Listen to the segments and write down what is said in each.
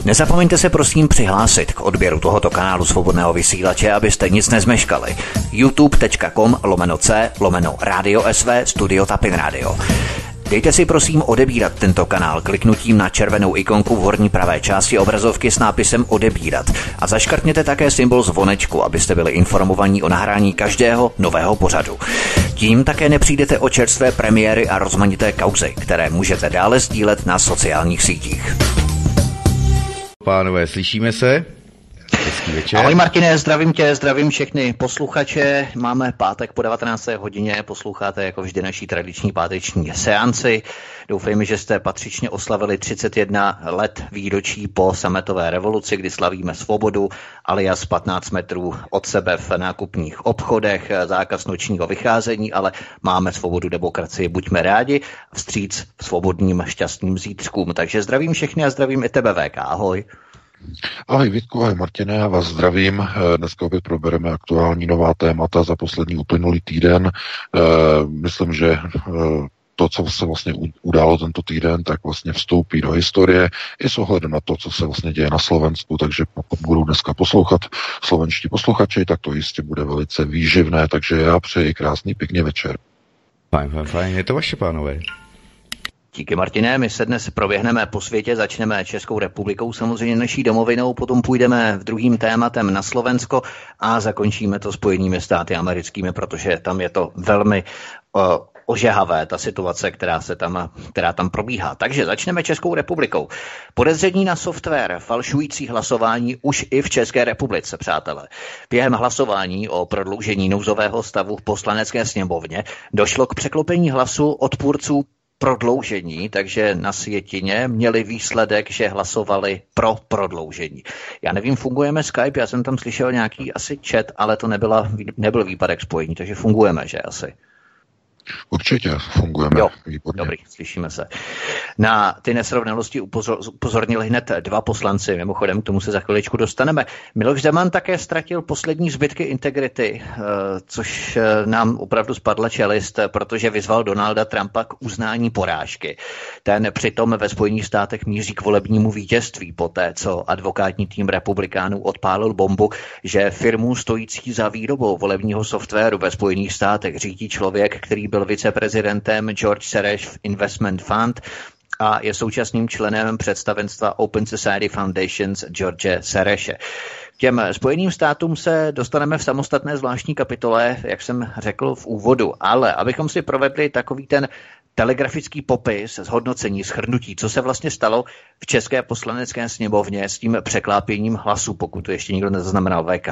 Nezapomeňte se prosím přihlásit k odběru tohoto kanálu Svobodného vysílače, abyste nic nezmeškali. youtube.com/c/Radio SV Studio Tapin Radio. Dejte si prosím odebírat tento kanál kliknutím na červenou ikonku v horní pravé části obrazovky s nápisem odebírat a zaškrtněte také symbol zvonečku, abyste byli informovaní o nahrání každého nového pořadu. Tím také nepřijdete o čerstvé premiéry a rozmanité kauzy, které můžete dále sdílet na sociálních sítích. Pánové, slyšíme se? Hezký večer. Ahoj Martine, zdravím tě, zdravím všechny posluchače. Máme pátek po 19. hodině, posloucháte jako vždy naší tradiční páteční seanci. Doufejme, že jste patřičně oslavili 31 let výročí po sametové revoluci, kdy slavíme svobodu, alias 15 metrů od sebe v nákupních obchodech, zákaz nočního vycházení, ale máme svobodu, demokracii, buďme rádi, vstříc svobodným šťastným zítřkům. Takže zdravím všechny a zdravím i tebe, VK. Ahoj. Ahoj Vítku, ahoj Martine, já vás zdravím. Dneska opět probereme aktuální nová témata za poslední uplynulý týden. Myslím, že to, co se vlastně událo tento týden, tak vlastně vstoupí do historie i s ohledem na to, co se vlastně děje na Slovensku, takže pokud budou dneska poslouchat slovenští posluchači, tak to jistě bude velice výživné, takže já přeji krásný, pěkný večer. Fajn, je to vaše, pánové. Díky Martine, my se dnes proběhneme po světě, začneme Českou republikou, samozřejmě naší domovinou, potom půjdeme v druhým tématem na Slovensko a zakončíme to Spojenými státy americkými, protože tam je to velmi ožehavé, ta situace, která tam probíhá. Takže začneme Českou republikou. Podezření na software falšující hlasování už i v České republice, přátelé. Během hlasování o prodloužení nouzového stavu v Poslanecké sněmovně došlo k překlopení hlasu odpůrců prodloužení, takže na sjetině měli výsledek, že hlasovali pro prodloužení. Já nevím, fungujeme Skype, já jsem tam slyšel nějaký asi chat, ale to nebyl výpadek spojení, takže fungujeme, že asi. Určitě fungujeme. Jo, výborně. Dobrý, slyšíme se. Na ty nesrovnalosti upozornili hned dva poslanci, mimochodem k tomu se za chviličku dostaneme. Miloš Zeman také ztratil poslední zbytky integrity, což nám opravdu spadla čelist, protože vyzval Donalda Trumpa k uznání porážky. Ten přitom ve Spojených státech míří k volebnímu vítězství poté, co advokátní tým republikánů odpálil bombu, že firmu stojící za výrobou volebního softwaru ve Spojených státech řídí člověk, který byl viceprezidentem George Soros Investment Fund a je současným členem představenstva Open Society Foundations George Sorose. K těm Spojeným státům se dostaneme v samostatné zvláštní kapitole, jak jsem řekl v úvodu, ale abychom si provedli takový ten telegrafický popis, zhodnocení, shrnutí, co se vlastně stalo v České poslanecké sněmovně s tím překlápěním hlasu, pokud to ještě nikdo nezaznamenal, VK.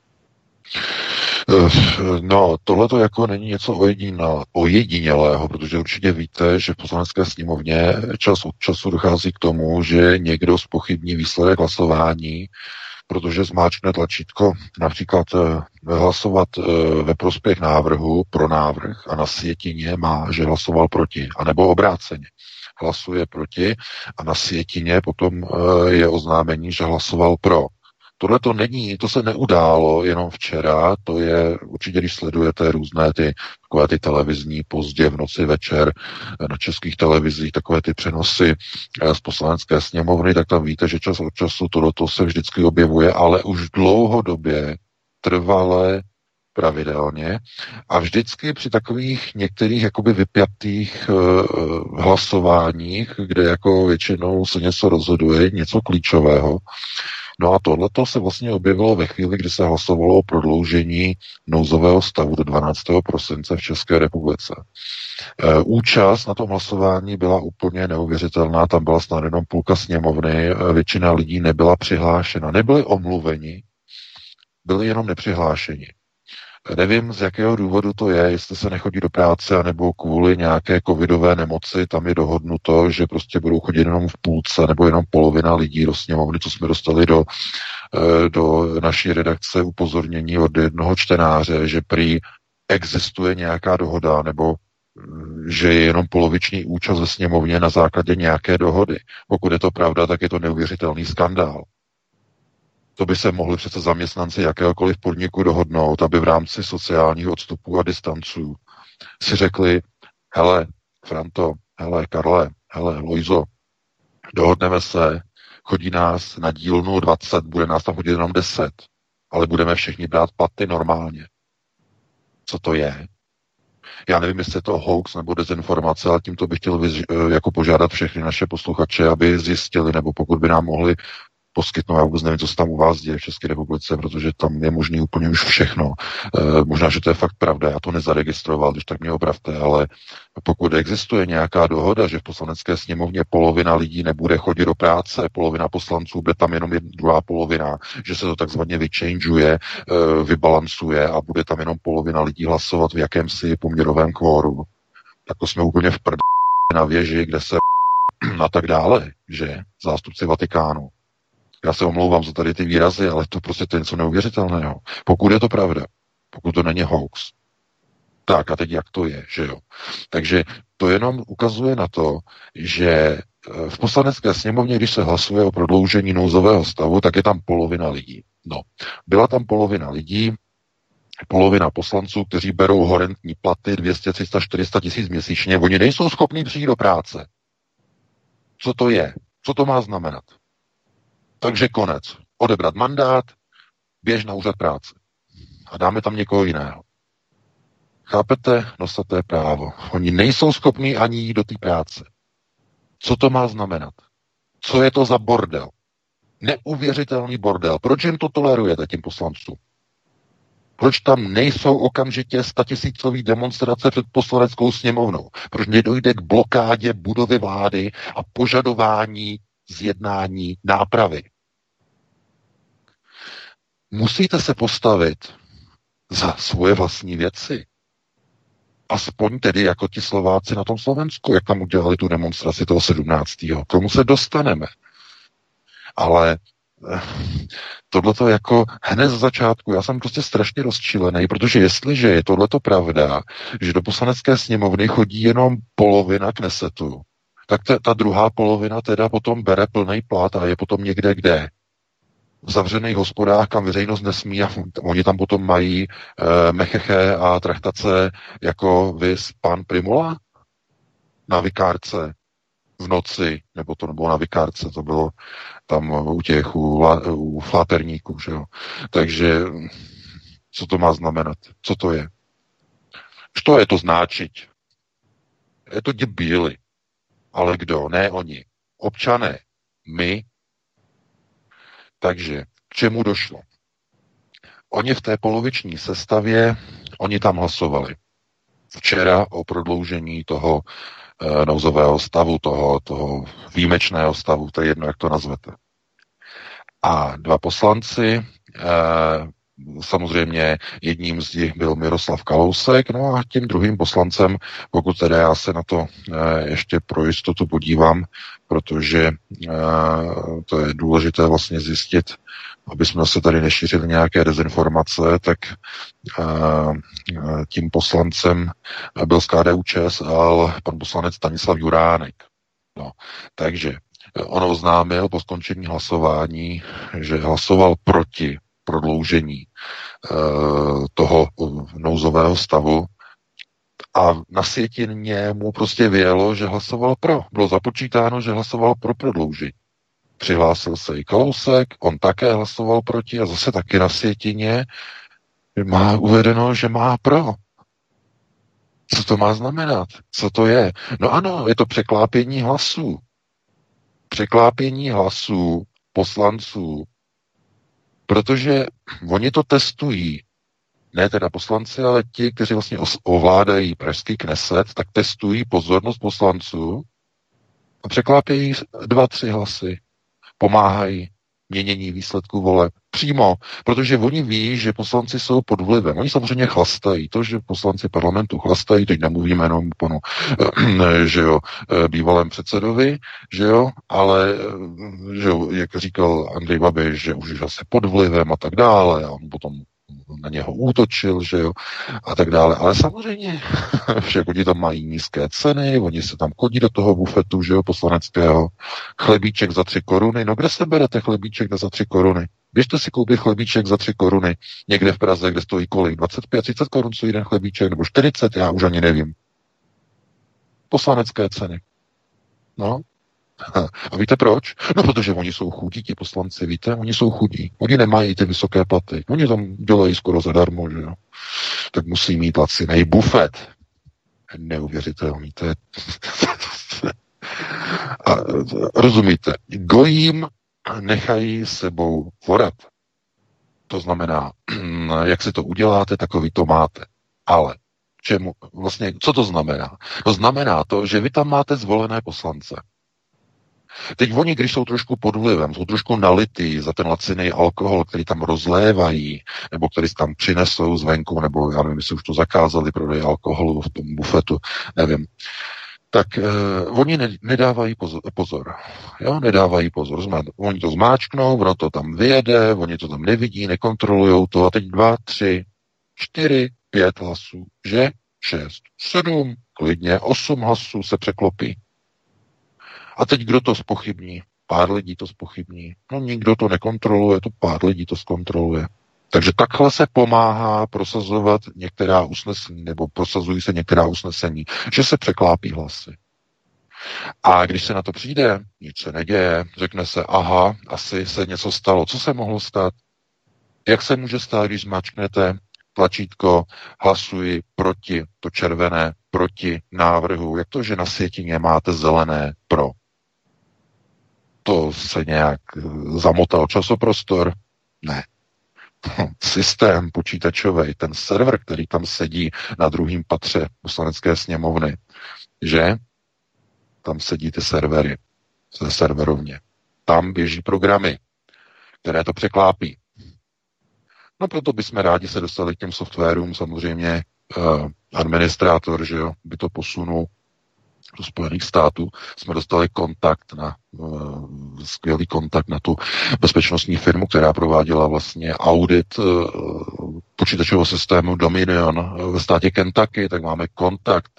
No, tohle to jako není něco ojedinělého, protože určitě víte, že v Poslanecké sněmovně čas od času dochází k tomu, že někdo zpochybní výsledek hlasování, protože zmáčkne tlačítko například hlasovat ve prospěch návrhu pro návrh a na sjetině má, že hlasoval proti, anebo obráceně. Hlasuje proti a na sjetině potom je oznámení, že hlasoval pro. Tohle to není, to se neudálo jenom včera, to je určitě, když sledujete různé takové ty televizní pozdě v noci večer na českých televizích, takové ty přenosy z Poslanecké sněmovny, tak tam víte, že čas od času tohleto se vždycky objevuje, ale už dlouhodobě, trvale, pravidelně a vždycky při takových některých jakoby vypjatých hlasováních, kde jako většinou se něco rozhoduje, něco klíčového. No a tohleto se vlastně objevilo ve chvíli, kdy se hlasovalo o prodloužení nouzového stavu do 12. prosince v České republice. Účast na tom hlasování byla úplně neuvěřitelná, tam byla snad jenom půlka sněmovny, většina lidí nebyla přihlášena, nebyli omluveni, byli jenom nepřihlášeni. Nevím, z jakého důvodu to je, jestli se nechodí do práce, anebo kvůli nějaké covidové nemoci, tam je dohodnuto, že prostě budou chodit jenom v půlce, nebo jenom polovina lidí do sněmovny, co jsme dostali do naší redakce upozornění od jednoho čtenáře, že prý existuje nějaká dohoda, nebo že je jenom poloviční účast ve sněmovně na základě nějaké dohody. Pokud je to pravda, tak je to neuvěřitelný skandál. To by se mohli přece zaměstnanci jakéhokoliv podniku dohodnout, aby v rámci sociálních odstupů a distanců si řekli, hele, Franto, hele, Karle, hele, Lojzo, dohodneme se, chodí nás na dílnu 20, bude nás tam chodit jenom 10, ale budeme všichni brát platy normálně. Co to je? Já nevím, jestli je to hoax nebo dezinformace, ale tímto bych chtěl jako požádat všechny naše posluchače, aby zjistili, nebo pokud by nám mohli poskytnout, já vůbec nevím, co se tam u vás děje v České republice, protože tam je možný úplně už všechno. Možná, že to je fakt pravda, já to nezaregistroval, když tak mě opravte, ale pokud existuje nějaká dohoda, že v Poslanecké sněmovně polovina lidí nebude chodit do práce, polovina poslanců, bude tam jenom druhá polovina, že se to takzvaně vychangeuje, vybalancuje a bude tam jenom polovina lidí hlasovat v jakémsi poměrovém kvóru, tak to jsme úplně v na věži, kde se a tak dále, že zástupci Vatikánu. Já se omlouvám za tady ty výrazy, ale to prostě to je něco neuvěřitelného. Pokud je to pravda, pokud to není hoax. Tak a teď jak to je, že jo? Takže to jenom ukazuje na to, že v Poslanecké sněmovně, když se hlasuje o prodloužení nouzového stavu, tak je tam polovina lidí. No, byla tam polovina lidí, polovina poslanců, kteří berou horentní platy 200, 300, 400 tisíc měsíčně, oni nejsou schopni přijít do práce. Co to je? Co to má znamenat? Takže konec. Odebrat mandát, běž na úřad práce. A dáme tam někoho jiného. Chápete? Nosaté právo. Oni nejsou schopni ani jít do té práce. Co to má znamenat? Co je to za bordel? Neuvěřitelný bordel. Proč jim to tolerujete, těm poslancům? Proč tam nejsou okamžitě statisícové demonstrace před Poslaneckou sněmovnou? Proč nedojde k blokádě budovy vlády a požadování zjednání nápravy? Musíte se postavit za svoje vlastní věci. Aspoň tedy jako ti Slováci na tom Slovensku, jak tam udělali tu demonstraci toho 17. K tomu se dostaneme. Ale tohleto jako hned z začátku, já jsem prostě strašně rozčilený, protože jestliže je tohleto pravda, že do Poslanecké sněmovny chodí jenom polovina Knesetu, tak ta druhá polovina teda potom bere plný plat a je potom někde kde. V zavřených hospodách, kam veřejnost nesmí a oni tam potom mají mecheche a trachtace jako vys pan Primula na Vikárce v noci, nebo to nebylo na Vikárce, to bylo tam u těch, u fláperníků, že jo. Takže co to má znamenat? Co to je? Što je to značit? Je to debíli. Ale kdo? Ne oni. Občané. My. Takže k čemu došlo? Oni v té poloviční sestavě, oni tam hlasovali. Včera o prodloužení toho nouzového stavu, toho výjimečného stavu, to je jedno, jak to nazvete. A dva poslanci, samozřejmě jedním z nich byl Miroslav Kalousek, no a tím druhým poslancem, pokud teda já se na to ještě pro jistotu podívám, protože to je důležité vlastně zjistit, aby jsme se tady nešířili nějaké dezinformace, tak tím poslancem byl z KDU-ČSL pan poslanec Stanislav Juránek. No, takže on oznámil po skončení hlasování, že hlasoval proti prodloužení toho nouzového stavu a na sjetině mu prostě vyjelo, že hlasoval pro. Bylo započítáno, že hlasoval pro prodloužení. Přihlásil se i Kalousek, on také hlasoval proti a zase taky na sjetině má uvedeno, že má pro. Co to má znamenat? Co to je? No ano, je to překlápění hlasů. Překlápění hlasů poslanců, protože oni to testují. Ne teda poslanci, ale ti, kteří vlastně ovládají pražský Kneset, tak testují pozornost poslanců a překlápějí 2-3 hlasy. Pomáhají měnění výsledků voleb. Přímo, protože oni ví, že poslanci jsou pod vlivem. Oni samozřejmě chlastají. To, že poslanci parlamentu chlastají, teď nemluvíme jenom panu, že jo, bývalém předsedovi, že jo, ale, že jo, jak říkal Andrej Babiš, že už zase pod vlivem a tak dále, a on potom na něho útočil, že jo, a tak dále. Ale samozřejmě, že oni tam mají nízké ceny, oni se tam chodí do toho bufetu, že jo, poslaneckého, chlebíček za 3 koruny. No kde se berete chlebíček za 3 koruny? Běžte si koupit chlebíček za 3 koruny někde v Praze, kde stojí kolik? 25-30 korun stojí jeden chlebíček, nebo 40, já už ani nevím. Poslanecké ceny. No. A víte proč? No, protože oni jsou chudí, ti poslanci, víte, oni jsou chudí. Oni nemají ty vysoké platy. Oni tam dělají skoro zadarmo, že jo. Tak musí mít lacinej bufet. Neuvěřitelný, to je... A rozumíte, gojím nechají sebou vorat. To znamená, jak si to uděláte, takový to máte. Ale čemu, vlastně, co to znamená? To znamená to, že vy tam máte zvolené poslance. Teď oni, když jsou trošku pod vlivem, jsou trošku nalitý za ten laciný alkohol, který tam rozlévají, nebo který tam přinesou zvenku, nebo já nevím, jestli už to zakázali prodej alkoholu v tom bufetu, nevím. Tak oni nedávají pozor. Jo, nedávají pozor. Oni to zmáčknou, ono to tam vyjede, oni to tam nevidí, nekontrolujou to a teď 2, 3, 4, 5 hlasů, že 6, 7, klidně 8 hlasů se překlopí. A teď kdo to zpochybní? Pár lidí to zpochybní. No nikdo to nekontroluje, to pár lidí to zkontroluje. Takže takhle se pomáhá prosazovat některá usnesení, nebo prosazují se některá usnesení, že se překlápí hlasy. A když se na to přijde, nic se neděje, řekne se, aha, asi se něco stalo. Co se mohlo stát? Jak se může stát, když zmačknete tlačítko hlasuji proti, to červené, proti návrhu? Jak to, že na sjetině máte zelené pro? To se nějak zamotal časoprostor? Ne. Systém počítačový, ten server, který tam sedí na druhém patře Poslanecké sněmovny, že tam sedí ty servery ze serverovně. Tam běží programy, které to překlápí. No proto bychom rádi se dostali k těm softwarům, samozřejmě administrátor, že jo, by to posunul do Spojených států, jsme dostali skvělý kontakt na tu bezpečnostní firmu, která prováděla vlastně audit počítačového systému Dominion ve státě Kentucky, tak máme kontakt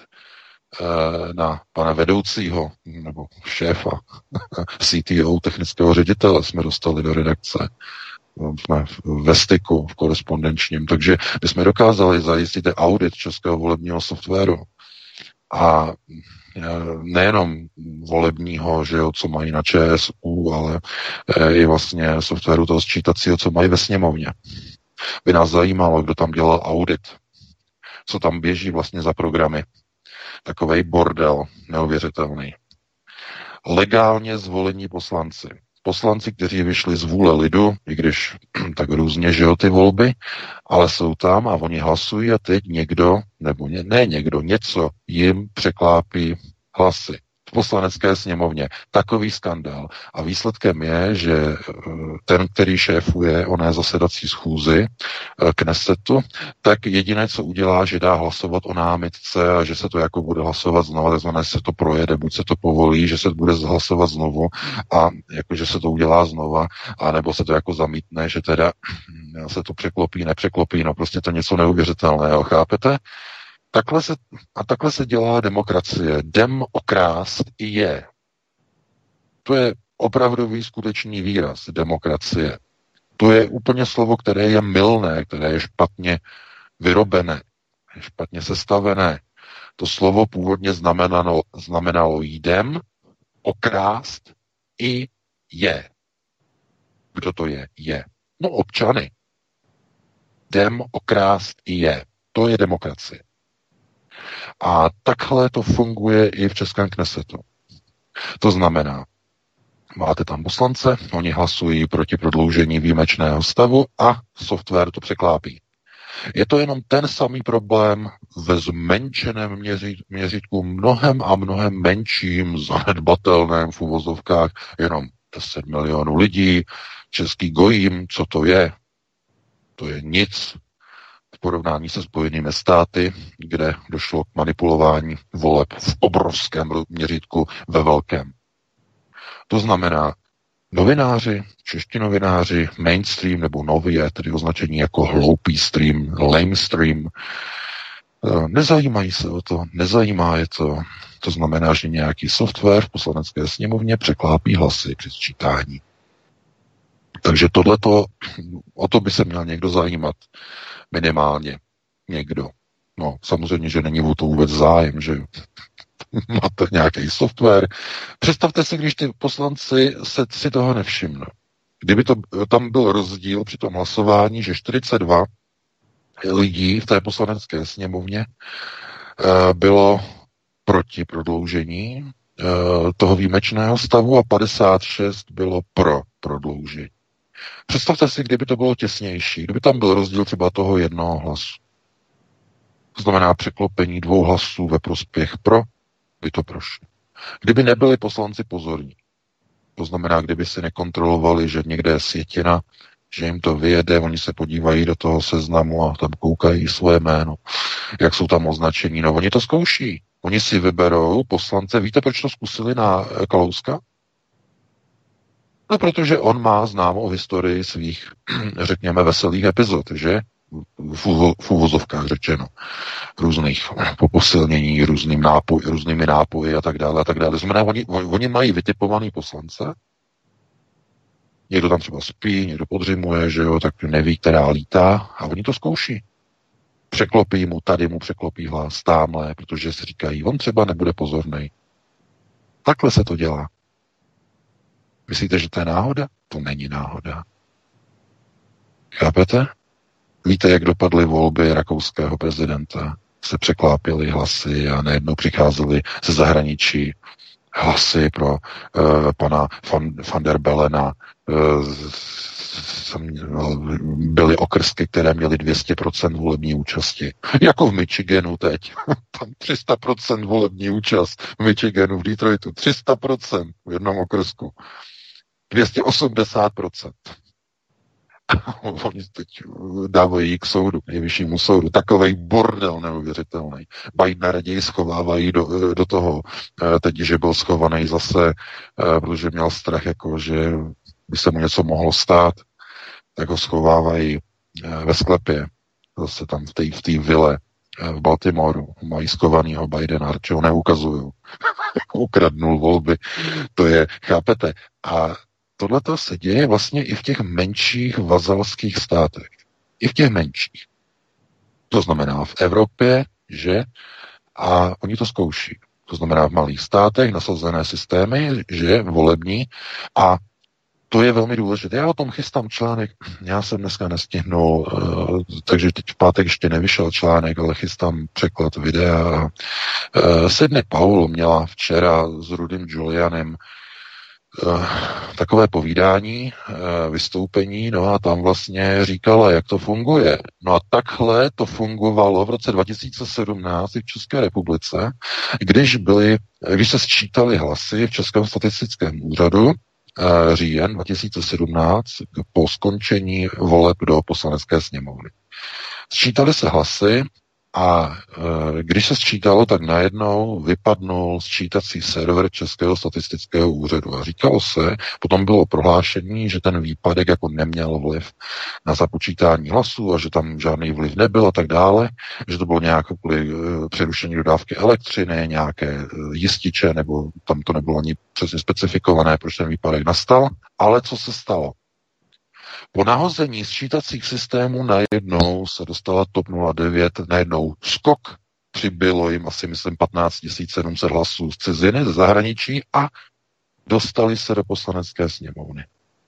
na pana vedoucího nebo šéfa CTO, technického ředitele jsme dostali do redakce. Jsme ve styku, v korespondenčním, takže bychom dokázali zajistit audit českého volebního softwaru. A nejenom volebního, že jo, co mají na ČSU, ale i vlastně softwaru toho sčítacího, co mají ve sněmovně. By nás zajímalo, kdo tam dělal audit, co tam běží vlastně za programy. Takovej bordel, neuvěřitelný. Legálně zvolení poslanci. Poslanci, kteří vyšli z vůle lidu, i když tak různě, že jo, ty volby, ale jsou tam a oni hlasují a teď někdo, nebo něco jim překlápí hlasy v Poslanecké sněmovně. Takový skandál. A výsledkem je, že ten, který šéfuje oné zasedací schůzi Knesetu, tak jediné, co udělá, že dá hlasovat o námitce a že se to jako bude hlasovat znova, takzvané se to projede, buď se to povolí, že se bude hlasovat znovu a jako, že se to udělá znova, anebo se to jako zamítne, že teda se to překlopí, nepřeklopí, no prostě to něco neuvěřitelného, chápete? Takhle se dělá demokracie. Demokrást je. To je opravdový skutečný výraz demokracie. To je úplně slovo, které je mylné, které je špatně vyrobené, je špatně sestavené. To slovo původně znamenalo jdem, okrást i je. Kdo to je? Je. No občany. Jdem, okrást i je. To je demokracie. A takhle to funguje i v Českém Knesetu. To znamená, máte tam poslance, oni hlasují proti prodloužení výjimečného stavu a software to překlápí. Je to jenom ten samý problém ve zmenšeném měřítku, mnohem a mnohem menším, zanedbatelném v uvozovkách, jenom 10 milionů lidí, český gojím, co to je? To je nic v porovnání se Spojenými státy, kde došlo k manipulování voleb v obrovském měřítku ve velkém. To znamená, novináři, čeští novináři, mainstream nebo nově, tedy označení jako hloupý stream, lame stream, nezajímají se o to, nezajímá je to. To znamená, že nějaký software v Poslanecké sněmovně překlápí hlasy při sčítání. Takže tohleto, o to by se měl někdo zajímat. Minimálně někdo. No, samozřejmě, že není o to vůbec zájem, že máte nějaký software. Představte si, když ty poslanci si toho nevšimnou. Kdyby tam byl rozdíl při tom hlasování, že 42 lidí v té poslanecké sněmovně bylo proti prodloužení toho výjimečného stavu a 56 bylo pro prodloužení. Představte si, kdyby to bylo těsnější, kdyby tam byl rozdíl třeba toho jednoho hlasu. To znamená překlopení 2 hlasů ve prospěch pro, by to prošlo. Kdyby nebyli poslanci pozorní, to znamená, kdyby si nekontrolovali, že někde je sjetina, že jim to vyjede, oni se podívají do toho seznamu a tam koukají svoje jméno, jak jsou tam označení. No, oni to zkouší. Oni si vyberou poslance. Víte, proč to zkusili na Kalouska? No, protože on má známou historii svých, řekněme, veselých epizod, že? V uvozovkách řečeno. Různých posilnění, různými nápoji a tak dále, a tak dále. Znamená, oni mají vytipovaný poslance, někdo tam třeba spí, někdo podřimuje, že jo, tak neví, která lítá, a oni to zkouší. Překlopí mu, tady mu překlopí hlas, támhle, protože si říkají, on třeba nebude pozornej. Takhle se to dělá. Myslíte, že to je náhoda? To není náhoda. Chápete? Víte, jak dopadly volby rakouského prezidenta? Se překlápěly hlasy a najednou přicházely ze zahraničí hlasy pro pana van der Bellena. Byly okrsky, které měly 200% volební účasti. Jako v Michiganu teď. Tam 300% volební účast v Michiganu, v Detroitu. 300% v jednom okrsku. 280%. Oni teď dávají k soudu, k nejvyššímu soudu. Takovej bordel neuvěřitelný. Bidena raději schovávají do toho. Teď, že byl schovaný zase, protože měl strach, jako, že by se mu něco mohlo stát, tak ho schovávají ve sklepě. Zase tam v té vile v Baltimoru. Mají schovanýho Bidena, radši ho neukazují. Ukradnul volby. To je, chápete? A tohleto se děje vlastně i v těch menších vazalských státech. I v těch menších. To znamená v Evropě, že? A oni to zkouší. To znamená v malých státech nasazené systémy, že? Volební. A to je velmi důležité. Já o tom chystám článek. Já jsem dneska nestihnul, takže teď v pátek ještě nevyšel článek, ale chystám překlad videa. Sidney Powell měla včera s Rudym Giulianem takové povídání, vystoupení, no a tam vlastně říkala, jak to funguje. No a takhle to fungovalo v roce 2017 v České republice, když se sčítaly hlasy v Českém statistickém úřadu říjen 2017 po skončení voleb do Poslanecké sněmovny. Sčítaly se hlasy a když se sčítalo, tak najednou vypadnul sčítací server Českého statistického úřadu. A říkalo se, potom bylo prohlášení, že ten výpadek jako neměl vliv na započítání hlasů a že tam žádný vliv nebyl a tak dále, že to bylo nějaké kvůli přerušení dodávky elektřiny, nějaké jističe, nebo tam to nebylo ani přesně specifikované, proč ten výpadek nastal. Ale co se stalo? Po nahození sčítacích systémů najednou se dostala TOP 09, najednou skok, přibylo jim asi, myslím, 15 700 hlasů z ciziny, ze zahraničí a dostali se do Poslanecké sněmovny.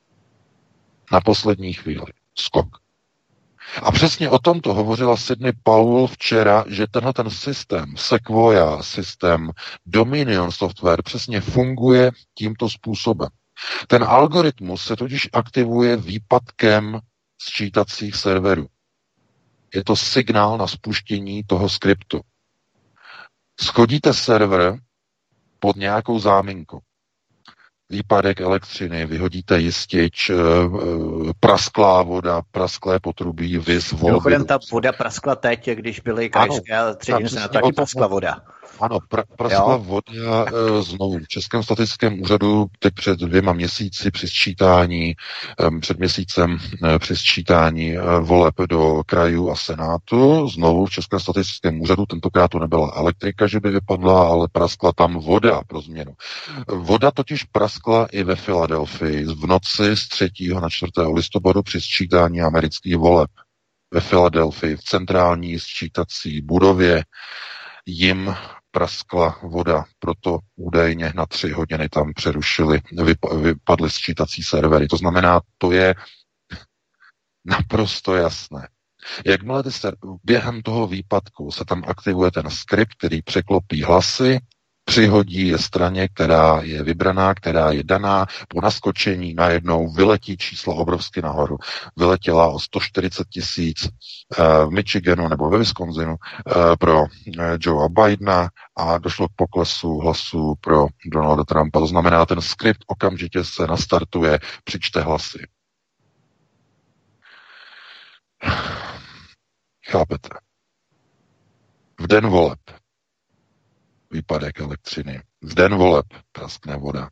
Na poslední chvíli. Skok. A přesně o tomto hovořila Sidney Powell včera, že tenhle ten systém, Sequoia systém, Dominion software přesně funguje tímto způsobem. Ten algoritmus se totiž aktivuje výpadkem sčítacích serverů. Je to signál na spuštění toho skriptu. Schodíte server pod nějakou záminku. Výpadek elektřiny, vyhodíte jistič, prasklá voda, prasklé potrubí, vis, volby. Mimochodem ta voda praskla teď, když byly krajské a třetiny se na taky praskla voda. Ano, praskla voda znovu v Českém statistickém úřadu teď před 2 měsíci při sčítání, před měsícem při sčítání voleb do krajů a senátu, znovu v Českém statistickém úřadu, tentokrát to nebyla elektrika, že by vypadla, ale praskla tam voda pro změnu. Voda totiž praskla i ve Filadelfii v noci z 3. na 4. listopadu při sčítání amerických voleb. Ve Filadelfii v centrální sčítací budově jim praskla voda, proto údajně na 3 hodiny tam přerušili, vypadly sčítací servery. To znamená, to je naprosto jasné. Jakmile během toho výpadku se tam aktivuje ten skript, který překlopí hlasy, přihodí je straně, která je vybraná, která je daná, po naskočení najednou vyletí číslo obrovsky nahoru. Vyletěla o 140 000 v Michiganu nebo ve Wisconsinu pro Joea Bidena a došlo k poklesu hlasů pro Donalda Trumpa. To znamená, ten skript okamžitě se nastartuje, přičte hlasy. Chápete? V den voleb výpadek elektřiny. V den voleb praskne voda.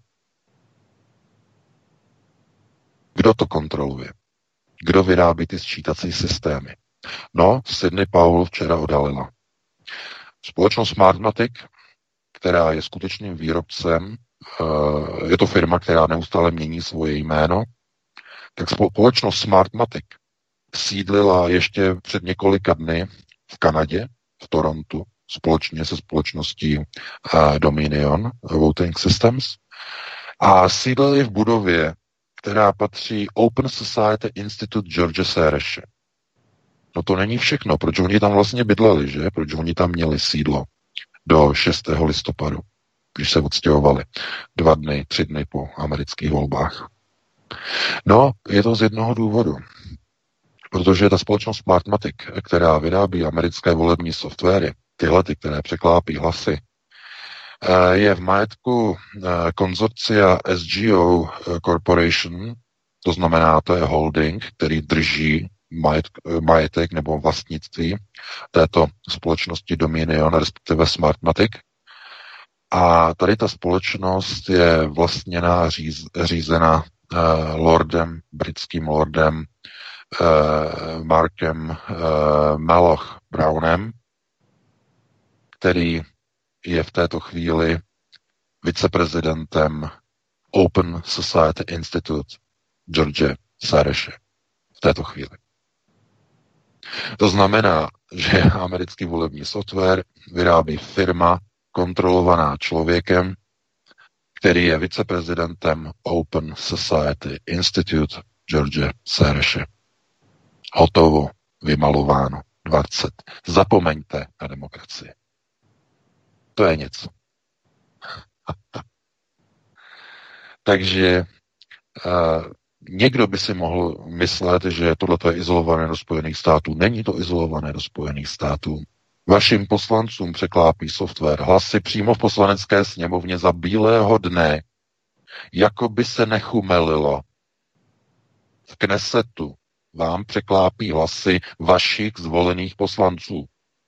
Kdo to kontroluje? Kdo vyrábí ty sčítací systémy? No, Sidney Powell včera odhalila. Společnost Smartmatic, která je skutečným výrobcem, je to firma, která neustále mění svoje jméno, tak společnost Smartmatic sídlila ještě před několika dny v Kanadě, v Torontu, společně se společností Dominion Voting Systems a sídlili v budově, která patří Open Society Institute George Soreše. No to není všechno, proč oni tam vlastně bydleli, že? Proč oni tam měli sídlo do 6. listopadu, když se odstěhovali 3 dny po amerických volbách. No, je to z jednoho důvodu. Protože ta společnost Smartmatic, která vyrábí americké volební softwary, které překlápí hlasy, je v majetku konzorcia SGO Corporation, to znamená, to je holding, který drží majetek nebo vlastnictví této společnosti Dominion, respektive Smartmatic. A tady ta společnost je vlastněná, řízena britským lordem Markem Malloch Brownem, který je v této chvíli viceprezidentem Open Society Institute George Soreše. V této chvíli. To znamená, že americký volební software vyrábí firma kontrolovaná člověkem, který je viceprezidentem Open Society Institute George Soreše. Hotovo, vymalováno, 20. Zapomeňte na demokracii. To je něco. Takže někdo by si mohl myslet, že tohle je izolované do Spojených států. Není to izolované do Spojených států. Vašim poslancům překlápí software hlasy přímo v poslanecké sněmovně za bílého dne, jako by se nechumelilo. V Knesetu vám překlápí hlasy vašich zvolených poslanců.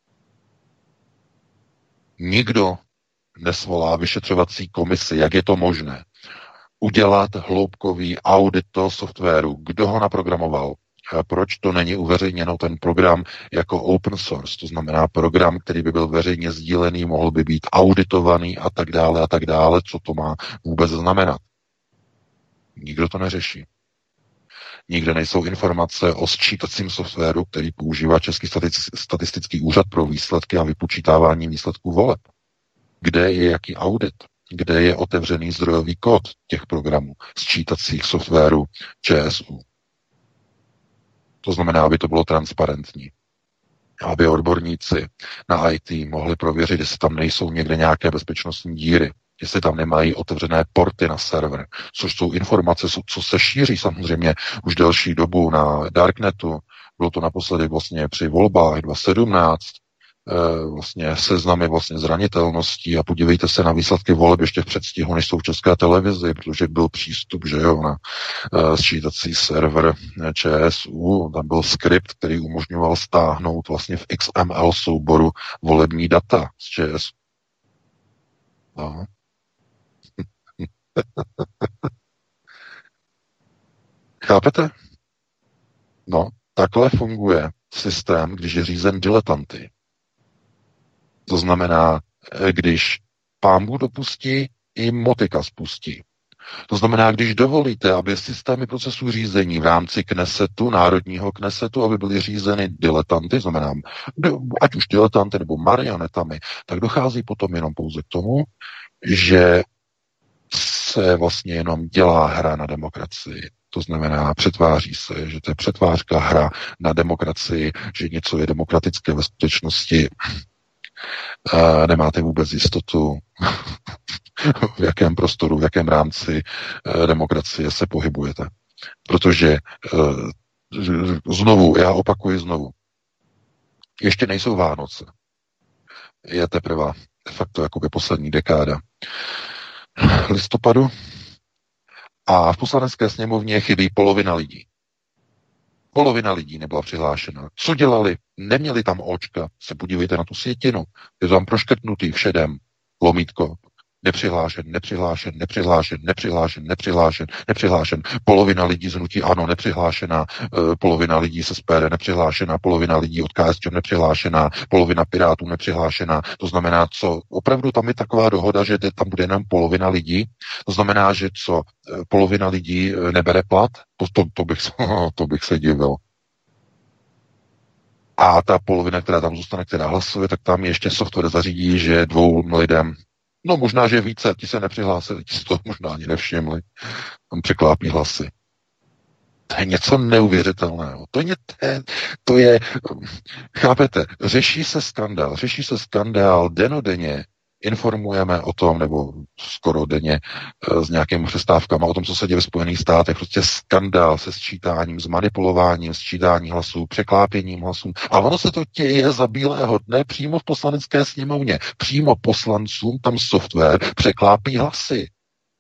Nikdo nesvolá vyšetřovací komisi, jak je to možné. Udělat hloubkový audit toho softwaru. Kdo ho naprogramoval? Proč to není uveřejněno ten program jako open source? To znamená program, který by byl veřejně sdílený, mohl by být auditovaný a tak dále. Co to má vůbec znamenat? Nikdo to neřeší. Nikde nejsou informace o sčítacím softwaru, který používá Český statistický úřad pro výsledky a vypočítávání výsledků voleb. Kde je jaký audit? Kde je otevřený zdrojový kód těch programů, sčítacích softwarů ČSU? To znamená, aby to bylo transparentní. Aby odborníci na IT mohli prověřit, jestli tam nejsou někde nějaké bezpečnostní díry, jestli tam nemají otevřené porty na server, což jsou informace, co se šíří samozřejmě už delší dobu na Darknetu. Bylo to naposledy vlastně při volbách 2017, vlastně seznamy vlastně zranitelností a podívejte se na výsledky voleb ještě v předstihu, než jsou v České televizi, protože byl přístup, že jo, na sčítací server ČSU, tam byl skript, který umožňoval stáhnout vlastně v XML souboru volební data z ČSU. No. Chápete? No, takhle funguje systém, když je řízen diletanty. To znamená, když pán Bůh dopustí, i motika spustí. To znamená, když dovolíte, aby systémy procesu řízení v rámci Knesetu, národního Knesetu, aby byly řízeny diletanty, znamená, ať už diletanty nebo marionetami, tak dochází potom jenom pouze k tomu, že se vlastně jenom dělá hra na demokracii. To znamená, přetváří se, že to je přetvářka hra na demokracii, že něco je demokratické ve skutečnosti. Nemáte vůbec jistotu, v jakém prostoru, v jakém rámci demokracie se pohybujete. Protože znovu, já opakuji znovu, ještě nejsou Vánoce. Je teprve de facto jakoby poslední dekáda listopadu a v Poslanecké sněmovně chybí polovina lidí. Polovina lidí nebyla přihlášena. Co dělali? Neměli tam očka. Se podívejte na tu sjetinu. Je to tam proškrtnutý všedem. Lomítko. Nepřihlášen, nepřihlášen, nepřihlášen, nepřihlášen, nepřihlášen, nepřihlášen. Polovina lidí z hnutí ANO nepřihlášená, polovina lidí z SPD nepřihlášená, polovina lidí od KSČM nepřihlášená, polovina Pirátů nepřihlášená. To znamená, co? Opravdu tam je taková dohoda, že tam bude jenom polovina lidí. To znamená, že co? Polovina lidí nebere plat? To bych se divil. A ta polovina, která tam zůstane, která hlasuje, tak tam ještě software zařídí, že 2 lidem, no možná, že více, ti se nepřihlásili, ti si to možná ani nevšimli, tam překlápí hlasy. To je něco neuvěřitelného. To je, chápete, řeší se skandál denodenně, informujeme o tom, nebo skoro denně s nějakými přestávkami o tom, co se děje v Spojených státech. Prostě skandál se sčítáním, s manipulováním, sčítání hlasů, překlápěním hlasů. A ono se to děje za bílého dne přímo v Poslanecké sněmovně. Přímo poslancům tam software překlápí hlasy.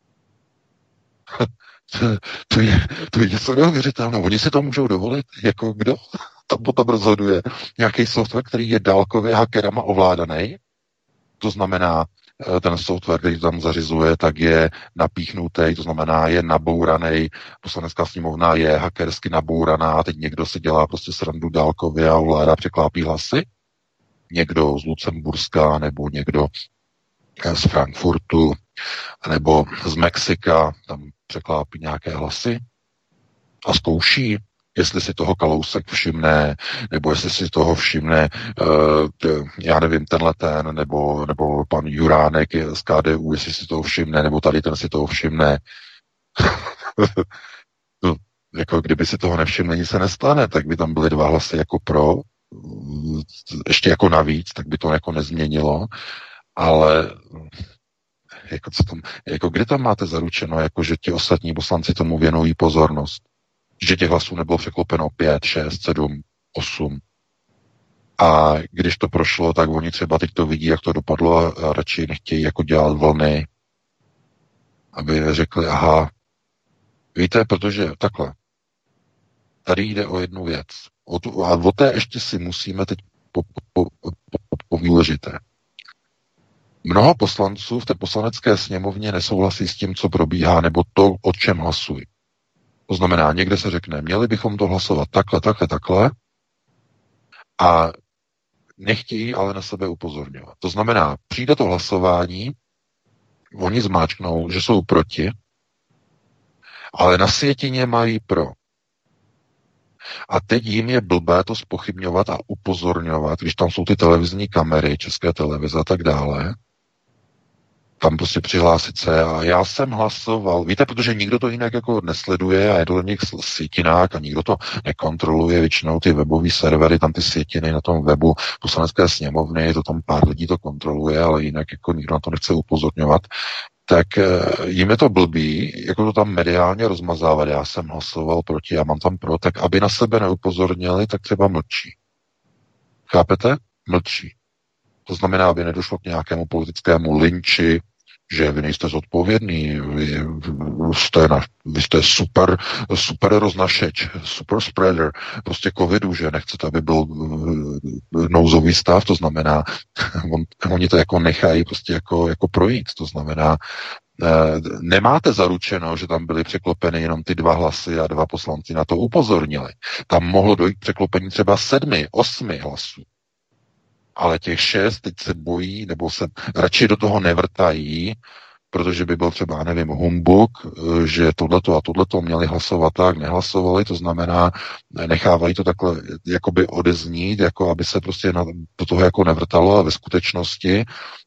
To je něco neuvěřitelného. Oni si to můžou dovolit? Jako kdo tam potom rozhoduje? Nějaký software, který je dálkově hackerama ovládaný? To znamená, ten software, který tam zařizuje, tak je napíchnutý, to znamená, je nabouraný. Poslanecká sněmovna je hackersky nabouraná a teď někdo si dělá prostě srandu dálkově a ovládá, překlápí hlasy. Někdo z Lucemburska, nebo někdo z Frankfurtu, nebo z Mexika, tam překlápí nějaké hlasy a zkouší, jestli si toho Kalousek všimne, nebo jestli si toho všimne, já nevím, nebo pan Juránek z KDU, jestli si toho všimne, nebo tady ten si toho všimne. No, jako kdyby si toho nevšimne, nic se nestane, tak by tam byly 2 hlasy jako pro, ještě jako navíc, tak by to jako nezměnilo, ale jako, kde tam máte zaručeno, jako že ti ostatní poslanci tomu věnují pozornost? Že těch hlasů nebylo překlopeno 5, 6, 7, 8. A když to prošlo, tak oni třeba teď to vidí, jak to dopadlo a radši nechtějí jako dělat vlny, aby řekli, aha, víte, protože takhle, tady jde o jednu věc. A o té ještě si musíme teď povíležité. Mnoho poslanců v té Poslanecké sněmovně nesouhlasí s tím, co probíhá, nebo to, o čem hlasují. To znamená, někde se řekne, měli bychom to hlasovat takhle a nechtějí ale na sebe upozorňovat. To znamená, přijde to hlasování, oni zmáčknou, že jsou proti, ale na sjetině mají pro. A teď jim je blbé to zpochybňovat a upozorňovat, když tam jsou ty televizní kamery, České televize a tak dále, tam prostě přihlásit se a já jsem hlasoval. Víte, protože nikdo to jinak jako nesleduje a je to na nich sjetinák a nikdo to nekontroluje. Většinou ty webové servery, tam ty sjetiny na tom webu Poslanecké sněmovny, to tam pár lidí to kontroluje, ale jinak jako nikdo na to nechce upozorňovat. Tak jim je to blbý, jako to tam mediálně rozmazávat. Já jsem hlasoval proti, já mám tam pro, tak aby na sebe neupozornili, tak třeba mlčí. Chápete? Mlčí. To znamená, aby nedošlo k nějakému politickému lynči, že vy nejste zodpovědný, vy jste super roznašeč, super spreader, prostě covidu, že nechcete, aby byl nouzový stav, to znamená, oni to jako nechají prostě jako projít, to znamená, nemáte zaručeno, že tam byly překlopeny jenom ty 2 hlasy a 2 poslanci na to upozornili. Tam mohlo dojít k překlopení třeba 7, 8 hlasů. Ale těch 6 teď se bojí, nebo se radši do toho nevrtají, protože by byl třeba, nevím, humbuk, že tohleto a tohleto měli hlasovat tak, nehlasovali, to znamená, nechávají to takhle jakoby odeznít, jako aby se prostě do toho jako nevrtalo a ve skutečnosti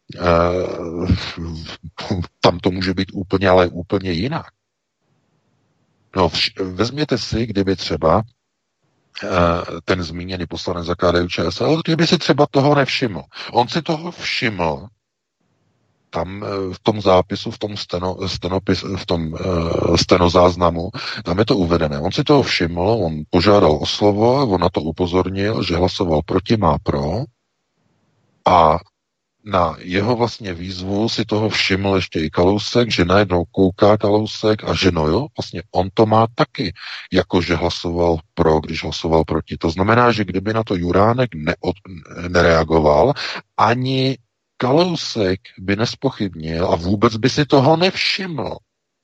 tam to může být úplně, ale úplně jinak. No, vezměte si, kdyby třeba ten zmíněný poslanec za KDU-ČSL, kdyby si třeba toho nevšiml. On si toho všiml tam v tom zápisu, v tom stenozáznamu, tam je to uvedené. On si toho všiml, on požádal o slovo, on na to upozornil, že hlasoval proti, má pro, a na jeho vlastně výzvu si toho všiml ještě i Kalousek, že najednou kouká Kalousek a že no jo, vlastně on to má taky, jakože hlasoval pro, když hlasoval proti. To znamená, že kdyby na to Juránek nereagoval, ani Kalousek by nespochybnil a vůbec by si toho nevšiml.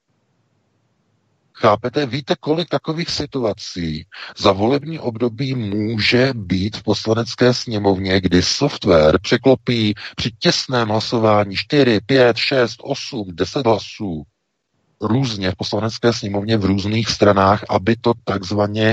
Chápete? Víte, kolik takových situací za volební období může být v poslanecké sněmovně, kdy software překlopí při těsném hlasování 4, 5, 6, 8, 10 hlasů různě v poslanecké sněmovně v různých stranách, aby to takzvaně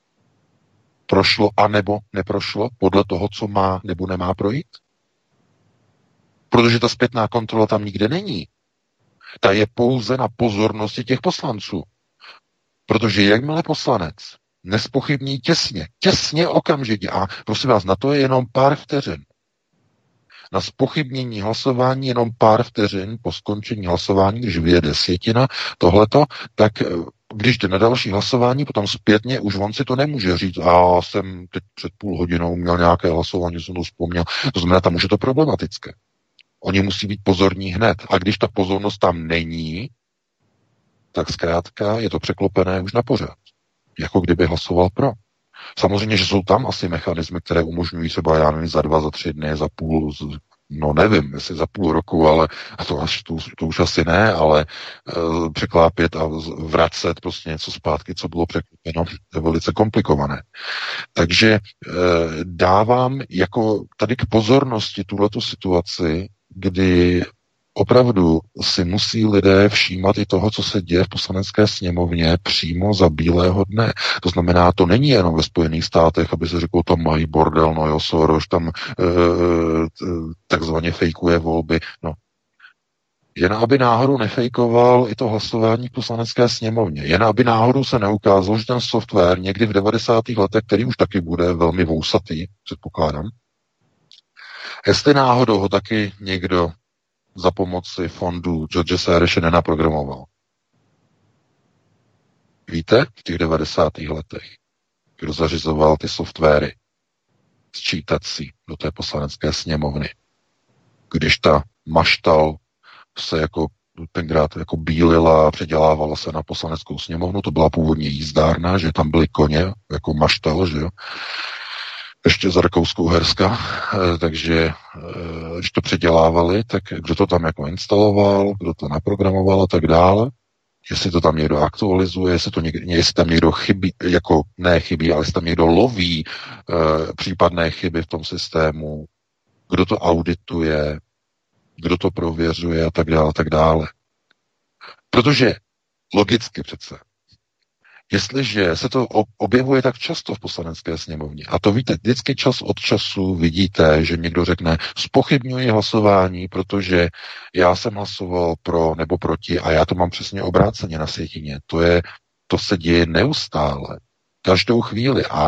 prošlo anebo neprošlo podle toho, co má nebo nemá projít? Protože ta zpětná kontrola tam nikde není. Ta je pouze na pozornosti těch poslanců. Protože jakmile poslanec nespochybní těsně okamžitě, a prosím vás, na to je jenom pár vteřin. Na zpochybnění hlasování jenom pár vteřin po skončení hlasování, když vyjede desetina tohleto, tak když jde na další hlasování, potom zpětně už on si to nemůže říct, a jsem teď před půl hodinou měl nějaké hlasování, jsem to vzpomněl. To znamená, tam už je to problematické. Oni musí být pozorní hned. A když ta pozornost tam není, tak zkrátka je to překlopené už na pořád. Jako kdyby hlasoval pro. Samozřejmě, že jsou tam asi mechanismy, které umožňují třeba, já nevím, za 2, za 3 dny, za půl, no nevím, jestli za půl roku, ale to už asi ne, ale překlápět a vracet prostě něco zpátky, co bylo překlopeno, je velice komplikované. Takže dávám jako tady k pozornosti tuhletu situaci, kdy opravdu si musí lidé všímat i toho, co se děje v poslanecké sněmovně přímo za bílého dne. To znamená, to není jenom ve Spojených státech, aby se řeklo, tam mají bordel, no jo, Soros tam takzvaně fejkuje volby. No. Jen aby náhodou nefejkoval i to hlasování v poslanecké sněmovně. Jen aby náhodou se neukázalo, že ten software někdy v 90. letech, který už taky bude velmi vousatý, předpokládám, jestli náhodou ho taky někdo za pomoci fondu George Soreše nenaprogramoval. Víte, v těch 90. letech, kdo zařizoval ty softwary sčítací do té poslanecké sněmovny, když ta maštal se jako tenkrát jako bílila a předělávala se na poslaneckou sněmovnu, to byla původně jízdárna, že tam byly koně, jako maštal, že jo, ještě za Rakousko-Uherska, takže když to předělávali, tak kdo to tam jako instaloval, kdo to naprogramoval a tak dále, jestli to tam někdo aktualizuje, jestli tam někdo chybí, jako ne chybí, ale jestli tam někdo loví případné chyby v tom systému, kdo to audituje, kdo to prověřuje a tak dále. Protože logicky přece, jestliže se to objevuje tak často v poslanecké sněmovně, a to víte, vždycky čas od času vidíte, že někdo řekne, zpochybňuji hlasování, protože já jsem hlasoval pro nebo proti a já to mám přesně obráceně na sjetině. To se děje neustále, každou chvíli a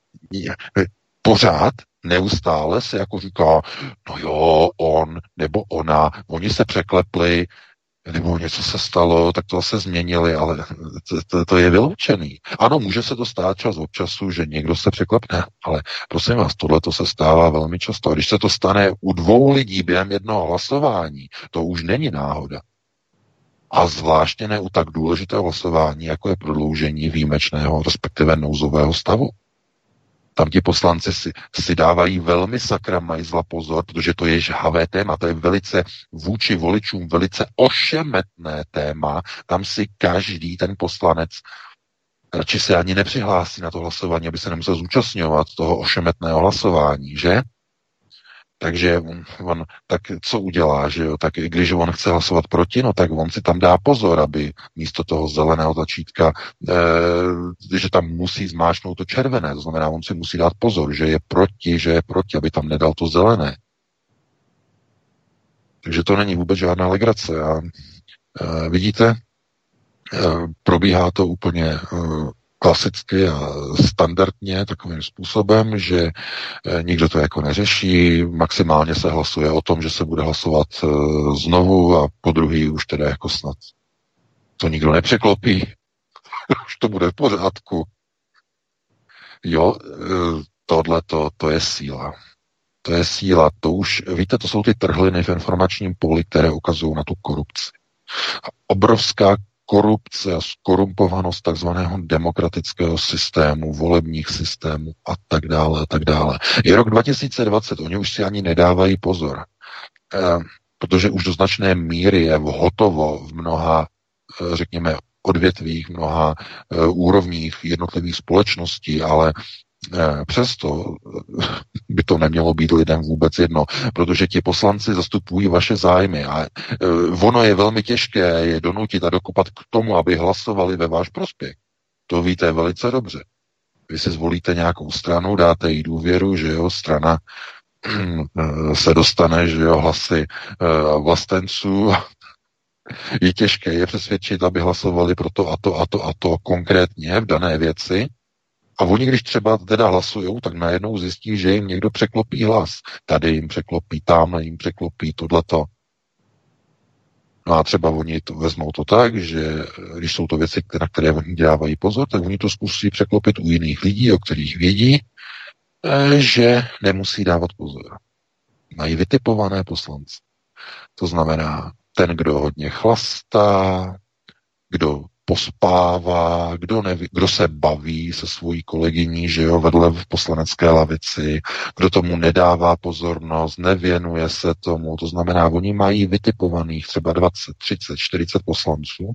pořád neustále se jako říká, no jo, on nebo ona, oni se překlepli, nebo něco se stalo, tak to zase změnili, ale to je vyloučený. Ano, může se to stát čas od času, že někdo se překlepne, ale prosím vás, tohle to se stává velmi často. A když se to stane u 2 lidí během jednoho hlasování, to už není náhoda. A zvláště ne u tak důležitého hlasování, jako je prodloužení výjimečného, respektive nouzového stavu. Tam ti poslanci si dávají velmi sakra majzla pozor, protože to je žhavé téma, to je velice vůči voličům velice ošemetné téma. Tam si každý ten poslanec radši se ani nepřihlásí na to hlasování, aby se nemusel zúčastňovat toho ošemetného hlasování, že? Takže on tak co udělá, že jo? Tak když on chce hlasovat proti, no tak on si tam dá pozor, aby místo toho zeleného tlačítka, že tam musí zmáčknout to červené, to znamená, on si musí dát pozor, že je proti, aby tam nedal to zelené. Takže to není vůbec žádná legrace. A vidíte, probíhá to úplně klasicky a standardně takovým způsobem, že nikdo to jako neřeší, maximálně se hlasuje o tom, že se bude hlasovat znovu a po druhý už teda jako snad to nikdo nepřeklopí, už to bude v pořádku. Jo, to je síla. To je síla, to už, víte, to jsou ty trhliny v informačním poli, které ukazují na tu korupci. Obrovská korupce a skorumpovanost takzvaného demokratického systému, volebních systémů a tak dále, a tak dále. Je rok 2020, oni už si ani nedávají pozor, protože už do značné míry je hotovo v mnoha, řekněme, odvětvích, mnoha úrovních jednotlivých společností, ale přesto by to nemělo být lidem vůbec jedno, protože ti poslanci zastupují vaše zájmy a ono je velmi těžké je donutit a dokopat k tomu, aby hlasovali ve váš prospěch. To víte velice dobře. Vy si zvolíte nějakou stranu, dáte jí důvěru, že jo, strana se dostane, že jo, hlasy vlastenců. Je těžké je přesvědčit, aby hlasovali pro to a to a to a to konkrétně v dané věci. A oni, když třeba teda hlasujou, tak najednou zjistí, že jim někdo překlopí hlas. Tady jim překlopí, tamhle jim překlopí, tohleto. No a třeba oni to vezmou to tak, že když jsou to věci, na které oni dávají pozor, tak oni to zkusí překlopit u jiných lidí, o kterých vědí, že nemusí dávat pozor. Mají vytipované poslance. To znamená, ten, kdo hodně chlastá, kdo pospává, kdo se baví se svojí kolegyní, že jo, vedle v poslanecké lavici, kdo tomu nedává pozornost, nevěnuje se tomu, to znamená, oni mají vytipovaných třeba 20, 30, 40 poslanců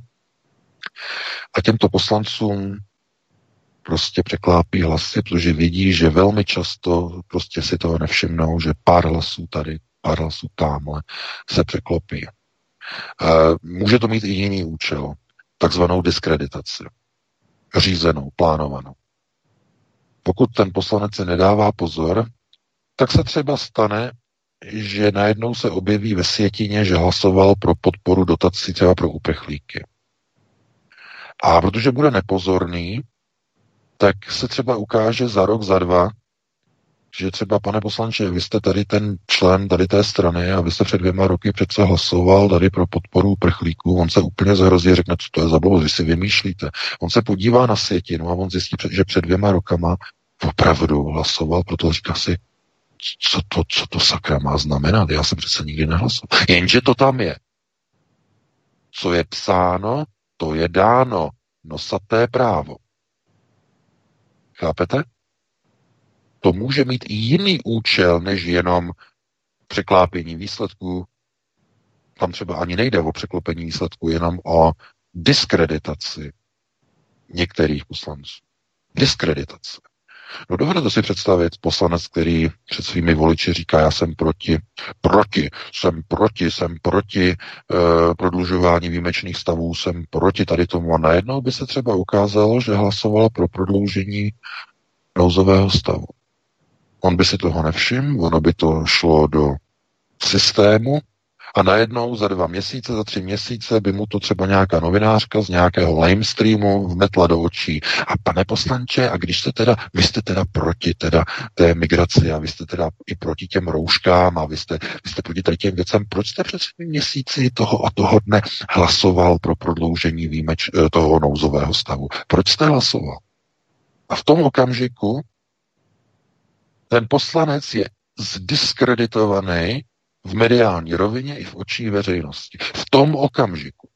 a těmto poslancům prostě překlápí hlasy, protože vidí, že velmi často prostě si toho nevšimnou, že pár hlasů tady, pár hlasů tamhle se překlopí. Může to mít i jiný účel, takzvanou diskreditaci. Řízenou, plánovanou. Pokud ten poslanec se nedává pozor, tak se třeba stane, že najednou se objeví ve sjetině, že hlasoval pro podporu dotací třeba pro uprchlíky. A protože bude nepozorný, tak se třeba ukáže za rok, za dva, že třeba, pane poslanče, vy jste tady ten člen tady té strany a vy jste před 2 roky přece hlasoval tady pro podporu uprchlíků, on se úplně zhrozí a řekne, co to je za blbost, vy si vymýšlíte. On se podívá na sjetinu a on zjistí, že před 2 rokama opravdu hlasoval, proto říká si, co to sakra má znamenat, já jsem přece nikdy nehlasoval. Jenže to tam je. Co je psáno, to je dáno. Nosaté právo. Chápete? To může mít i jiný účel, než jenom překlápění výsledků. Tam třeba ani nejde o překlopení výsledků, jenom o diskreditaci některých poslanců. Diskreditace. No dovedete si představit poslanec, který před svými voliči říká, já jsem proti prodlužování výjimečných stavů, jsem proti tady tomu a najednou by se třeba ukázalo, že hlasoval pro prodloužení nouzového stavu. On by si toho nevšiml, ono by to šlo do systému a najednou za 2 měsíce, za 3 měsíce by mu to třeba nějaká novinářka z nějakého limestreamu vmetla do očí. A pane poslanče, a když vy jste teda proti té migraci a vy jste teda i proti těm rouškám a vy jste proti tady těm věcem, proč jste před 3 měsíci toho a toho dne hlasoval pro prodloužení toho nouzového stavu? Proč jste hlasoval? A v tom okamžiku ten poslanec je zdiskreditovaný v mediální rovině i v očích veřejnosti. V tom okamžiku.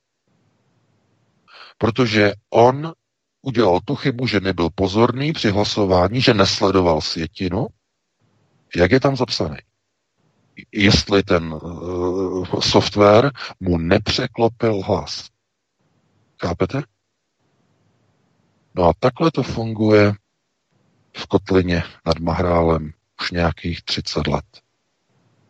Protože on udělal tu chybu, že nebyl pozorný při hlasování, že nesledoval sjetinu, jak je tam zapsaný. Jestli ten software mu nepřeklopil hlas. Chápete? No a takhle to funguje v kotlině nad Mahrálem už nějakých 30 let.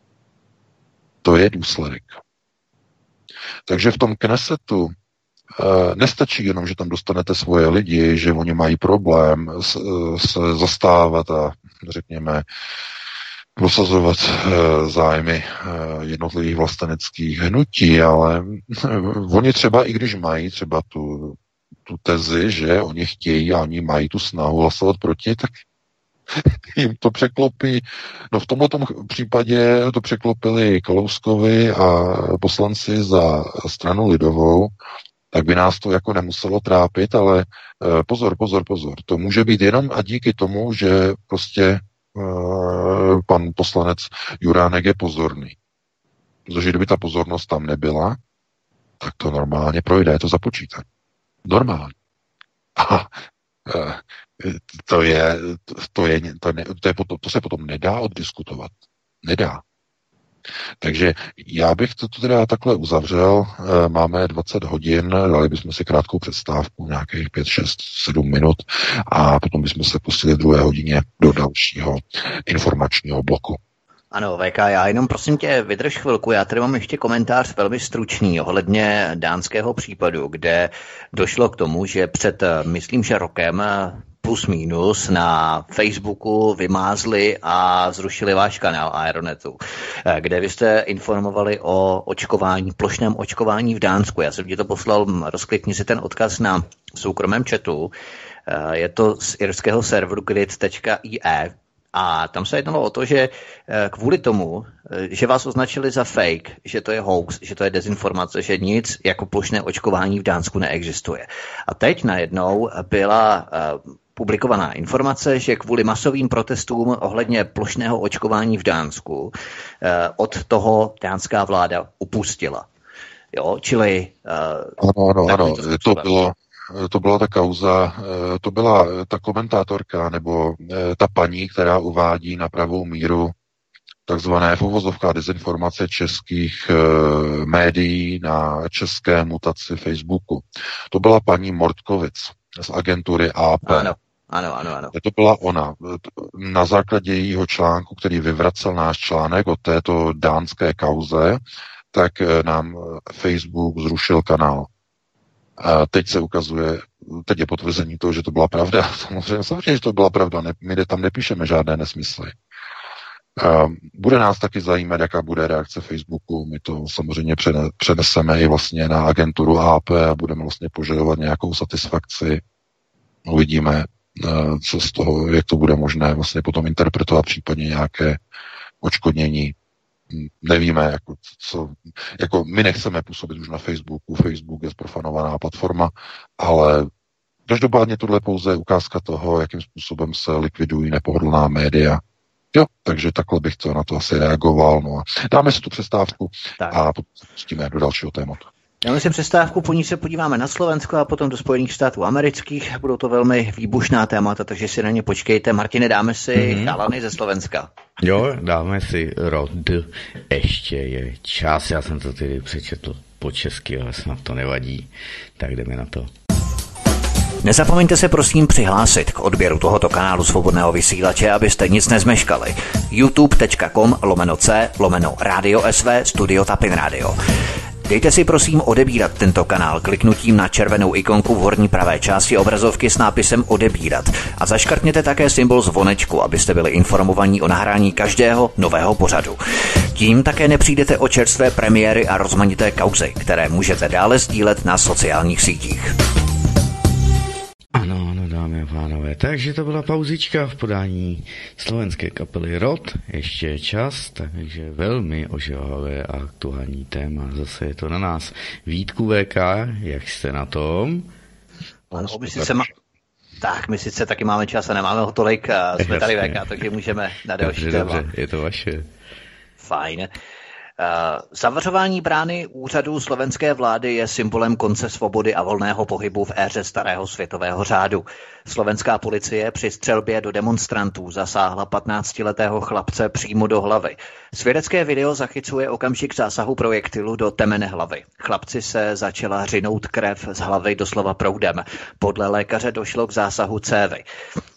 To je důsledek. Takže v tom Knesetu nestačí jenom, že tam dostanete svoje lidi, že oni mají problém se zastávat a řekněme prosazovat zájmy jednotlivých vlasteneckých hnutí, ale oni třeba, i když mají třeba tu tezi, že oni chtějí a oni mají tu snahu hlasovat proti, tak jim to překlopí. No v tomto případě to překlopili Kalouskovi a poslanci za stranu lidovou, tak by nás to jako nemuselo trápit, ale pozor. To může být jenom a díky tomu, že prostě pan poslanec Juránek je pozorný. Protože kdyby ta pozornost tam nebyla, tak to normálně projde, je to započítat. Normálně. A to se potom nedá oddiskutovat. Nedá. Takže já bych to teda takhle uzavřel. Máme 20 hodin, dali bychom si krátkou přestávku, nějakých 5, 6, 7 minut a potom bychom se pustili v 2 hodině do dalšího informačního bloku. Ano, VK, já jenom prosím tě, vydrž chvilku, já tady mám ještě komentář velmi stručný ohledně dánského případu, kde došlo k tomu, že před, myslím, že rokem plus minus na Facebooku vymázli a zrušili váš kanál Aeronetu, kde vy jste informovali o očkování, plošném očkování v Dánsku. Já jsem ti to poslal, rozklikni si ten odkaz na soukromém chatu. Je to z irského serveru grid.ie a tam se jednalo o to, že kvůli tomu, že vás označili za fake, že to je hoax, že to je dezinformace, že nic jako plošné očkování v Dánsku neexistuje. A teď najednou byla publikovaná informace, že kvůli masovým protestům ohledně plošného očkování v Dánsku od toho dánská vláda upustila. Jo, čili... Ano, to byla ta kauza, to byla ta komentátorka nebo ta paní, která uvádí na pravou míru takzvané v uvozovkách dezinformace českých médií na české mutaci Facebooku. To byla paní Mortkovic z agentury AP. Ano. To byla ona. Na základě jejího článku, který vyvracel náš článek o této dánské kauze, tak nám Facebook zrušil kanál. A teď se ukazuje, teď je potvrzení toho, že to byla pravda. Samozřejmě, že to byla pravda. My tam nepíšeme žádné nesmysly. Bude nás taky zajímat, jaká bude reakce Facebooku. My to samozřejmě přeneseme i vlastně na agenturu AP a budeme vlastně požadovat nějakou satisfakci. Uvidíme, co z toho, jak to bude možné vlastně potom interpretovat, případně nějaké odškodnění. Nevíme, jako my nechceme působit už na Facebooku. Facebook je zprofanovaná platforma, ale každopádně tohle je pouze ukázka toho, jakým způsobem se likvidují nepohodlná média. Jo, takže takhle bych to na to asi reagoval. No a dáme si tu přestávku a potom se pustíme do dalšího tématu. Dáme si přestávku, po ní se podíváme na Slovensko a potom do Spojených států amerických. Budou to velmi výbušná témata, takže si na ně počkejte. Martine, dáme si chalany ze Slovenska. Jo, dáme si Rod. Ještě je čas, já jsem to tedy přečetl po česky, ale snad to nevadí. Tak jdeme na to. Nezapomeňte se prosím přihlásit k odběru tohoto kanálu Svobodného vysílače, abyste nic nezmeškali. youtube.com/c/Radio SV Studio Tapin Radio. Dejte si prosím odebírat tento kanál kliknutím na červenou ikonku v horní pravé části obrazovky s nápisem odebírat a zaškrtněte také symbol zvonečku, abyste byli informovaní o nahrání každého nového pořadu. Tím také nepřijdete o čerstvé premiéry a rozmanité kauzy, které můžete dále sdílet na sociálních sítích. Ano, dámy a pánové, takže to byla pauzička v podání slovenské kapely Rod, ještě je čas, takže velmi ožehavé a aktuální téma, zase je to na nás. Vítku VK, jak jste na tom? Ano, my sice taky máme čas a nemáme ho tolik, jsme tady VK, takže můžeme na další téma. Dobře, je to vaše. Fajn. Zavařování brány úřadu slovenské vlády je symbolem konce svobody a volného pohybu v éře starého světového řádu. Slovenská policie při střelbě do demonstrantů zasáhla 15letého chlapce přímo do hlavy. Svědecké video zachycuje okamžik zásahu projektilu do temene hlavy. Chlapci se začala řinout krev z hlavy doslova proudem. Podle lékaře došlo k zásahu cévy.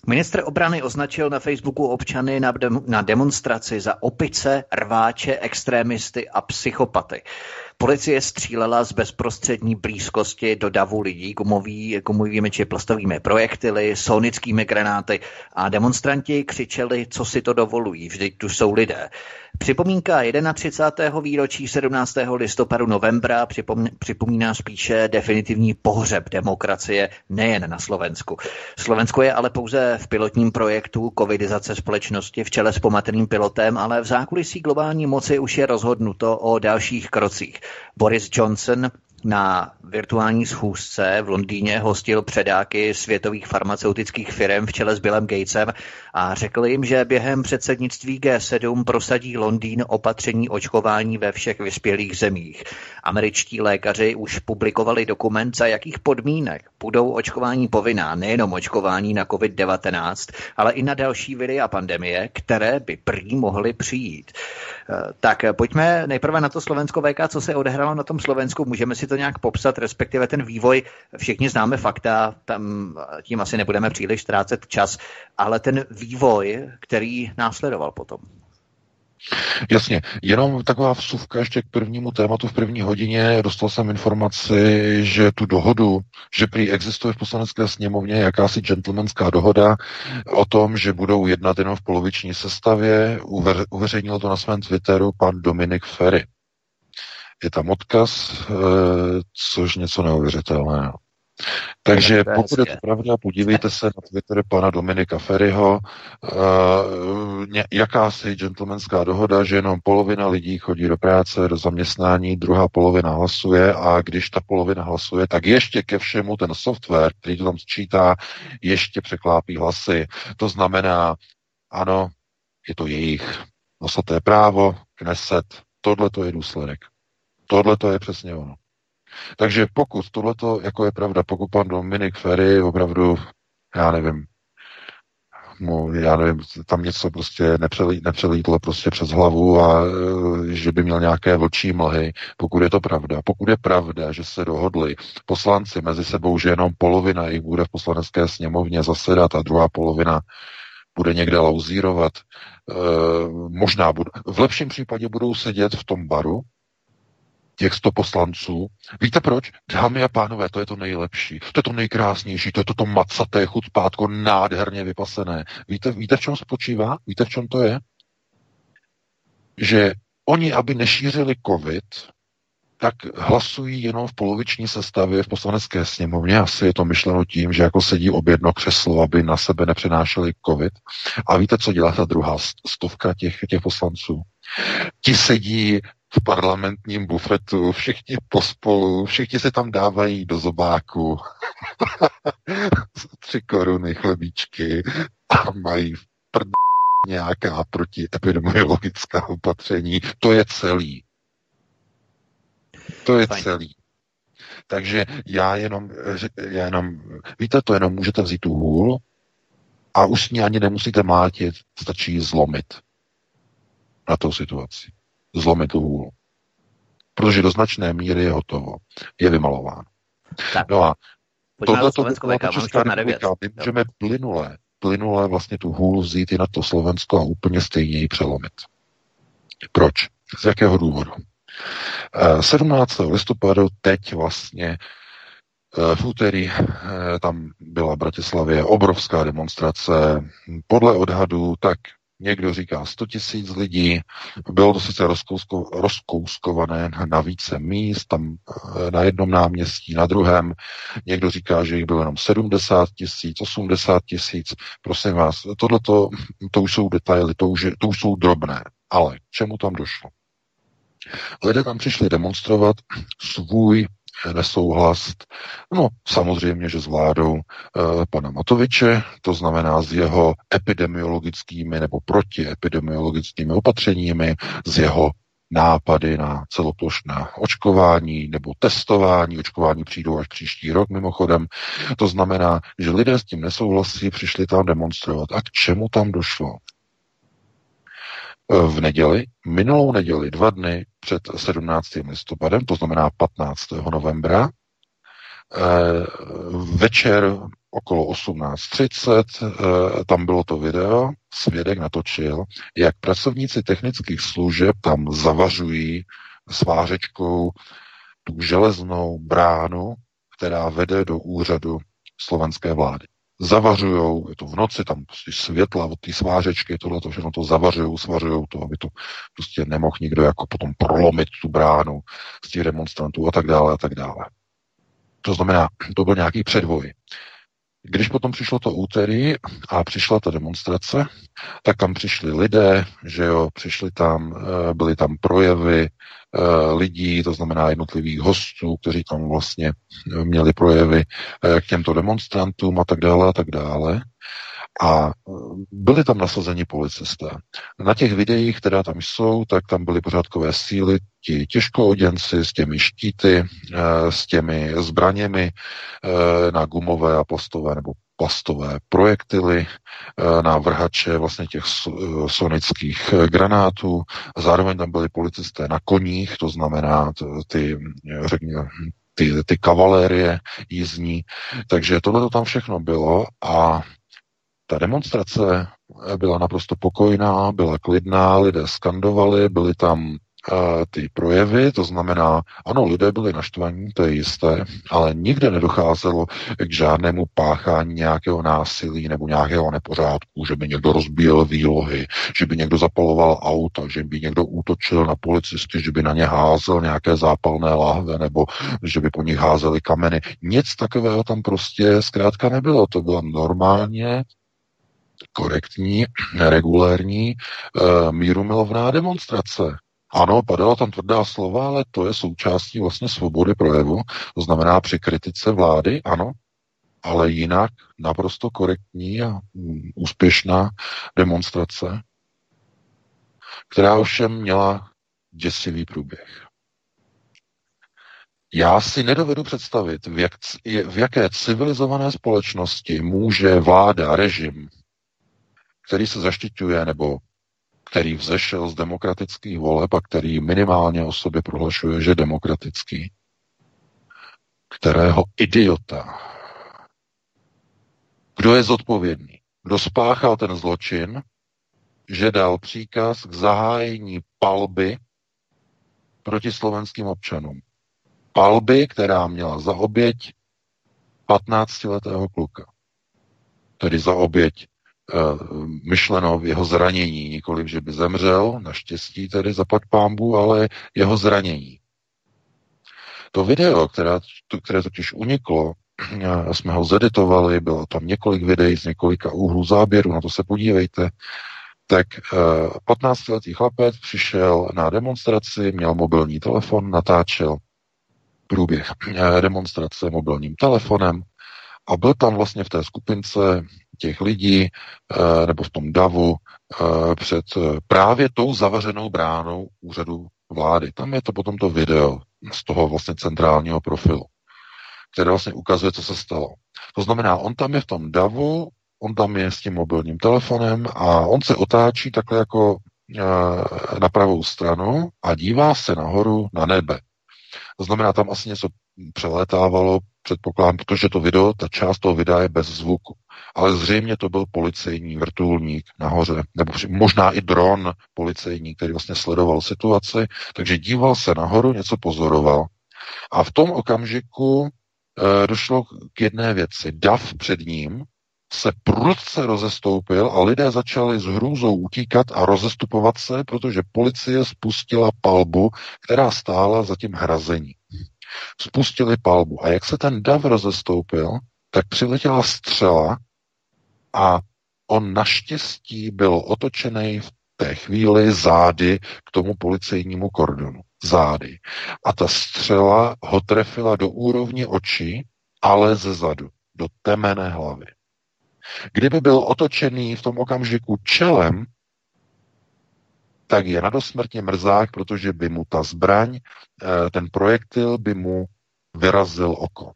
Ministr obrany označil na Facebooku občany na demonstraci za opice, rváče, extrémisty a psychopaty. Policie střílela z bezprostřední blízkosti do davu lidí gumovými či plastovými projektily, sonickými granáty a demonstranti křičeli, co si to dovolují, vždyť tu jsou lidé. Připomínka 31. výročí 17. listopadu novembra připomíná spíše definitivní pohřeb demokracie nejen na Slovensku. Slovensko je ale pouze v pilotním projektu covidizace společnosti v čele s pomateným pilotem, ale v zákulisí globální moci už je rozhodnuto o dalších krocích. Boris Johnson na virtuální schůzce v Londýně hostil předáky světových farmaceutických firm v čele s Billem Gatesem a řekl jim, že během předsednictví G7 prosadí Londýn opatření očkování ve všech vyspělých zemích. Američtí lékaři už publikovali dokument, za jakých podmínek budou očkování povinná, nejenom očkování na COVID-19, ale i na další viry a pandemie, které by prý mohly přijít. Tak pojďme nejprve na to Slovensko VK, co se odehrálo na tom Slovensku. Můžeme si to nějak popsat, respektive ten vývoj. Všichni známe fakta, tam tím asi nebudeme příliš ztrácet čas, ale ten vývoj, který následoval potom. Jasně, jenom taková vsuvka ještě k prvnímu tématu v první hodině. Dostal jsem informaci, že tu dohodu, že prý existuje v Poslanecké sněmovně jakási gentlemanská dohoda o tom, že budou jednat jenom v poloviční sestavě. Uveřejnil to na svém Twitteru pan Dominik Feri. Je tam odkaz, což něco neuvěřitelného. Takže pokud je to pravda, podívejte se na Twitter pana Dominika Feriho, jakási gentlemanská dohoda, že jenom polovina lidí chodí do práce, do zaměstnání, druhá polovina hlasuje a když ta polovina hlasuje, tak ještě ke všemu ten software, který to tam sčítá, ještě překlápí hlasy. To znamená, ano, je to jejich nosaté právo, Kneset, tohle to je důsledek. Tohle to je přesně ono. Takže pokud tohleto jako je pravda, pokud pan Dominik Feri opravdu, já nevím, tam něco prostě nepřelítlo prostě přes hlavu a že by měl nějaké vlčí mlhy, pokud je to pravda. Pokud je pravda, že se dohodli poslanci mezi sebou, že jenom polovina jich bude v Poslanecké sněmovně zasedat a druhá polovina bude někde lauzírovat, možná v lepším případě budou sedět v tom baru, těch 100 poslanců. Víte proč? Dámy a pánové, to je to nejlepší, to je to nejkrásnější, to je to macaté chucpátko, nádherně vypasené. Víte, v čem spočívá? Víte, v čem to je? Že oni, aby nešířili covid, tak hlasují jenom v poloviční sestavě v Poslanecké sněmovně. Asi je to myšleno tím, že jako sedí obě jedno křeslo, aby na sebe nepřenášeli covid. A víte, co dělá ta druhá stovka těch poslanců? Ti sedí v parlamentním bufetu, všichni pospolu, všichni se tam dávají do zobáku 3 koruny chlebíčky a mají v nějaká protiepidemiologická opatření. To je celý. To je celý. Takže já jenom, víte, to jenom můžete vzít tu hůl a už s ní ani nemusíte mlátit, stačí zlomit na tou situaci. Zlomit tu hůl. Protože do značné míry je hotovo. Je vymalováno. Tak. No a tohleto Česká republika, my můžeme plynule vlastně tu hůl vzít i na to Slovensko a úplně stejně ji přelomit. Proč? Z jakého důvodu? 17. listopadu teď vlastně v úterý tam byla v Bratislavě obrovská demonstrace. Podle odhadů tak někdo říká 100 000 lidí, bylo to sice rozkouskované na více míst, tam na jednom náměstí, na druhém. Někdo říká, že jich bylo jenom 70 000, 80 000. Prosím vás, tohleto, to už jsou detaily, to už jsou drobné. Ale k čemu tam došlo? Lidé tam přišli demonstrovat svůj nesouhlas, no samozřejmě, že s vládou pana Matoviče, to znamená s jeho epidemiologickými nebo protiepidemiologickými opatřeními, s jeho nápady na celoplošné očkování nebo testování. Očkování přijdou až příští rok mimochodem. To znamená, že lidé s tím nesouhlasí, přišli tam demonstrovat. A k čemu tam došlo? V neděli, minulou neděli, 2 dny před 17. listopadem, to znamená 15. novembra, večer okolo 18:30, tam bylo to video, svědek natočil, jak pracovníci technických služeb tam zavařují svářečkou tu železnou bránu, která vede do úřadu slovenské vlády. Zavařujou, je to v noci, tam prostě světla od té svářečky, tohleto všechno to zavařujou, svařujou to, aby to prostě nemohl nikdo jako potom prolomit tu bránu z těch demonstrantů a tak dále a tak dále. To znamená, to byl nějaký předvoj. Když potom přišlo to úterý a přišla ta demonstrace, tak tam přišli lidé, že jo, přišli tam, byly tam projevy lidí, to znamená jednotlivých hostů, kteří tam vlastně měli projevy k těmto demonstrantům a tak dále a tak dále. A byli tam nasazeni policisté. Na těch videích, která tam jsou, tak tam byly pořádkové síly, ti těžkooděnci s těmi štíty, s těmi zbraněmi na gumové a plastové nebo plastové projektily, na vrhače vlastně těch sonických granátů. Zároveň tam byli policisté na koních, to znamená ty kavalérie jízdní. Takže tohle to tam všechno bylo a ta demonstrace byla naprosto pokojná, byla klidná, lidé skandovali, byly tam ty projevy, to znamená, ano, lidé byli naštvaní, to je jisté, ale nikde nedocházelo k žádnému páchání nějakého násilí nebo nějakého nepořádku, že by někdo rozbíjel výlohy, že by někdo zapaloval auta, že by někdo útočil na policisty, že by na ně házel nějaké zápalné láhve nebo že by po nich házeli kameny. Nic takového tam prostě zkrátka nebylo. To byla normálně korektní, regulérní, mírumilovná demonstrace. Ano, padala tam tvrdá slova, ale to je součástí vlastně svobody projevu, to znamená při kritice vlády, ano, ale jinak naprosto korektní a úspěšná demonstrace, která ovšem měla děsivý průběh. Já si nedovedu představit, v jaké civilizované společnosti může vláda, režim, který se zaštiťuje nebo který vzešel z demokratických voleb a který minimálně o sobě prohlašuje, že demokratický, kterého idiota. Kdo je zodpovědný? Kdo spáchal ten zločin, že dal příkaz k zahájení palby proti slovenským občanům. Palby, která měla za oběť 15letého kluka. Tedy za oběť myšleno v jeho zranění, nikoliv, že by zemřel, naštěstí tedy zaplať pánbů, ale jeho zranění. To video, které totiž uniklo, jsme ho zeditovali, bylo tam několik videí z několika úhlů záběru, na to se podívejte, tak 15letý chlapec přišel na demonstraci, měl mobilní telefon, natáčel průběh demonstrace mobilním telefonem a byl tam vlastně v té skupince těch lidí, nebo v tom davu, před právě tou zavařenou bránou úřadu vlády. Tam je to potom to video z toho vlastně centrálního profilu, které vlastně ukazuje, co se stalo. To znamená, on tam je v tom davu, on tam je s tím mobilním telefonem a on se otáčí takhle jako na pravou stranu a dívá se nahoru na nebe. To znamená, tam asi něco přelétávalo, předpokládám, protože to video, ta část toho videa je bez zvuku. Ale zřejmě to byl policejní vrtulník nahoře, nebo možná i dron policejní, který vlastně sledoval situaci, takže díval se nahoru, něco pozoroval. A v tom okamžiku došlo k jedné věci. Dav před ním se prudce rozestoupil a lidé začali s hrůzou utíkat a rozestupovat se, protože policie spustila palbu, která stála za tím hrazení. Spustili palbu. A jak se ten dav rozestoupil, tak přiletěla střela a on naštěstí byl otočený v té chvíli zády k tomu policejnímu kordonu. Zády. A ta střela ho trefila do úrovně očí, ale ze zadu, do temené hlavy. Kdyby byl otočený v tom okamžiku čelem, tak je na dosmrtně mrzák, protože by mu ta zbraň, ten projektil by mu vyrazil oko.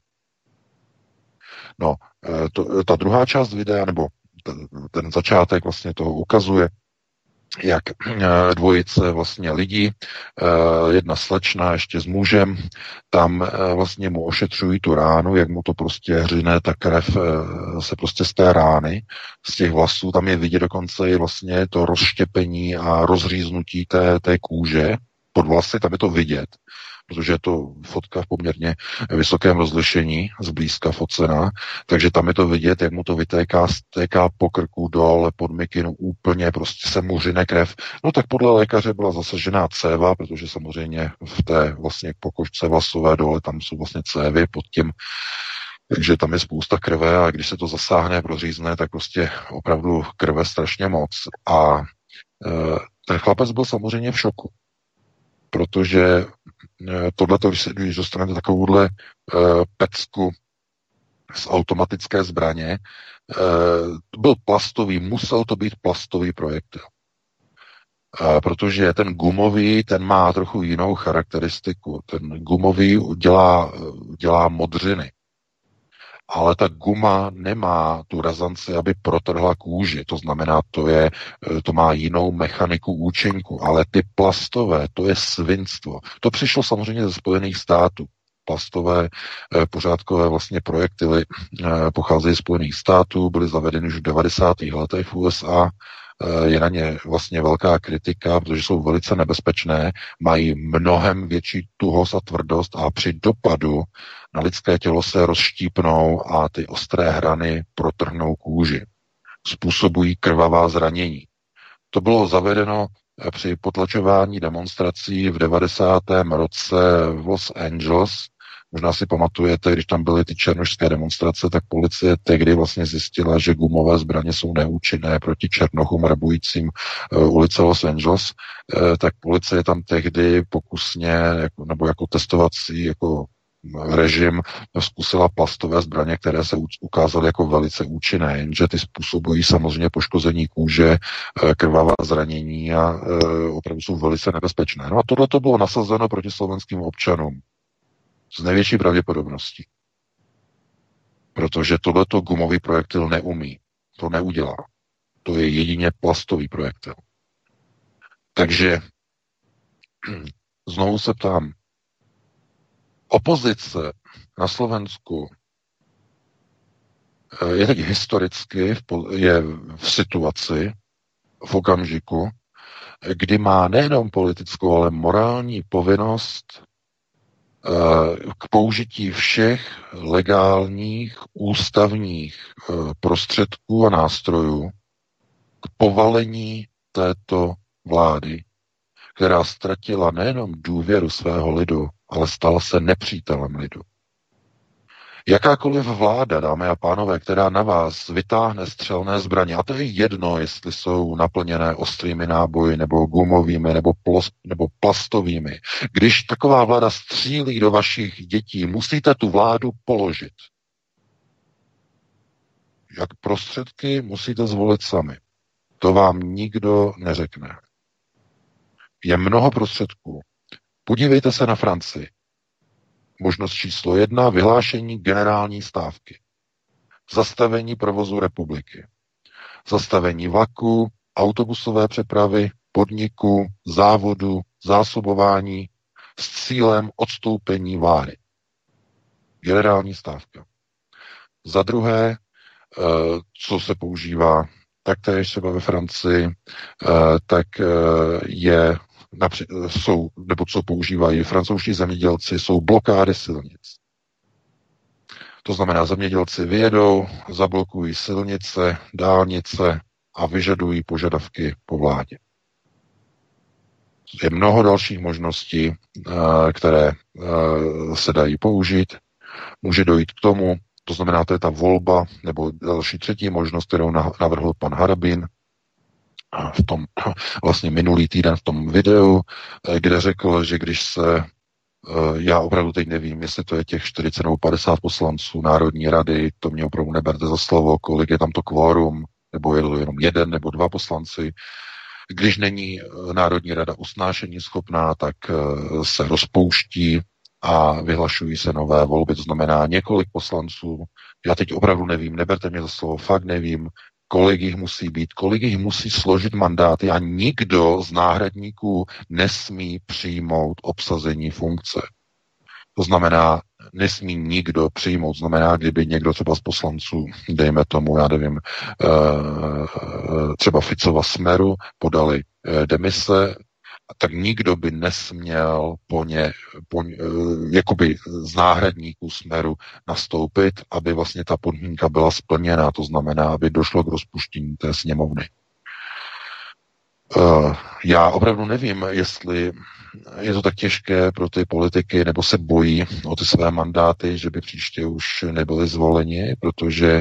No, ta druhá část videa, nebo ten začátek vlastně toho ukazuje, jak dvojice vlastně lidí, jedna slečna ještě s mužem, tam vlastně mu ošetřují tu ránu, jak mu to prostě hřine, ta krev se prostě z té rány, z těch vlasů, tam je vidět dokonce i vlastně to rozštěpení a rozříznutí té kůže pod vlasy, tam je to vidět, protože je to fotka v poměrně vysokém rozlišení, zblízka focená, takže tam je to vidět, jak mu to stéká po krku dole pod mikinu, úplně prostě se mu řine krev. No tak podle lékaře byla zasažená céva, protože samozřejmě v té vlastně pokožce vlasové dole tam jsou vlastně cévy pod tím, takže tam je spousta krve a když se to zasáhne, prořízne, tak prostě opravdu krve strašně moc. A ten chlapec byl samozřejmě v šoku, protože tohleto, když dostanete takovouhle pecku z automatické zbraně, byl plastový, musel to být plastový projektil. Protože ten gumový, ten má trochu jinou charakteristiku. Ten gumový dělá modřiny. Ale ta guma nemá tu razanci, aby protrhla kůži. To znamená, to má jinou mechaniku účinku. Ale ty plastové, to je svinstvo. To přišlo samozřejmě ze Spojených států. Plastové pořádkové vlastně projektily pocházejí z Spojených států, byly zavedeny už v 90. letech v USA. Je na ně vlastně velká kritika, protože jsou velice nebezpečné, mají mnohem větší tuhost a tvrdost a při dopadu na lidské tělo se rozštípnou a ty ostré hrany protrhnou kůži. Způsobují krvavá zranění. To bylo zavedeno při potlačování demonstrací v 90. roce v Los Angeles. Možná si pamatujete, když tam byly ty černošské demonstrace, tak policie tehdy vlastně zjistila, že gumové zbraně jsou neúčinné proti černochům rabujícím ulice Los Angeles, tak policie tam tehdy pokusně, nebo jako testovací jako režim zkusila plastové zbraně, které se ukázaly jako velice účinné, jenže ty způsobují samozřejmě poškození kůže, krvavá zranění a opravdu jsou velice nebezpečné. No a tohle to bylo nasazeno proti slovenským občanům. S největší pravděpodobností. Protože tohleto gumový projektil neumí. To neudělá. To je jedině plastový projektil. Takže znovu se ptám. Opozice na Slovensku je teď historicky je v situaci, v okamžiku, kdy má nejenom politickou, ale morální povinnost k použití všech legálních ústavních prostředků a nástrojů k povalení této vlády, která ztratila nejenom důvěru svého lidu, ale stala se nepřítelem lidu. Jakákoliv vláda, dámy a pánové, která na vás vytáhne střelné zbraně, a to je jedno, jestli jsou naplněné ostrými náboji, nebo gumovými, nebo plastovými. Když taková vláda střílí do vašich dětí, musíte tu vládu položit. Jak prostředky musíte zvolit sami. To vám nikdo neřekne. Je mnoho prostředků. Podívejte se na Francii. Možnost číslo 1, vyhlášení generální stávky. Zastavení provozu republiky. Zastavení vlaku, autobusové přepravy, podniku, závodu, zásobování s cílem odstoupení vlády. Generální stávka. Za druhé, co se používá taktéž třeba ve Francii, tak je nebo co používají francouzští zemědělci, jsou blokády silnic. To znamená, zemědělci vyjedou, zablokují silnice, dálnice a vyžadují požadavky po vládě. Je mnoho dalších možností, které se dají použít. Může dojít k tomu, to znamená, to je ta volba, nebo další třetí možnost, kterou navrhl pan Harabin, v tom vlastně minulý týden v tom videu, kde řekl, že když se, já opravdu teď nevím, jestli to je těch 40 nebo 50 poslanců Národní rady, to mě opravdu neberte za slovo, kolik je tam to kvórum, nebo je to jenom 1 nebo 2 poslanci. Když není Národní rada usnášení schopná, tak se rozpouští a vyhlašují se nové volby, to znamená několik poslanců. Já teď opravdu nevím, neberte mě za slovo, fakt nevím, kolik jich musí být, kolik jich musí složit mandáty a nikdo z náhradníků nesmí přijmout obsazení funkce. To znamená, nesmí nikdo přijmout. Znamená, kdyby někdo třeba z poslanců, dejme tomu, já nevím, třeba Ficova Smeru podali demise, tak nikdo by nesměl jakoby z náhradníků Smeru nastoupit, aby vlastně ta podmínka byla splněna. To znamená, aby došlo k rozpuštění té sněmovny. Já opravdu nevím, jestli je to tak těžké pro ty politiky, nebo se bojí o ty své mandáty, že by příště už nebyli zvoleni, protože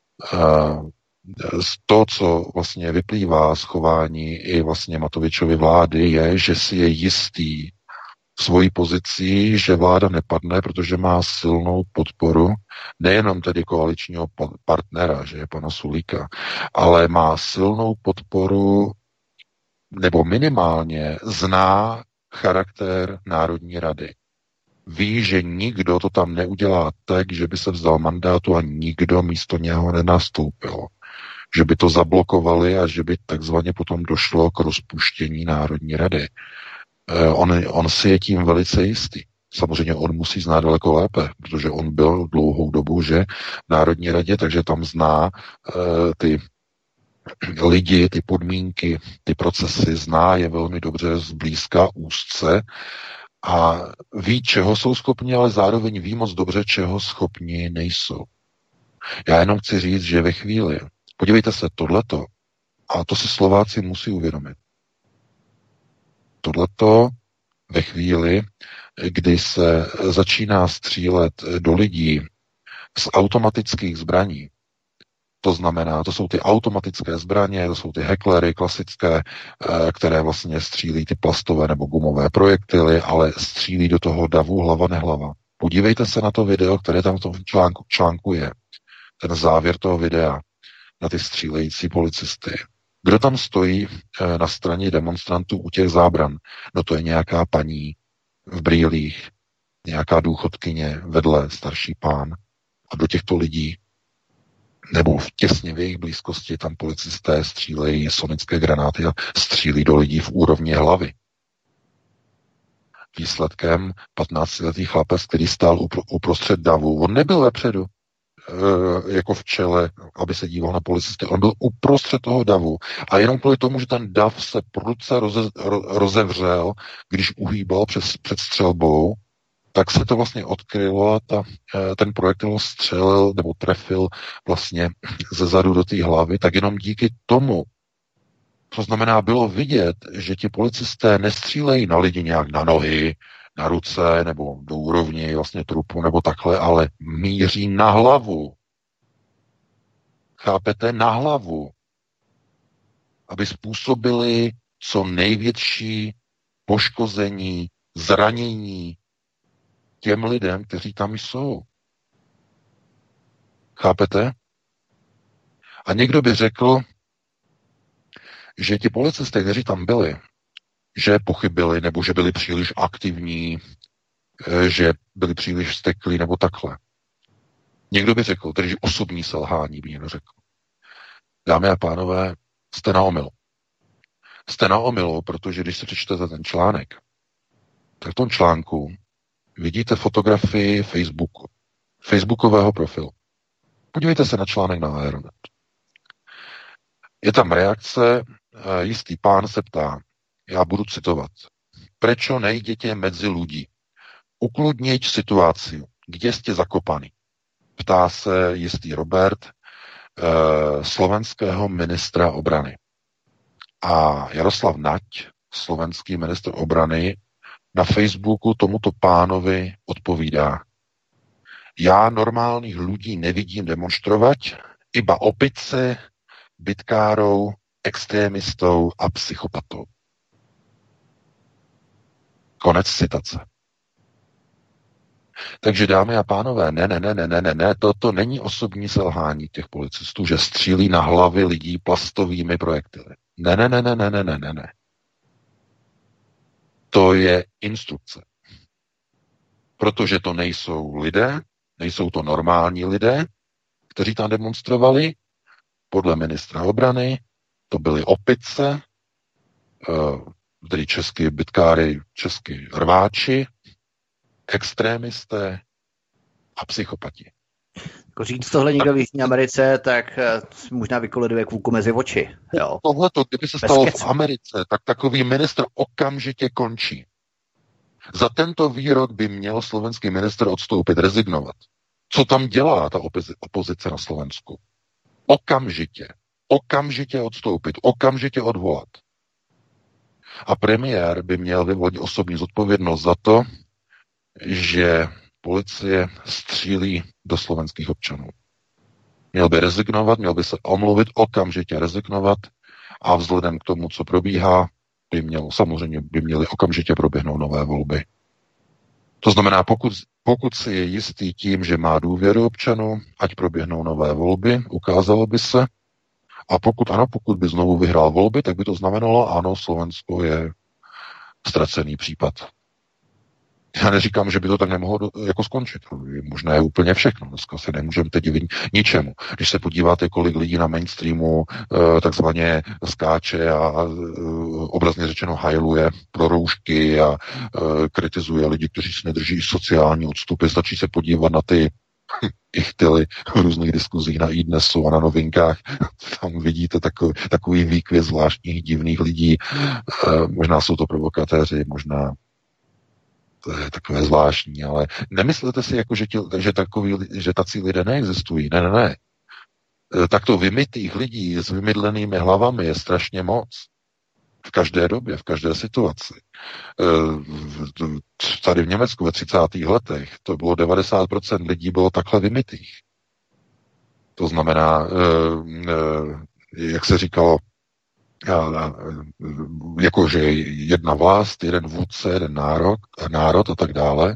to, co vlastně vyplývá z chování i vlastně Matovičovy vlády, je, že si je jistý svojí pozicí, že vláda nepadne, protože má silnou podporu nejenom tedy koaličního partnera, že je pana Sulíka, ale má silnou podporu nebo minimálně zná charakter Národní rady. Ví, že nikdo to tam neudělá tak, že by se vzdal mandátu a nikdo místo něho nenastoupil. Že by to zablokovali a že by takzvaně potom došlo k rozpuštění Národní rady. On si je tím velice jistý. Samozřejmě on musí znát daleko lépe, protože on byl dlouhou dobu, že v Národní radě, takže tam zná ty lidi, ty podmínky, ty procesy, zná je velmi dobře zblízka, úzce a ví, čeho jsou schopni, ale zároveň ví moc dobře, čeho schopni nejsou. Já jenom chci říct, že ve chvíli, podívejte se, tohleto, a to si Slováci musí uvědomit, tohleto ve chvíli, kdy se začíná střílet do lidí z automatických zbraní, to znamená, to jsou ty automatické zbraně, to jsou ty hecklery klasické, které vlastně střílí ty plastové nebo gumové projektily, ale střílí do toho davu hlava nehlava. Podívejte se na to video, které tam v tom článku je. Ten závěr toho videa na ty střílející policisty. Kdo tam stojí na straně demonstrantů u těch zábran? No to je nějaká paní v brýlích, nějaká důchodkyně, vedle starší pán. A do těchto lidí nebo těsně v jejich blízkosti tam policisté střílejí sonické granáty a střílí do lidí v úrovni hlavy. Výsledkem 15letý chlapec, který stál uprostřed davu, on nebyl vepředu, jako v čele, aby se díval na policisty, on byl uprostřed toho davu a jenom kvůli tomu, že ten dav se prudce rozevřel, když uhýbal před střelbou, tak se to vlastně odkrylo a ten projektil střelil nebo trefil vlastně ze zadu do té hlavy, tak jenom díky tomu, to znamená, bylo vidět, že ti policisté nestřílejí na lidi nějak na nohy, na ruce nebo do úrovni vlastně trupu nebo takhle, ale míří na hlavu. Chápete? Na hlavu. Aby způsobili co největší poškození, zranění těm lidem, kteří tam jsou. Chápete? A někdo by řekl, že ti policisté, kteří tam byli, že pochybili, nebo že byli příliš aktivní, že byli příliš vzteklí, nebo takhle. Někdo by řekl, tedy osobní selhání by někdo řekl. Dámy a pánové, jste na omylu. Jste na omylu, protože když se přečtete ten článek, tak v tom článku vidíte fotografii Facebookového profilu. Podívejte se na článek na Aeronet. Je tam reakce, jistý pán se ptá, já budu citovat, prečo nejdete mezi ľudí? Ukludniť situáciu. Kde ste zakopaní? Ptá se jistý Robert, slovenského ministra obrany. A Jaroslav Nať, slovenský ministr obrany, na Facebooku tomuto pánovi odpovídá. Já normálních ľudí nevidím demonstrovať, iba opice, bytkárov, extrémistov a psychopatov. Konec citace. Takže dámy a pánové, ne, toto není osobní selhání těch policistů, že střílí na hlavy lidí plastovými projektily. Ne. To je instrukce. Protože to nejsou lidé, nejsou to normální lidé, kteří tam demonstrovali, Podle ministra obrany to byly opice, tedy český bytkáři, český rváči, extrémisté a psychopati. Jako říct tohle někdo v Jižní Americe, tak možná vykoleduje kůlku mezi oči. Tohleto, kdyby se stalo v Americe, tak takový ministr okamžitě končí. Za tento výrok by měl slovenský ministr odstoupit, rezignovat. Co tam dělá ta opozice na Slovensku? Okamžitě odstoupit, okamžitě odvolat. A premiér by měl vyvodit osobní zodpovědnost za to, že policie střílí do slovenských občanů. Měl by rezignovat, měl by se omluvit, okamžitě rezignovat a vzhledem k tomu, co probíhá, samozřejmě by měly okamžitě proběhnout nové volby. To znamená, pokud si je jistý tím, že má důvěru občanů, ať proběhnou nové volby, ukázalo by se, a pokud by znovu vyhrál volby, tak by to znamenalo, ano, Slovensko je ztracený případ. Já neříkám, že by to tak nemohlo jako skončit. Možná je úplně všechno. Dneska se nemůžeme teď divit ničemu. Když se podíváte, kolik lidí na mainstreamu takzvaně skáče a obrazně řečeno hajluje pro roušky a kritizuje lidi, kteří si nedrží sociální odstupy, stačí se podívat na ty ichtily v různých diskuzích na iDnesu a na Novinkách. Tam vidíte takový výkvět zvláštních divných lidí. Možná jsou to provokatéři, možná to je takové zvláštní, ale nemyslete si, jako, že tací lidé neexistují. Ne. Takto vymytých lidí s vymydlenými hlavami je strašně moc. V každé době, v každé situaci. Tady v Německu ve 30. letech to bylo 90% lidí bylo takhle vymytých. To znamená, jak se říkalo, jakože jedna vlast, jeden vůdce, jeden národ a tak dále.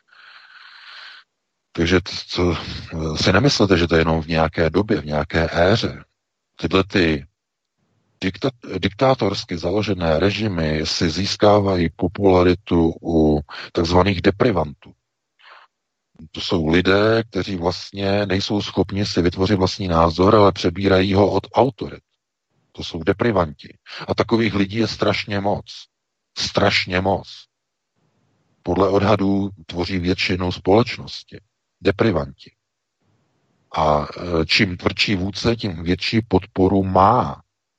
Takže to si nemyslete, že to je jenom v nějaké době, v nějaké éře. Tyhle ty diktátorsky založené režimy si získávají popularitu u takzvaných deprivantů. To jsou lidé, kteří vlastně nejsou schopni si vytvořit vlastní názor, ale přebírají ho od autorit. To jsou deprivanti. A takových lidí je strašně moc. Strašně moc. Podle odhadů tvoří většinu společnosti. Deprivanti. A čím tvrdší vůdce, tím větší podporu má.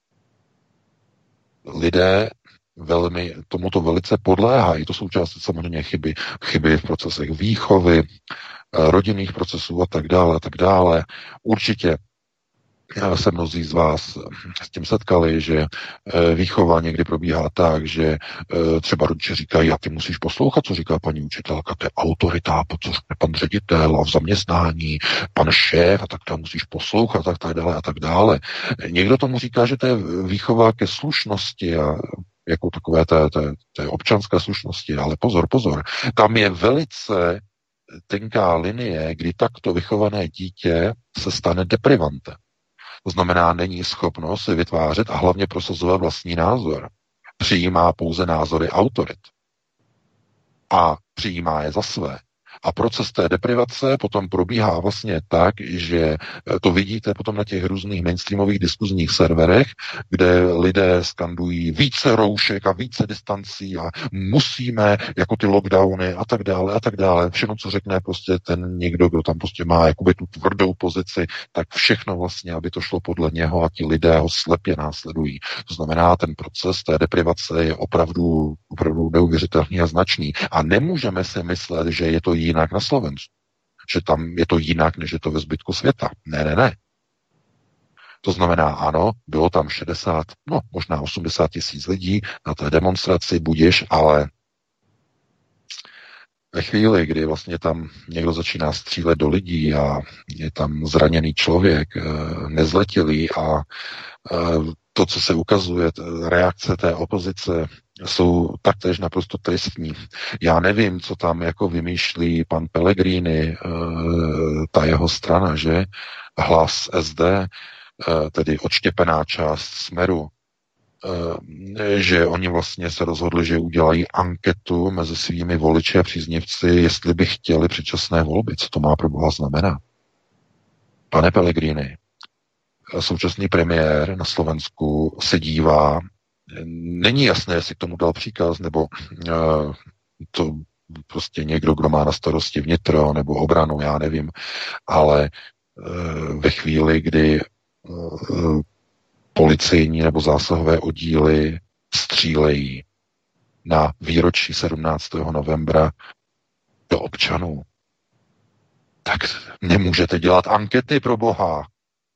Lidé tomuto velice podléhají. To jsou části samozřejmě chyby v procesech výchovy, rodinných procesů a tak dále. Určitě se mnozí z vás s tím setkali, že výchova někdy probíhá tak, že třeba rodiče říkají, a ty musíš poslouchat, co říká paní učitelka, to je autorita, co řekne pan ředitel a v zaměstnání, pan šéf a tak to musíš poslouchat a tak dále. Někdo tomu říká, že to je výchova ke slušnosti a jako takové té občanské slušnosti, ale pozor, tam je velice tenká linie, kdy takto vychované dítě se stane deprivantem. To znamená, není schopno si vytvářet a hlavně prosazovat vlastní názor. Přijímá pouze názory autorit. A přijímá je za své. A proces té deprivace potom probíhá vlastně tak, že to vidíte potom na těch různých mainstreamových diskuzních serverech, kde lidé skandují více roušek a více distancí a musíme jako ty lockdowny a tak dále. Všechno, co řekne prostě ten někdo, kdo tam prostě má jakoby tu tvrdou pozici, tak všechno vlastně, aby to šlo podle něho a ti lidé ho slepě následují. To znamená, ten proces té deprivace je opravdu neuvěřitelný a značný. A nemůžeme si myslet, že je to jinak na Slovensku. Že tam je to jinak, než je to ve zbytku světa. Ne. To znamená, ano, bylo tam 60, možná 80 tisíc lidí na té demonstraci, budiš, ale ve chvíli, kdy vlastně tam někdo začíná střílet do lidí a je tam zraněný člověk, nezletilý a to, co se ukazuje, reakce té opozice jsou taktéž naprosto tristní. Já nevím, co tam jako vymýšlí pan Pellegrini, ta jeho strana, že? Hlas SD, tedy odštěpená část Smeru, že oni vlastně se rozhodli, že udělají anketu mezi svými voliči a příznivci, jestli by chtěli předčasné volby. Co to má pro Boha znamenat? Pane Pellegrini, současný premiér na Slovensku se dívá. Není jasné, jestli k tomu dal příkaz, nebo to prostě někdo, kdo má na starosti vnitro nebo obranu, já nevím, ale ve chvíli, kdy policejní nebo zásahové oddíly střílejí na výročí 17. novembra do občanů, tak nemůžete dělat ankety, pro boha.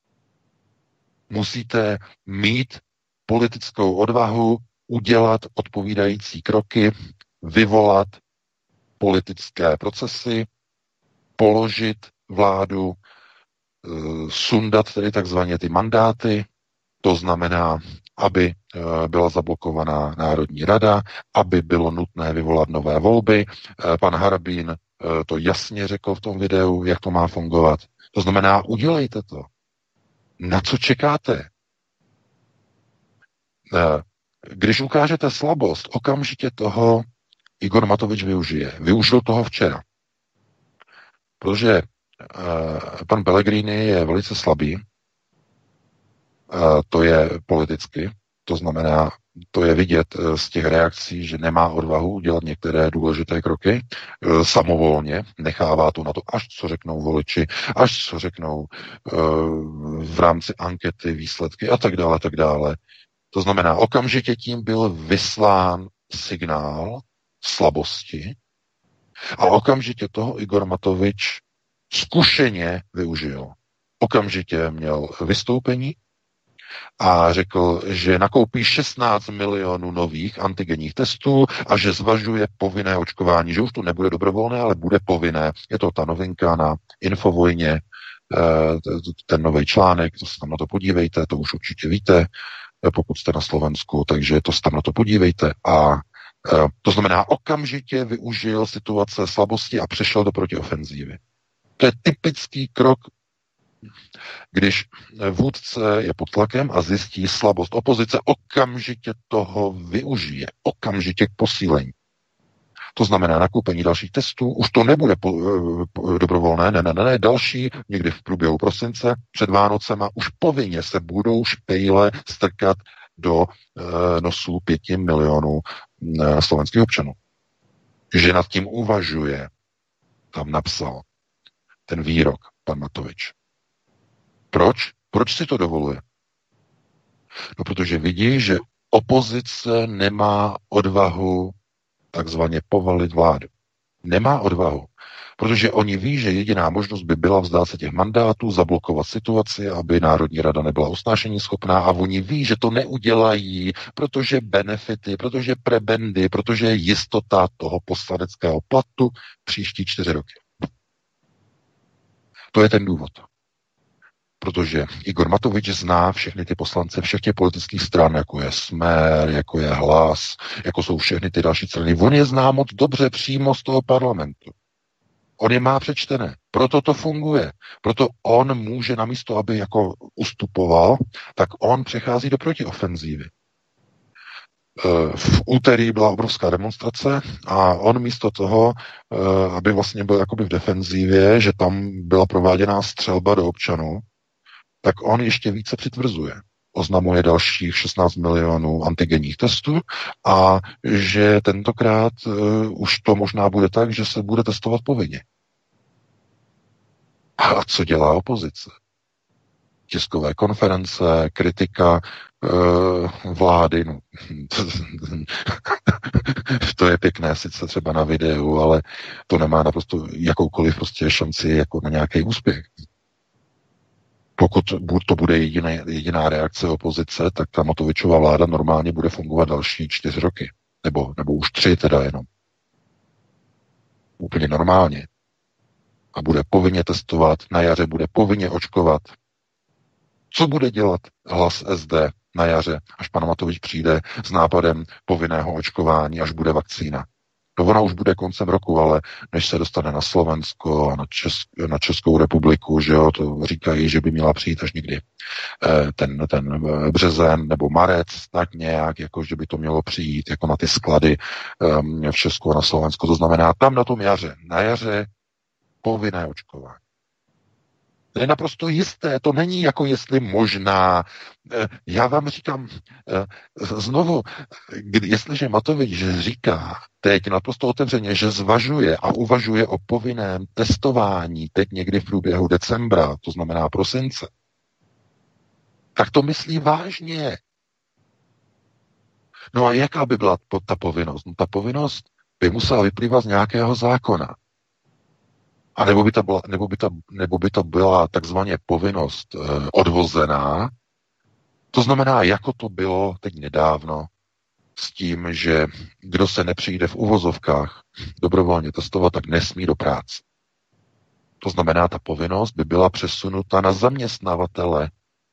Musíte mít politickou odvahu, udělat odpovídající kroky, vyvolat politické procesy, položit vládu, sundat tedy takzvaně ty mandáty, to znamená, aby byla zablokovaná Národní rada, aby bylo nutné vyvolat nové volby. Pan Harabín to jasně řekl v tom videu, jak to má fungovat. To znamená, udělejte to. Na co čekáte? Když ukážete slabost, okamžitě toho Igor Matovič využije. Využil toho včera. Protože pan Pellegrini je velice slabý, to je politicky, to znamená, to je vidět z těch reakcí, že nemá odvahu udělat některé důležité kroky, samovolně, nechává to na to, až co řeknou voliči, až co řeknou v rámci ankety, výsledky a tak dále, tak dále. To znamená, okamžitě tím byl vyslán signál slabosti a okamžitě toho Igor Matovič zkušeně využil. Okamžitě měl vystoupení a řekl, že nakoupí 16 milionů nových antigenních testů a že zvažuje povinné očkování, že už to nebude dobrovolné, ale bude povinné. Je to ta novinka na Infovojně, ten nový článek, to se tam na to podívejte, to už určitě víte, pokud jste na Slovensku, takže to se tam na to podívejte. A to znamená, okamžitě využil situace slabosti a přešel do protiofenzívy. To je typický krok, když vůdce je pod tlakem a zjistí slabost opozice, okamžitě toho využije, okamžitě k posílení. To znamená nakoupení dalších testů, už to nebude dobrovolné, ne, další, někdy v průběhu prosince, před Vánocema, už povinně se budou špejle strkat do nosů 5 milionů slovenských občanů. Že nad tím uvažuje, tam napsal ten výrok pan Matovič. Proč? Proč si to dovoluje? No, protože vidí, že opozice nemá odvahu takzvaně povalit vládu. Nemá odvahu. Protože oni ví, že jediná možnost by byla vzdát se těch mandátů, zablokovat situaci, aby Národní rada nebyla usnášení schopná a oni ví, že to neudělají, protože benefity, protože prebendy, protože je jistota toho poslaneckého platu příští 4 roky. To je ten důvod. Protože Igor Matovič zná všechny ty poslance všech těch politických stran, jako je Smer, jako je Hlas, jako jsou všechny ty další strany. On je zná moc dobře přímo z toho parlamentu. On je má přečtené. Proto to funguje. Proto on může namísto, aby jako ustupoval, tak on přechází do protiofenzívy. V úterý byla obrovská demonstrace a on místo toho, aby vlastně byl jakoby v defenzívě, že tam byla prováděná střelba do občanů, tak on ještě více přitvrzuje. Oznamuje dalších 16 milionů antigenních testů a že tentokrát už to možná bude tak, že se bude testovat povinně. A co dělá opozice? Tiskové konference, kritika vlády. No. To je pěkné sice třeba na videu, ale to nemá naprosto jakoukoliv prostě šanci jako na nějaký úspěch. Pokud to bude jediná reakce opozice, tak ta Matovičova vláda normálně bude fungovat další 4 roky. Nebo už 3 teda jenom. Úplně normálně. A bude povinně testovat, na jaře bude povinně očkovat. Co bude dělat Hlas SD na jaře, až pan Matovič přijde s nápadem povinného očkování, až bude vakcína? No ona už bude koncem roku, ale než se dostane na Slovensko a na Českou republiku, že jo, to říkají, že by měla přijít až někdy ten březen nebo marec, tak nějak, jako že by to mělo přijít jako na ty sklady v Česku a na Slovensku. To znamená tam na tom jaře, na jaře povinné očkování. To je naprosto jisté, to není jako jestli možná. Já vám říkám znovu, jestliže Matovič říká teď naprosto otevřeně, že zvažuje a uvažuje o povinném testování teď někdy v průběhu decembra, to znamená prosince, tak to myslí vážně. No a jaká by byla ta povinnost? No, ta povinnost by musela vyplývat z nějakého zákona. A nebo by to byla takzvaně povinnost odvozená. To znamená, jako to bylo teď nedávno, s tím, že kdo se nepřijde v uvozovkách dobrovolně testovat, tak nesmí do práce. To znamená, ta povinnost by byla přesunuta na zaměstnavatele.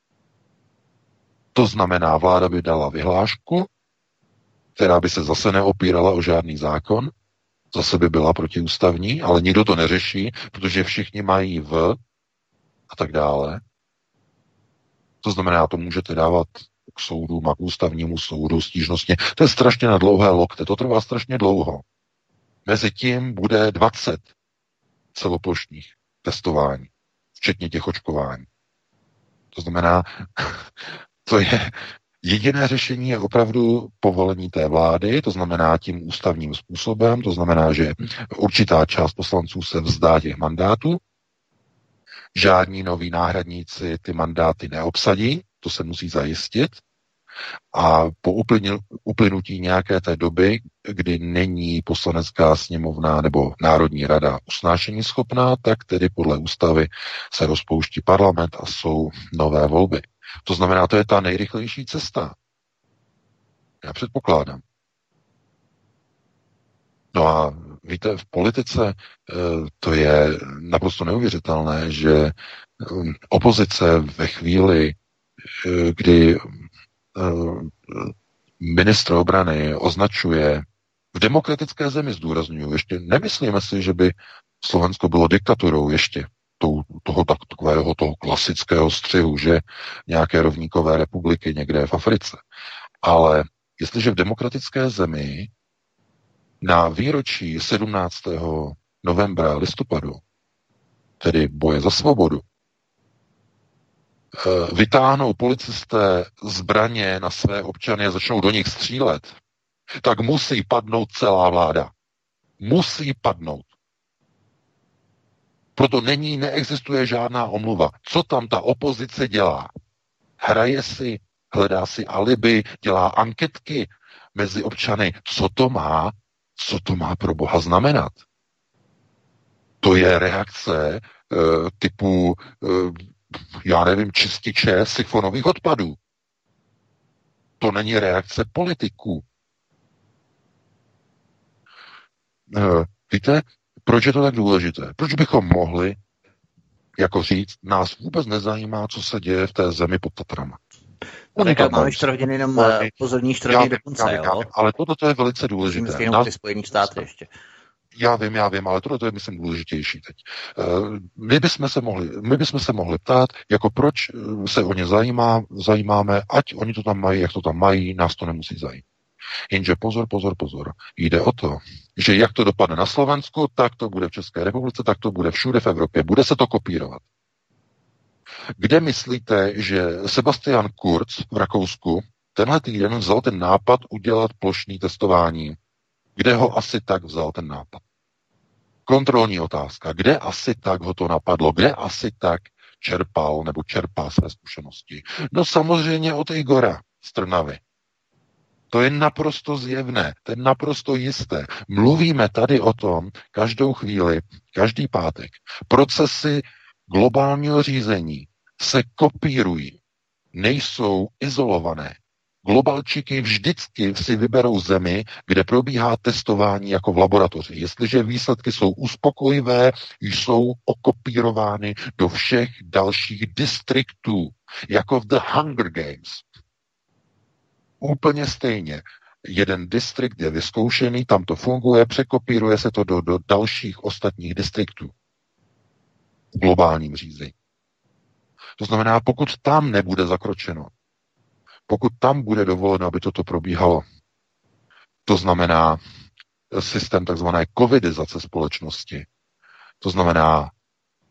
To znamená, vláda by dala vyhlášku, která by se zase neopírala o žádný zákon, zase by byla protiústavní, ale nikdo to neřeší, protože všichni mají a tak dále. To znamená, to můžete dávat k soudu, k ústavnímu soudu, stížnostně. To je strašně na dlouhé lokte, to trvá strašně dlouho. Mezitím bude 20 celoplošních testování, včetně těch očkování. To znamená, to je jediné řešení je opravdu povolení té vlády, to znamená tím ústavním způsobem, to znamená, že určitá část poslanců se vzdá těch mandátů, žádní noví náhradníci ty mandáty neobsadí, to se musí zajistit, a po uplynutí nějaké té doby, kdy není poslanecká sněmovna nebo Národní rada usnášení schopná, tak tedy podle ústavy se rozpouští parlament a jsou nové volby. To znamená, to je ta nejrychlejší cesta. Já předpokládám. No a víte, v politice to je naprosto neuvěřitelné, že opozice ve chvíli, kdy ministr obrany označuje v demokratické zemi, zdůrazňuji, ještě nemyslíme si, že by Slovensko bylo diktaturou ještě toho klasického střihu, že nějaké rovníkové republiky někde v Africe. Ale jestliže v demokratické zemi na výročí 17. novembra listopadu, tedy boje za svobodu, vytáhnou policisté zbraně na své občany a začnou do nich střílet, tak musí padnout celá vláda. Musí padnout. Proto neexistuje žádná omluva. Co tam ta opozice dělá? Hraje si, hledá si alibi, dělá anketky mezi občany. Co to má pro Boha znamenat? To je reakce typu, já nevím, čističe sifonových odpadů. To není reakce politiků. Víte, proč je to tak důležité? Proč bychom mohli, jako říct, nás vůbec nezajímá, co se děje v té zemi pod Tatrama? Máme 4 hodiny jenom pozorní 4 hodiny do konce, jo? Ale toto je velice důležité. Ty Spojený státy ještě. Já vím, ale tohle je, myslím, důležitější teď. My bychom se mohli ptát, jako proč se o ně zajímáme, ať oni to tam mají, jak to tam mají, nás to nemusí zajímat. Jenže pozor. Jde o to, že jak to dopadne na Slovensku, tak to bude v České republice, tak to bude všude v Evropě. Bude se to kopírovat. Kde myslíte, že Sebastian Kurz v Rakousku tenhle týden vzal ten nápad udělat plošné testování? Kde ho asi tak vzal ten nápad? Kontrolní otázka. Kde asi tak ho to napadlo? Kde asi tak čerpal nebo čerpá své zkušenosti? No samozřejmě od Igora z Trnavy. To je naprosto zjevné, to je naprosto jisté. Mluvíme tady o tom každou chvíli, každý pátek. Procesy globálního řízení se kopírují, nejsou izolované. Globalčiky vždycky si vyberou zemi, kde probíhá testování jako v laboratoři. Jestliže výsledky jsou uspokojivé, jsou okopírovány do všech dalších distriktů, jako v The Hunger Games. Úplně stejně. Jeden distrikt je vyzkoušený, tam to funguje, překopíruje se to do dalších ostatních distriktů v globálním řízení. To znamená, pokud tam nebude zakročeno, pokud tam bude dovoleno, aby toto probíhalo, to znamená systém takzvané covidizace společnosti, to znamená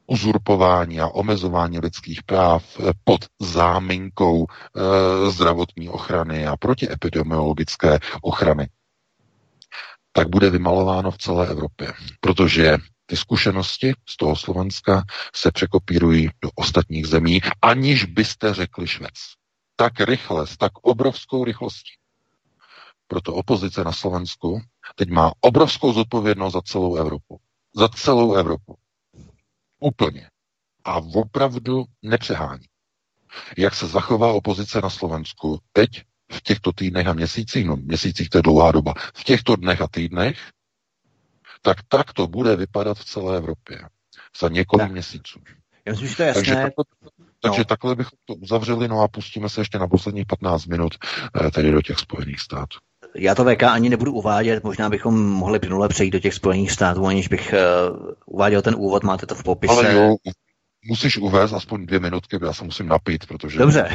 uzurpování a omezování lidských práv pod záminkou zdravotní ochrany a protiepidemiologické ochrany, tak bude vymalováno v celé Evropě. Protože ty zkušenosti z toho Slovenska se překopírují do ostatních zemí, aniž byste řekli Švec. Tak rychle, s tak obrovskou rychlostí. Proto opozice na Slovensku teď má obrovskou zodpovědnost za celou Evropu. Za celou Evropu. Úplně. A opravdu nepřehání. Jak se zachová opozice na Slovensku teď, v těchto týdnech a měsících, no měsících to je dlouhá doba, v těchto dnech a týdnech, tak to bude vypadat v celé Evropě. Za několik měsíců. Já myslím, že to je jasné. Takže takhle bychom to uzavřeli, no a pustíme se ještě na posledních 15 minut tedy do těch Spojených států. Já to VK ani nebudu uvádět, možná bychom mohli plynule přejít do těch Spojených států, aniž bych uváděl ten úvod, máte to v popise. Ale jo, musíš uvést aspoň 2 minutky, já se musím napít, protože... Dobře.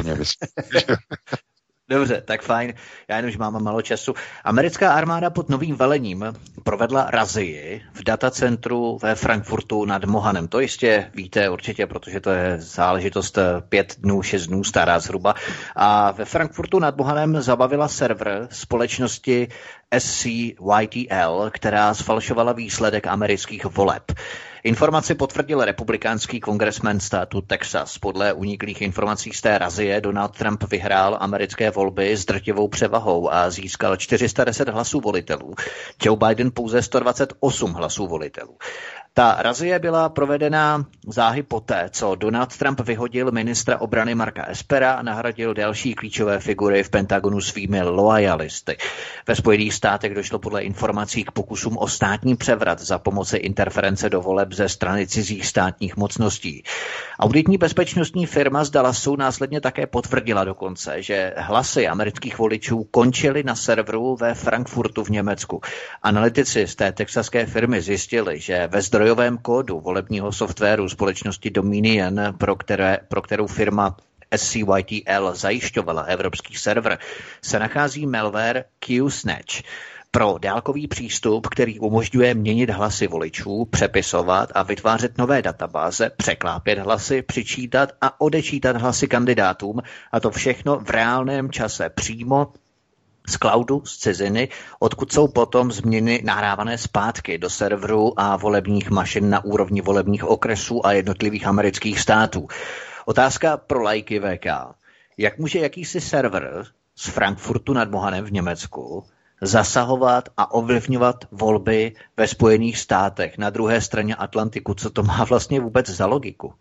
Dobře, tak fajn. Já jenom, že mám málo času. Americká armáda pod novým velením provedla razii v datacentru ve Frankfurtu nad Mohanem. To jistě víte určitě, protože to je záležitost 5 dnů, 6 dnů stará zhruba. A ve Frankfurtu nad Mohanem zabavila server společnosti SCYTL, která sfalšovala výsledek amerických voleb. Informaci potvrdil republikánský kongresmen státu Texas. Podle uniklých informací z té razie Donald Trump vyhrál americké volby s drtivou převahou a získal 410 hlasů volitelů. Joe Biden pouze 128 hlasů volitelů. Ta razie byla provedena záhy poté, co Donald Trump vyhodil ministra obrany Marka Espera a nahradil další klíčové figury v Pentagonu svými loajalisty. Ve Spojených státech došlo podle informací k pokusům o státní převrat za pomoci interference do voleb ze strany cizích státních mocností. Auditní bezpečnostní firma z Dallasu následně také potvrdila dokonce, že hlasy amerických voličů končily na serveru ve Frankfurtu v Německu. Analytici z té texaské firmy zjistili, že ve zdrojovém kódu volebního softwaru společnosti Dominion, pro kterou firma SCYTL zajišťovala evropský server, se nachází malware QSnatch pro dálkový přístup, který umožňuje měnit hlasy voličů, přepisovat a vytvářet nové databáze, překlápět hlasy, přičítat a odečítat hlasy kandidátům, a to všechno v reálném čase přímo z cloudu, z ciziny, odkud jsou potom změny nahrávané zpátky do serveru a volebních mašin na úrovni volebních okresů a jednotlivých amerických států. Otázka pro laiky VK. Jak může jakýsi server z Frankfurtu nad Mohanem v Německu zasahovat a ovlivňovat volby ve Spojených státech na druhé straně Atlantiku? Co to má vlastně vůbec za logiku?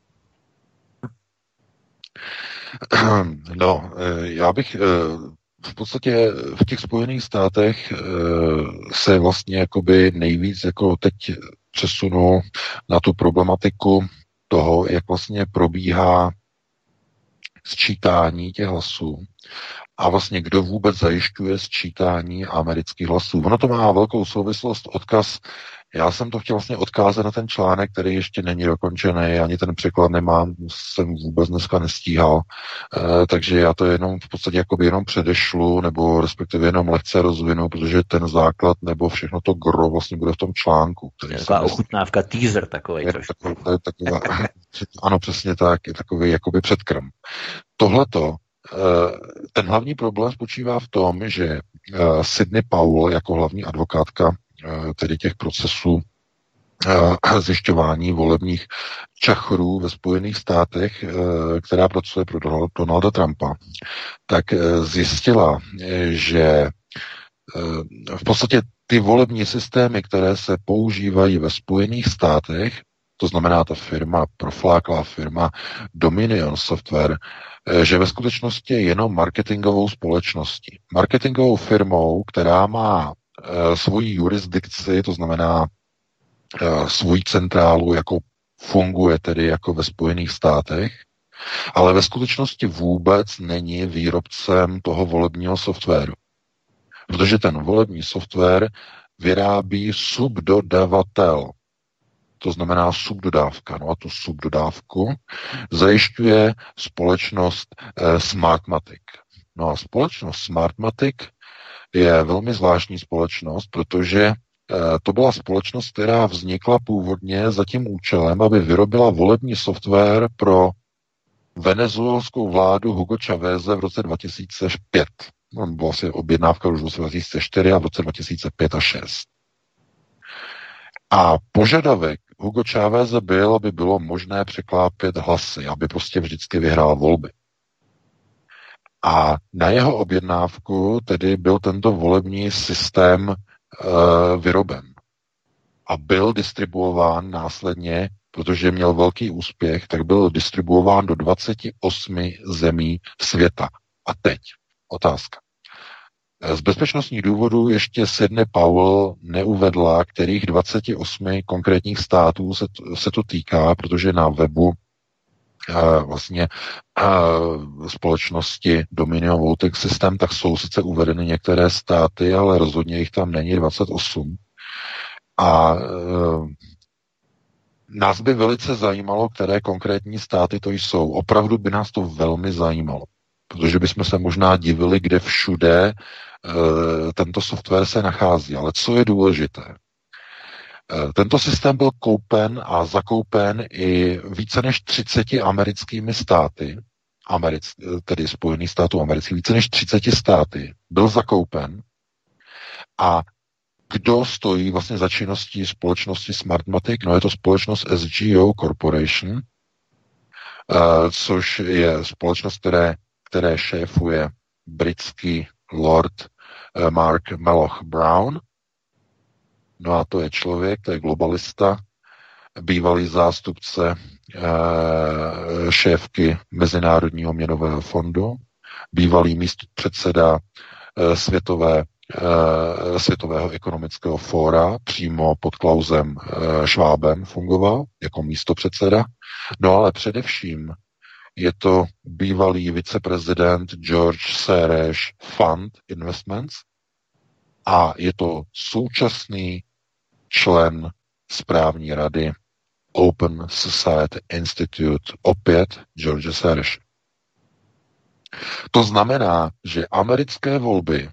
No, já bych v podstatě v těch Spojených státech se vlastně jakoby nejvíc jako teď přesunu na tu problematiku toho, jak vlastně probíhá sčítání těch hlasů a vlastně kdo vůbec zajišťuje sčítání amerických hlasů. Ono to má velkou souvislost, odkaz. Já jsem to chtěl vlastně odkázat na ten článek, který ještě není dokončený, ani ten překlad nemám, jsem vůbec dneska nestíhal, takže já to jenom v podstatě jakoby jenom předešlu, nebo respektive jenom lehce rozvinu, protože ten základ nebo všechno to gro vlastně bude v tom článku. Taková ochutnávka, teaser takovej trošku. Ano, přesně tak, je takový jakoby předkrm. Tohleto, ten hlavní problém spočívá v tom, že Sidney Powell jako hlavní advokátka tedy těch procesů zjišťování volebních čachrů ve Spojených státech, která pracuje pro Donalda Trumpa, tak zjistila, že v podstatě ty volební systémy, které se používají ve Spojených státech, to znamená ta firma, profláklá firma Dominion Software, že ve skutečnosti je jenom marketingovou společností. Marketingovou firmou, která má svoji jurisdikci, to znamená svoji centrálu, jako funguje tedy jako ve Spojených státech, ale ve skutečnosti vůbec není výrobcem toho volebního softwaru. Protože ten volební software vyrábí subdodavatel, to znamená subdodávka. No a tu subdodávku zajišťuje společnost Smartmatic. No a společnost Smartmatic je velmi zvláštní společnost, protože to byla společnost, která vznikla původně za tím účelem, aby vyrobila volební software pro venezuelskou vládu Hugo Cháveze v roce 2005. On byl asi objednávka už v roce 2004 a v roce 2005 a 2006. A požadavek Hugo Cháveze byl, aby bylo možné překlápět hlasy, aby prostě vždycky vyhrál volby. A na jeho objednávku tedy byl tento volební systém vyroben. A byl distribuován následně, protože měl velký úspěch, tak byl distribuován do 28 zemí světa. A teď otázka. Z bezpečnostních důvodů ještě Sidney Powell neuvedla, kterých 28 konkrétních států se to týká, protože na webu vlastně společnosti Dominion Voting System, tak jsou sice uvedeny některé státy, ale rozhodně jich tam není 28. A nás by velice zajímalo, které konkrétní státy to jsou. Opravdu by nás to velmi zajímalo, protože bychom se možná divili, kde všude tento software se nachází. Ale co je důležité? Tento systém byl koupen a zakoupen i více než 30 americkými státy, tedy Spojených států amerických, více než 30 státy byl zakoupen. A kdo stojí vlastně za činností společnosti Smartmatic? No je to společnost SGO Corporation, což je společnost, které šéfuje britský lord Mark Malloch Brown. No a to je člověk, to je globalista, bývalý zástupce šéfky Mezinárodního měnového fondu, bývalý místopředseda Světového ekonomického fóra, přímo pod Klausem Schwabem fungoval jako místopředseda. No ale především je to bývalý viceprezident George Soros Fund Investments a je to současný člen správní rady Open Society Institute, opět George Soros. To znamená, že americké volby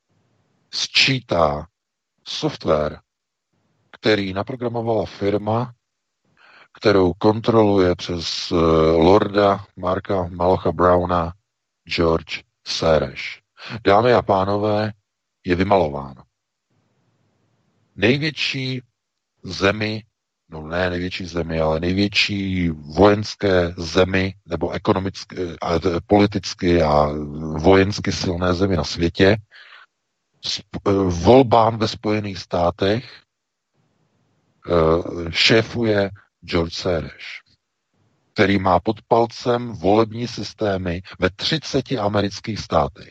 sčítá software, který naprogramovala firma, kterou kontroluje přes lorda Marka Mallocha Browna George Soros. Dámy a pánové, je vymalováno. Největší zemi, no ne největší zemi, ale největší vojenské zemi, nebo ekonomicky, politicky a vojensky silné zemi na světě, volbám ve Spojených státech šéfuje George Soros, který má pod palcem volební systémy ve 30 amerických státech.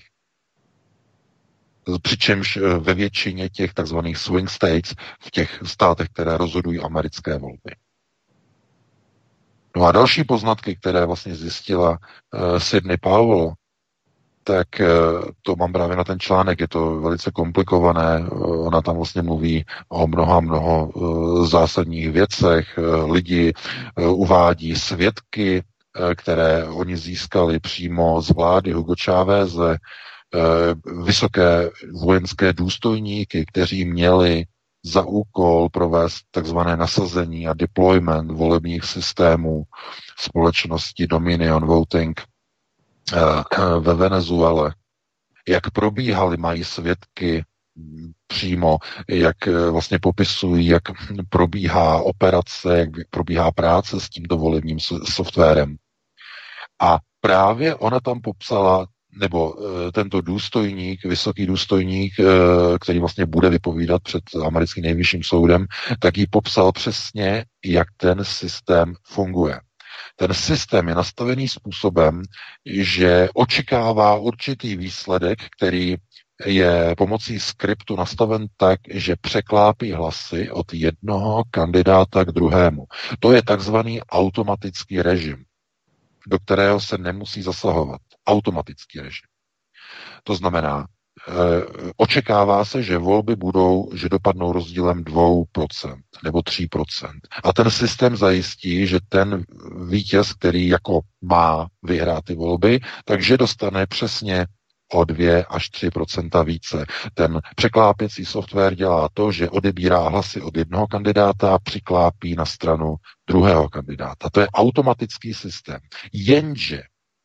Přičemž ve většině těch takzvaných swing states, v těch státech, které rozhodují americké volby. No a další poznatky, které vlastně zjistila Sidney Powell, tak to mám právě na ten článek, je to velice komplikované, ona tam vlastně mluví o mnoho zásadních věcech, lidi uvádí svědky, které oni získali přímo z vlády Hugo Cháveze, vysoké vojenské důstojníky, kteří měli za úkol provést takzvané nasazení a deployment volebních systémů společnosti Dominion Voting ve Venezuele. Jak probíhaly, mají svědky přímo, jak vlastně popisují, jak probíhá operace, jak probíhá práce s tímto volebním softwarem. A právě ona tam popsala, nebo tento důstojník, vysoký důstojník, který vlastně bude vypovídat před americkým nejvyšším soudem, tak jí popsal přesně, jak ten systém funguje. Ten systém je nastavený způsobem, že očekává určitý výsledek, který je pomocí skriptu nastaven tak, že překlápí hlasy od jednoho kandidáta k druhému. To je takzvaný automatický režim, do kterého se nemusí zasahovat. Automatický režim. To znamená, očekává se, že volby že dopadnou rozdílem 2% nebo 3%. A ten systém zajistí, že ten vítěz, který jako má vyhrát ty volby, takže dostane přesně o 2 až 3% více. Ten překlápěcí software dělá to, že odebírá hlasy od jednoho kandidáta a přiklápí na stranu druhého kandidáta. To je automatický systém. Jenže,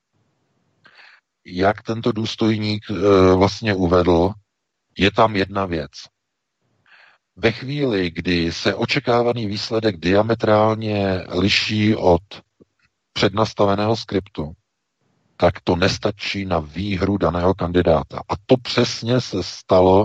jak tento důstojník vlastně uvedl, je tam jedna věc. Ve chvíli, kdy se očekávaný výsledek diametrálně liší od přednastaveného skriptu, tak to nestačí na výhru daného kandidáta. A to přesně se stalo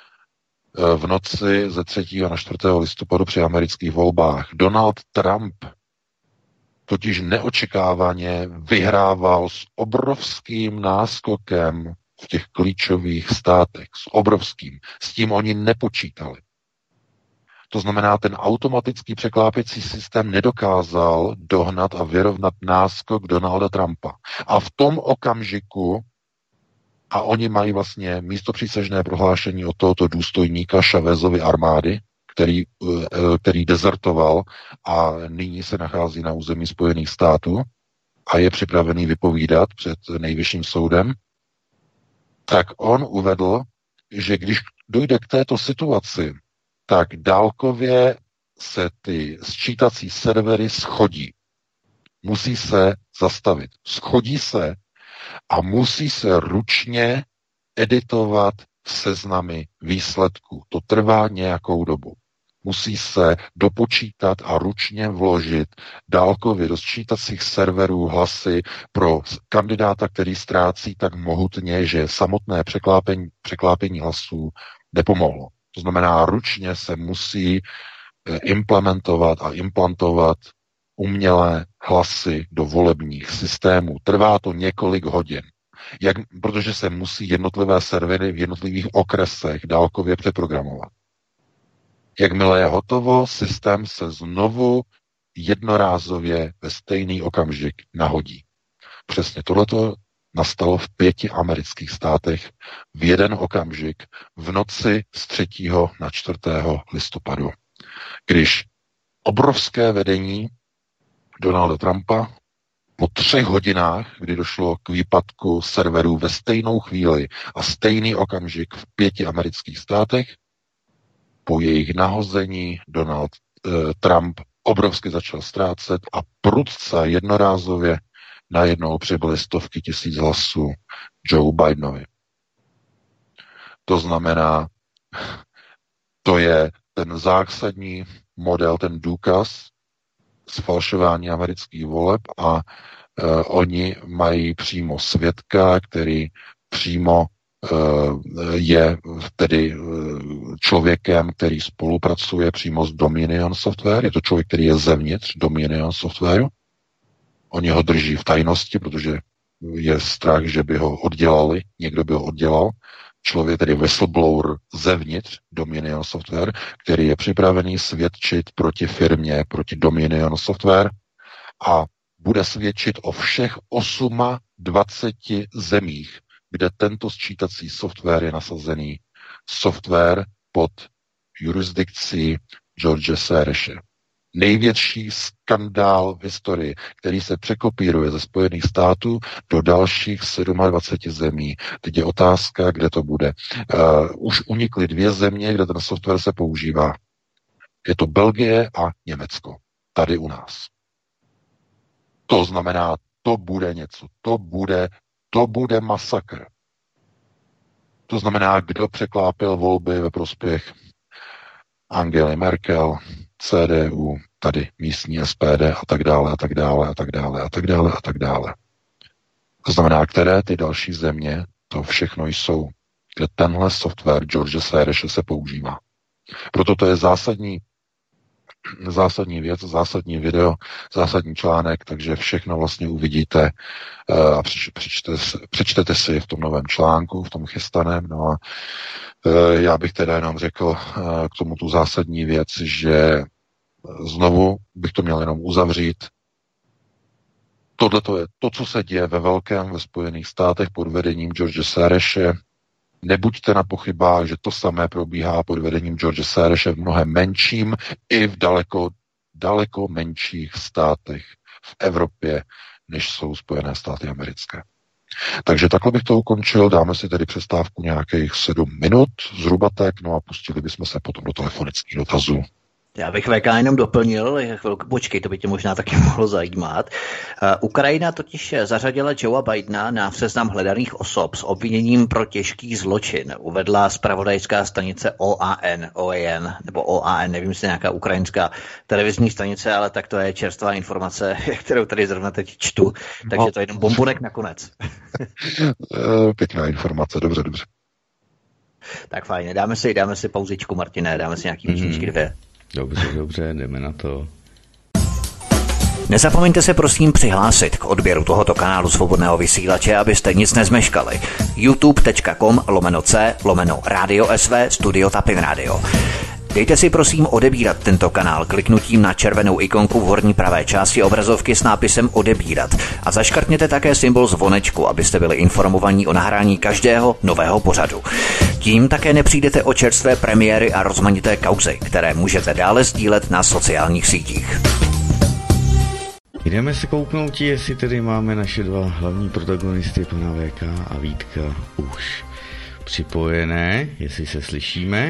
v noci ze 3. na 4. listopadu při amerických volbách. Donald Trump totiž neočekávaně vyhrával s obrovským náskokem v těch klíčových státech. S obrovským. S tím oni nepočítali. To znamená, ten automatický překlápěcí systém nedokázal dohnat a vyrovnat náskok Donalda Trumpa. A v tom okamžiku, a oni mají vlastně místopřísežné prohlášení od tohoto důstojníka Chávezovy armády, který dezertoval a nyní se nachází na území Spojených států a je připravený vypovídat před nejvyšším soudem, tak on uvedl, že když dojde k této situaci, tak dálkově se ty sčítací servery schodí. Musí se zastavit. Schodí se a musí se ručně editovat seznamy výsledků. To trvá nějakou dobu. Musí se dopočítat a ručně vložit dálkově do sčítacích serverů hlasy pro kandidáta, který ztrácí tak mohutně, že samotné překlápění hlasů nepomohlo. To znamená, ručně se musí implementovat a implantovat umělé hlasy do volebních systémů. Trvá to několik hodin, protože se musí jednotlivé servery v jednotlivých okresech dálkově přeprogramovat. Jakmile je hotovo, systém se znovu jednorázově ve stejný okamžik nahodí. Přesně tohleto nastalo v 5 amerických státech v jeden okamžik v noci z 3. na 4. listopadu, když obrovské vedení Donalda Trumpa po 3 hodinách, kdy došlo k výpadku serverů ve stejnou chvíli a stejný okamžik v 5 amerických státech, po jejich nahození Donald Trump obrovsky začal ztrácet a prudce jednorázově najednou přibyly stovky tisíc hlasů Joe Bidenovi. To znamená, to je ten zásadní model, ten důkaz zfalšování amerických voleb a oni mají přímo svědka, který přímo je tedy člověkem, který spolupracuje přímo s Dominion Software. Je to člověk, který je zevnitř Dominion Softwareu. Oni ho drží v tajnosti, protože je strach, že by ho oddělali, někdo by ho oddělal. Člověk, tedy whistleblower zevnitř Dominion Software, který je připravený svědčit proti firmě, proti Dominion Software a bude svědčit o všech 28 zemích, kde tento sčítací software je nasazený. Software pod jurisdikcí George Soreše. Největší skandál v historii, který se překopíruje ze Spojených států do dalších 27 zemí. Teď je otázka, kde to bude. Už unikly 2 země, kde ten software se používá. Je to Belgie a Německo. Tady u nás. To znamená, to bude něco. To bude masakr. To znamená, kdo překlápil volby ve prospěch Angely Merkel, CDU, tady místní SPD a tak dále, a tak dále, a tak dále, a tak dále, a tak dále. To znamená, které ty další země, to všechno jsou, kde tenhle software George Soreše se používá. Proto to je zásadní věc, zásadní video, zásadní článek, takže všechno vlastně uvidíte a přečtete si v tom novém článku, v tom chystaném. No a já bych teda jenom řekl k tomu tu zásadní věc, že znovu bych to měl jenom uzavřít. Tohle to je to, co se děje ve velkém ve Spojených státech pod vedením George Soreše. Nebuďte na pochybách, že to samé probíhá pod vedením George Soreše v mnohem menším i v daleko menších státech v Evropě, než jsou Spojené státy americké. Takže takhle bych to ukončil, dáme si tedy přestávku nějakých 7 minut, zhruba tak, no a pustili bychom se potom do telefonických dotazů. Já bych VK jenom doplnil, chvilku počkej, to by tě možná taky mohlo zajímat. Ukrajina totiž zařadila Joea Bidena na seznam hledaných osob s obviněním pro těžký zločin. Uvedla zpravodajská stanice OAN, nevím, jestli nějaká ukrajinská televizní stanice, ale tak to je čerstvá informace, kterou tady zrovna teď čtu. Takže to je jenom bombonek nakonec. Pěkná informace, dobře. Tak fajn, dáme si pauzičku, Martine, dáme si nějaký písničky 2. Dobře, jdeme na to. Nezapomeňte se prosím přihlásit k odběru tohoto kanálu Svobodného vysílače, abyste nic nezmeškali. youtube.com/c/Radio SV Studio Tapin Radio. Dejte si prosím odebírat tento kanál kliknutím na červenou ikonku v horní pravé části obrazovky s nápisem odebírat a zaškrtněte také symbol zvonečku, abyste byli informovaní o nahrání každého nového pořadu. Tím také nepřijdete o čerstvé premiéry a rozmanité kauzy, které můžete dále sdílet na sociálních sítích. Jdeme se kouknout, jestli tedy máme naše dva hlavní protagonisty, pana VK a Vítka, už připojené, jestli se slyšíme.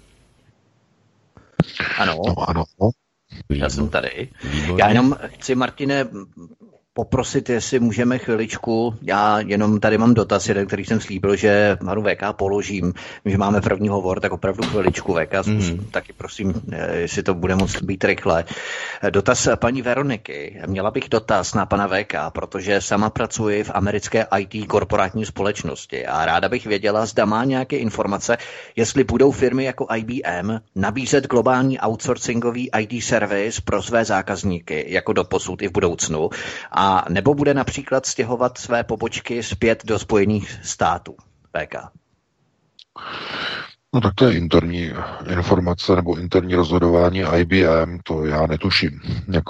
Ano. Já jsem tady. Výborně. Já jenom chci, Martine, poprosit, jestli můžeme chviličku, já jenom tady mám dotaz, který jsem slíbil, že panu VK položím, že máme první hovor, tak opravdu chviličku VK, taky prosím, jestli to bude moct být rychle. Dotaz paní Veroniky. Měla bych dotaz na pana VK, protože sama pracuji v americké IT korporátní společnosti a ráda bych věděla, zda má nějaké informace, jestli budou firmy jako IBM nabízet globální outsourcingový IT service pro své zákazníky, jako doposud i v budoucnu, a nebo bude například stěhovat své pobočky zpět do Spojených států. VK. No tak to je interní informace nebo interní rozhodování IBM, to já netuším.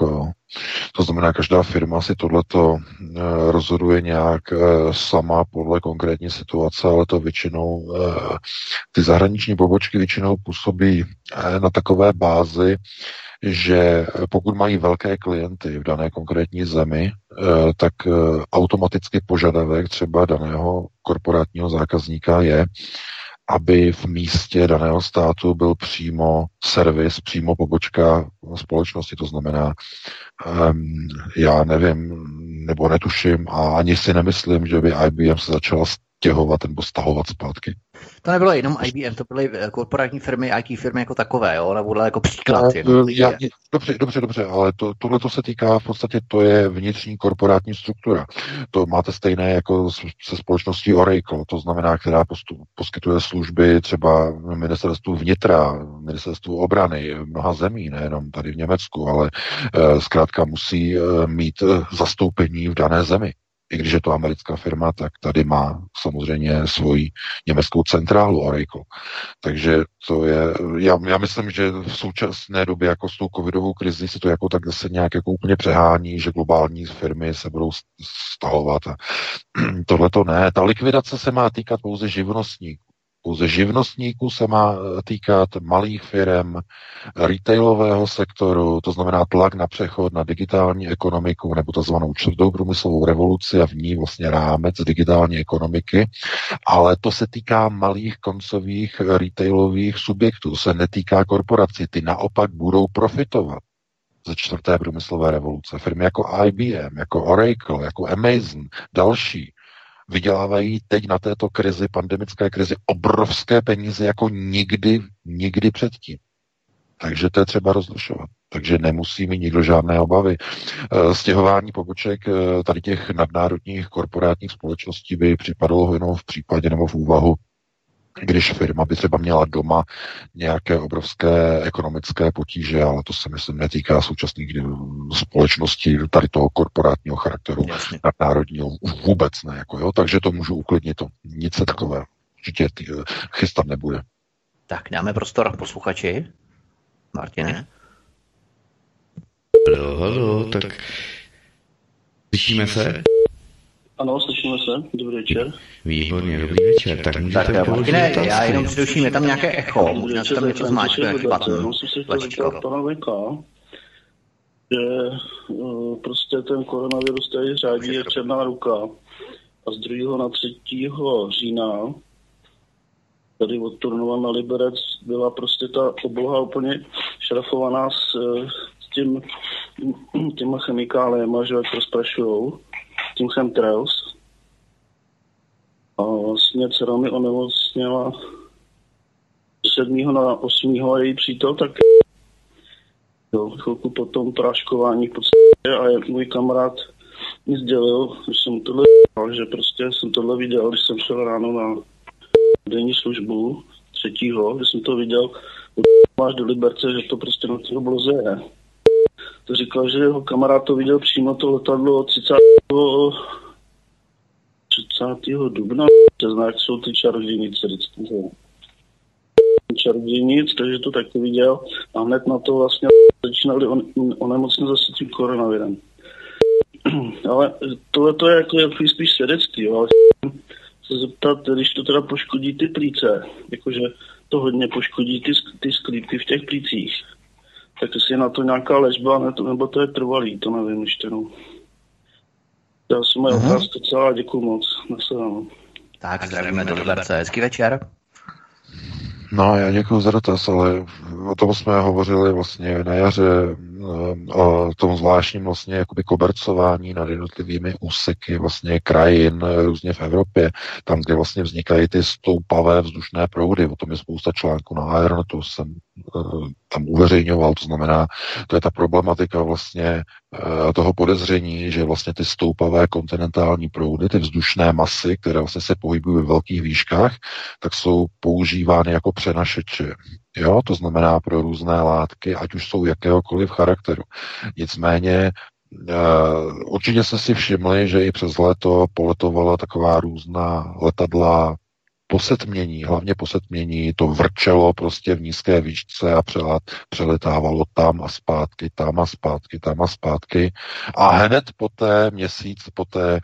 To znamená, každá firma si tohleto rozhoduje nějak sama podle konkrétní situace, ale to většinou, ty zahraniční pobočky většinou působí na takové bázi, že pokud mají velké klienty v dané konkrétní zemi, tak automaticky požadavek třeba daného korporátního zákazníka je, aby v místě daného státu byl přímo servis, přímo pobočka společnosti. To znamená, já nevím, nebo netuším a ani si nemyslím, že by IBM se začala stěhovat nebo stahovat zpátky. To nebylo jenom IBM, to byly korporátní firmy, IT firmy jako takové, jo? Ona byla jako příklad. Dobře, ale tohle se týká, v podstatě to je vnitřní korporátní struktura. To máte stejné jako se společností Oracle, to znamená, která poskytuje služby třeba ministerstvu vnitra, ministerstvu obrany mnoha zemí, nejenom tady v Německu, ale zkrátka musí mít zastoupení v dané zemi. I když je to americká firma, tak tady má samozřejmě svoji německou centrálu Oracle. Takže to je, já myslím, že v současné době jako s tou covidovou krizi se to jako tak zase nějak jako úplně přehání, že globální firmy se budou stahovat. A tohle to ne. Ta likvidace se má týkat pouze živnostníků. Pouze živnostníků se má týkat malých firm, retailového sektoru, to znamená tlak na přechod na digitální ekonomiku nebo takzvanou čtvrtou průmyslovou revoluci a v ní vlastně rámec digitální ekonomiky, ale to se týká malých koncových retailových subjektů, se netýká korporací, ty naopak budou profitovat ze čtvrté průmyslové revoluce. Firmy jako IBM, jako Oracle, jako Amazon, další, vydělávají teď na této krizi, pandemické krizi, obrovské peníze jako nikdy předtím. Takže to je třeba rozlišovat. Takže nemusí mít nikdo žádné obavy. Stěhování poboček tady těch nadnárodních korporátních společností by připadalo jenom v případě nebo v úvahu, když firma by třeba měla doma nějaké obrovské ekonomické potíže, ale to se myslím netýká současných společností tady toho korporátního charakteru, nadnárodního vůbec ne. Takže to můžu uklidnit, to nic se takové určitě chystat nebude. Tak dáme prostor posluchači. Martine. Halo, tak slyšíme se? Ano, slyšíme se. Dobrý večer. Výborně, dobrý večer. Tak můžete položit otázky. Já jenom předuším, je tam nějaké echo. Možná se tam něco zmáčkne, nějaký button. Já jsem si chtěl zeptat pana VK, že prostě ten koronavirus tady řádí jak černá ruka. a z 2. na 3. října tady od Turnova na Liberec byla prostě ta obloha úplně šrafovaná s těma chemikáliema, že jak rozprašujou, s tím chemtrails. A vlastně dcera mi onemocněla 7. na 8. a její přítel tak chvilku potom práškování v podstatě a můj kamarád mi sdělil, že jsem tohle že prostě jsem tohle viděl, když jsem šel ráno na denní službu 3. že jsem to viděl máš do Liberce, že to prostě na té obloze je. To říkal, že jeho kamarád to viděl přímo to letadlo 30. dubna, jak jsou ty čarodějnice vždycky. Čarodějnic, takže to taky viděl a hned na to vlastně začínali onemocnit zase tím koronavirem. Ale tohle to je jako spíš svědectví, ale se zeptat, když to teda poškodí ty plíce, jakože to hodně poškodí ty sklípky v těch plících, tak jestli je na to nějaká léčba, nebo to je trvalý, to nevím ještě, no. Já jsem moje otázka celá, děkuju moc. Nasledanou. Tak, zdravíme do Liberce. Hezký večer. No, já děkuji za dotaz, ale o tom jsme hovořili vlastně na jaře, o tom zvláštním vlastně jakoby kobercování nad jednotlivými úseky vlastně krajin různě v Evropě, tam, kde vlastně vznikají ty stoupavé vzdušné proudy, o tom je spousta článků na Aeronetu, jsem tam uveřejňoval, to znamená, to je ta problematika vlastně toho podezření, že vlastně ty stoupavé kontinentální proudy, ty vzdušné masy, které vlastně se pohybují ve velkých výškách, tak jsou používány jako přenašeče. Jo, to znamená pro různé látky, ať už jsou jakéhokoliv charakteru. Nicméně určitě jste si všimli, že i přes léto poletovala taková různá letadla posetmění, hlavně posetmění, to vrčelo prostě v nízké výšce a přeletávalo tam a zpátky, tam a zpátky, tam a zpátky. A hned měsíc poté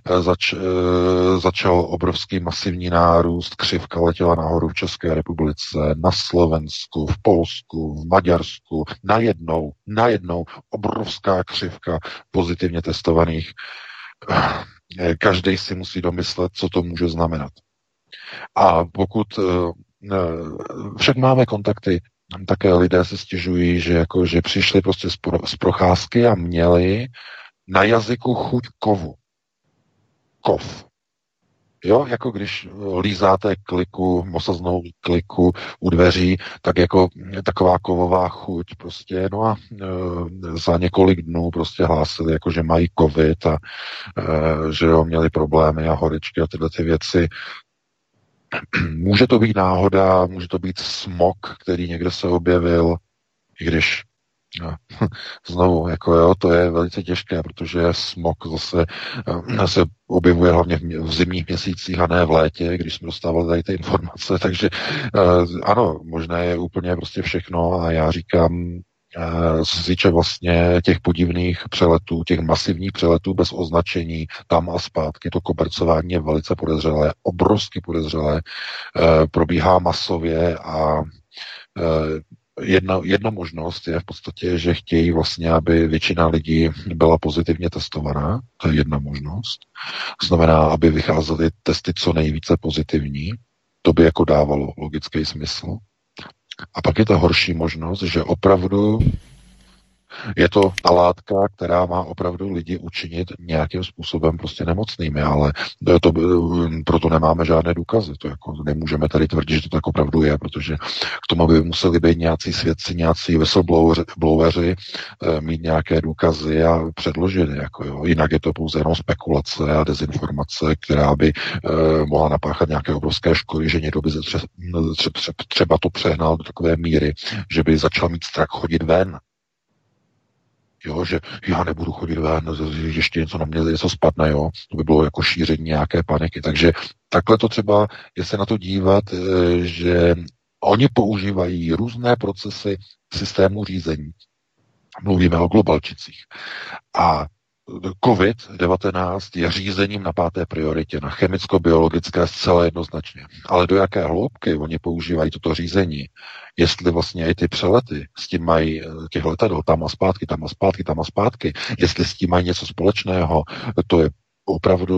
začal obrovský masivní nárůst, křivka letěla nahoru v České republice, na Slovensku, v Polsku, v Maďarsku, najednou obrovská křivka pozitivně testovaných. Každý si musí domyslet, co to může znamenat. A pokud však máme kontakty, také lidé se stěžují, že přišli prostě z procházky a měli na jazyku chuť kovu. Kov. Jo, jako když lízáte mosaznou kliku u dveří, tak jako taková kovová chuť prostě, no a za několik dnů prostě hlásili, jako že mají covid a že jo, měli problémy a horečky a tyhle ty věci. Může to být náhoda, může to být smog, který někde se objevil, i když znovu, jako jo, to je velice těžké, protože smog zase se objevuje hlavně v zimních měsících a ne v létě, když jsme dostávali tady ty informace, takže ano, možné je úplně prostě všechno a já říkám, co se týče vlastně těch podivných přeletů, těch masivních přeletů bez označení tam a zpátky, to kobercování je velice podezřelé, obrovsky podezřelé, probíhá masově a jedna možnost je v podstatě, že chtějí vlastně, aby většina lidí byla pozitivně testovaná, to je jedna možnost, znamená, aby vycházely testy co nejvíce pozitivní, to by jako dávalo logický smysl. A pak je ta horší možnost, že opravdu je to ta látka, která má opravdu lidi učinit nějakým způsobem prostě nemocnými, ale proto nemáme žádné důkazy. To jako nemůžeme tady tvrdit, že to tak opravdu je, protože k tomu by museli být nějací svědci, nějací whistlebloweri, mít nějaké důkazy a předložit. Jako jo. Jinak je to pouze jenom spekulace a dezinformace, která by mohla napáchat nějaké obrovské škody, že někdo by třeba to přehnal do takové míry, že by začal mít strach chodit ven. Jo, že já nebudu chodit ven, ještě něco na mě, něco spadne, jo. To by bylo jako šíření nějaké paniky. Takže takhle to třeba je se na to dívat, že oni používají různé procesy systému řízení. Mluvíme o globalčicích. A COVID-19 je řízením na 5. prioritě, na chemicko-biologické zcela jednoznačně. Ale do jaké hloubky oni používají toto řízení? Jestli vlastně i ty přelety s tím mají těch letadel tam a zpátky, tam a zpátky, tam a zpátky, jestli s tím mají něco společného, to je opravdu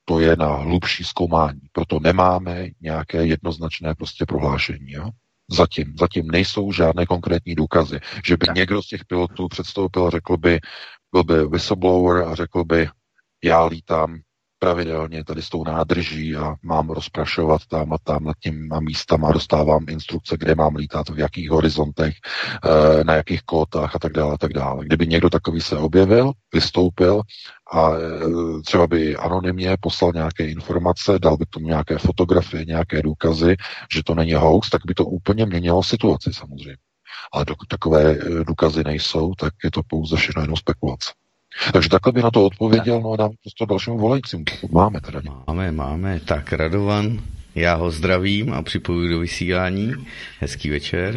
to je na hlubší zkoumání. Proto nemáme nějaké jednoznačné prostě prohlášení. Jo? Zatím nejsou žádné konkrétní důkazy, že by někdo z těch pilotů předstoupil a řekl by, byl by whistleblower a řekl by, já lítám pravidelně tady s tou nádrží a mám rozprašovat tam a tam nad těma místama a dostávám instrukce, kde mám lítat, v jakých horizontech, na jakých kótách a tak dále, a tak dále. Kdyby někdo takový se objevil, vystoupil a třeba by anonymně poslal nějaké informace, dal by k tomu nějaké fotografie, nějaké důkazy, že to není hoax, tak by to úplně měnilo situaci samozřejmě. Ale dokud takové důkazy nejsou, tak je to pouze všechno jenom spekulace. Takže takhle by na to odpověděl, no a dám prostě dalšímu volajícímu, pokud máme teda. Máme. Tak Radovan, já ho zdravím a připojuji do vysílání. Hezký večer.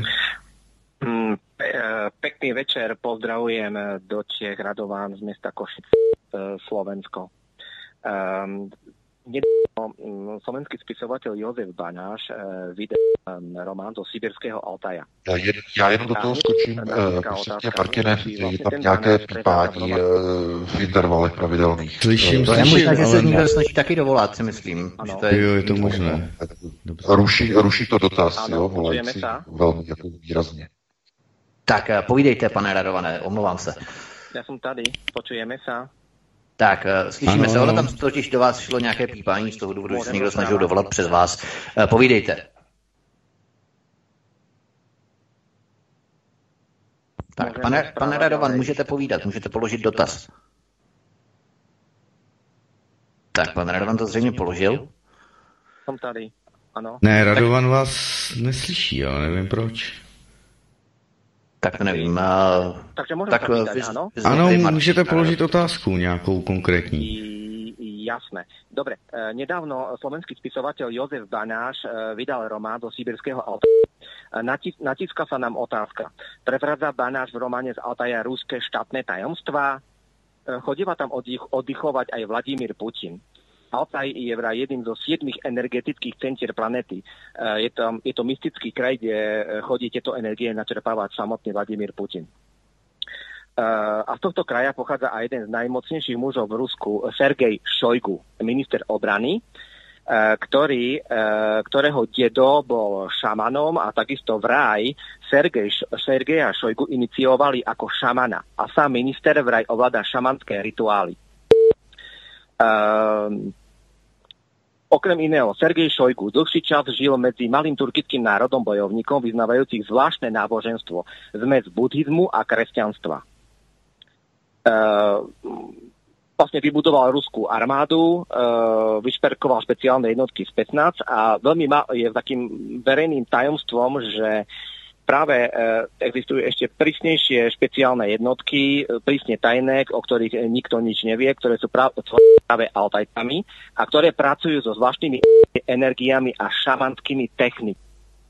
Pekný večer, pozdravujem do Čech, Radovan z mesta Košice, Slovensko. Slovenský spisovateľ Jozef Banáš vydal román do Sibirského Altaja. Já jenom do toho skočím, prostě Martine, je tam nějaké pípání v intervalech pravidelných. Slyším. To je možná, že se někdo snaží taky dovolat, si myslím. Jo, je to možné. Ruší to dotaz, jo, volající, velmi jako výrazně. Tak, povídejte, pane Radované, omlouvám se. Já jsem tady, počujeme se. Tak, slyšíme se, ale tam totiž do vás šlo nějaké pípání z toho důvodu, že se někdo snažil dovolat přes vás. Povídejte. Tak, pane Radovan, můžete povídat, můžete položit dotaz. Tak, pan Radovan to zřejmě položil. Jsem tady, ano. Ne, Radovan vás neslyší, ale nevím proč. Tak to nevím. Takže můžeme tak povídať, áno? Áno, můžete položit otázku nějakou konkrétní. Jasné. Dobre, nedávno slovenský spisovateľ Jozef Banáš vydal román do Sibirského Altaja. Natíska sa nám otázka. Prezradza Banáš v románe z Altaja ruské štátne tajomstvá? Chodíva tam oddychovať aj Vladimír Putin. Altaj je vraj jedným zo 7 energetických centier planety. Je to mystický kraj, kde chodí tieto energie načerpávať samotný Vladimír Putin. A z tohto kraja pochádza aj jeden z najmocnejších mužov v Rusku, Sergej Šojgu, minister obrany, ktorého dedo bol šamanom a takisto vraj Sergeja Šojgu iniciovali ako šamana. A sám minister vraj ovláda šamanské rituály. Okrem iného, Sergej Šojgu dlhší čas žil medzi malým turkickým národom bojovníkom, vyznávajúcich zvláštne náboženstvo, zmes buddhizmu a kresťanstva. Vlastne vybudoval ruskú armádu, vyšperkoval špeciálne jednotky specnaz a veľmi je takým verejným tajomstvom, že práve existujú ešte prísnejšie špeciálne jednotky, prísne tajné, o ktorých nikto nič nevie, ktoré sú práve Altajcami a ktoré pracujú so zvláštnymi energiami a šamanskými technikami.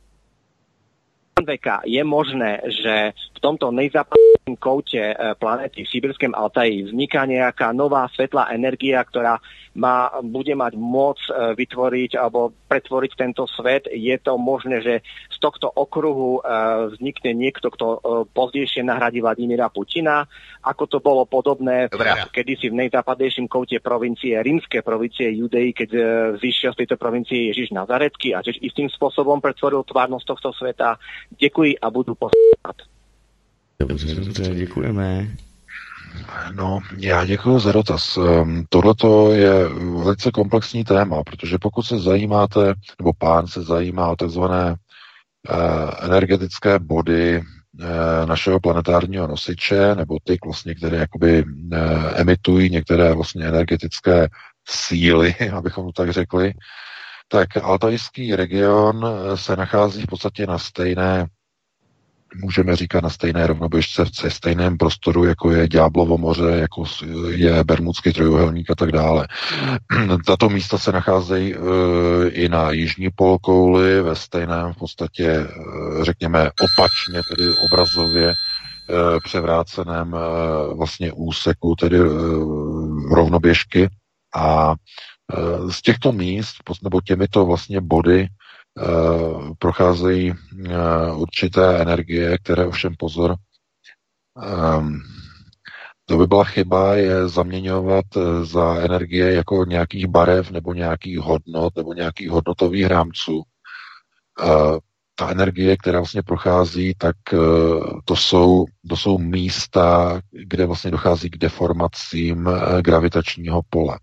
Je možné, že v tomto nejzápadnejšom koute planéty v Sibirskom Altaji vzniká nejaká nová svetlá energia, ktorá bude mať moc vytvoriť alebo pretvoriť tento svet. Je to možné, že z tohto okruhu vznikne niekto, kto pozdejšie nahradí Vladimíra Putina, ako to bolo podobné kedysi v nejzápadnejším koute provincie, rímske provincie Judei, keď zišiel z tejto provincie Ježiš Nazarecký a tiež istým spôsobom pretvoril tvárnosť tohto sveta. Děkuji a budu poslouchat. Dobře, děkujeme. No, já děkuji za dotaz. Tohleto je velice komplexní téma, protože pokud se zajímáte, nebo pán se zajímá o takzvané energetické body našeho planetárního nosiče, nebo ty vlastně, které jakoby emitují některé vlastně energetické síly, abychom to tak řekli, tak altajský region se nachází v podstatě na stejné, můžeme říkat na stejné rovnoběžce, v stejném prostoru, jako je Ďáblovo moře, jako je Bermudský trojuhelník a tak dále. Tato místa se nacházejí i na jižní polokouli, ve stejném v podstatě, řekněme, opačně, tedy obrazově převráceném vlastně úseku, tedy rovnoběžky. A z těchto míst, nebo těmito vlastně body procházejí určité energie, které ovšem pozor, To by byla chyba je zaměňovat za energie jako nějakých barev nebo nějakých hodnot nebo nějakých hodnotových rámců. Ta energie, která vlastně prochází, tak to jsou místa, kde vlastně dochází k deformacím gravitačního pole.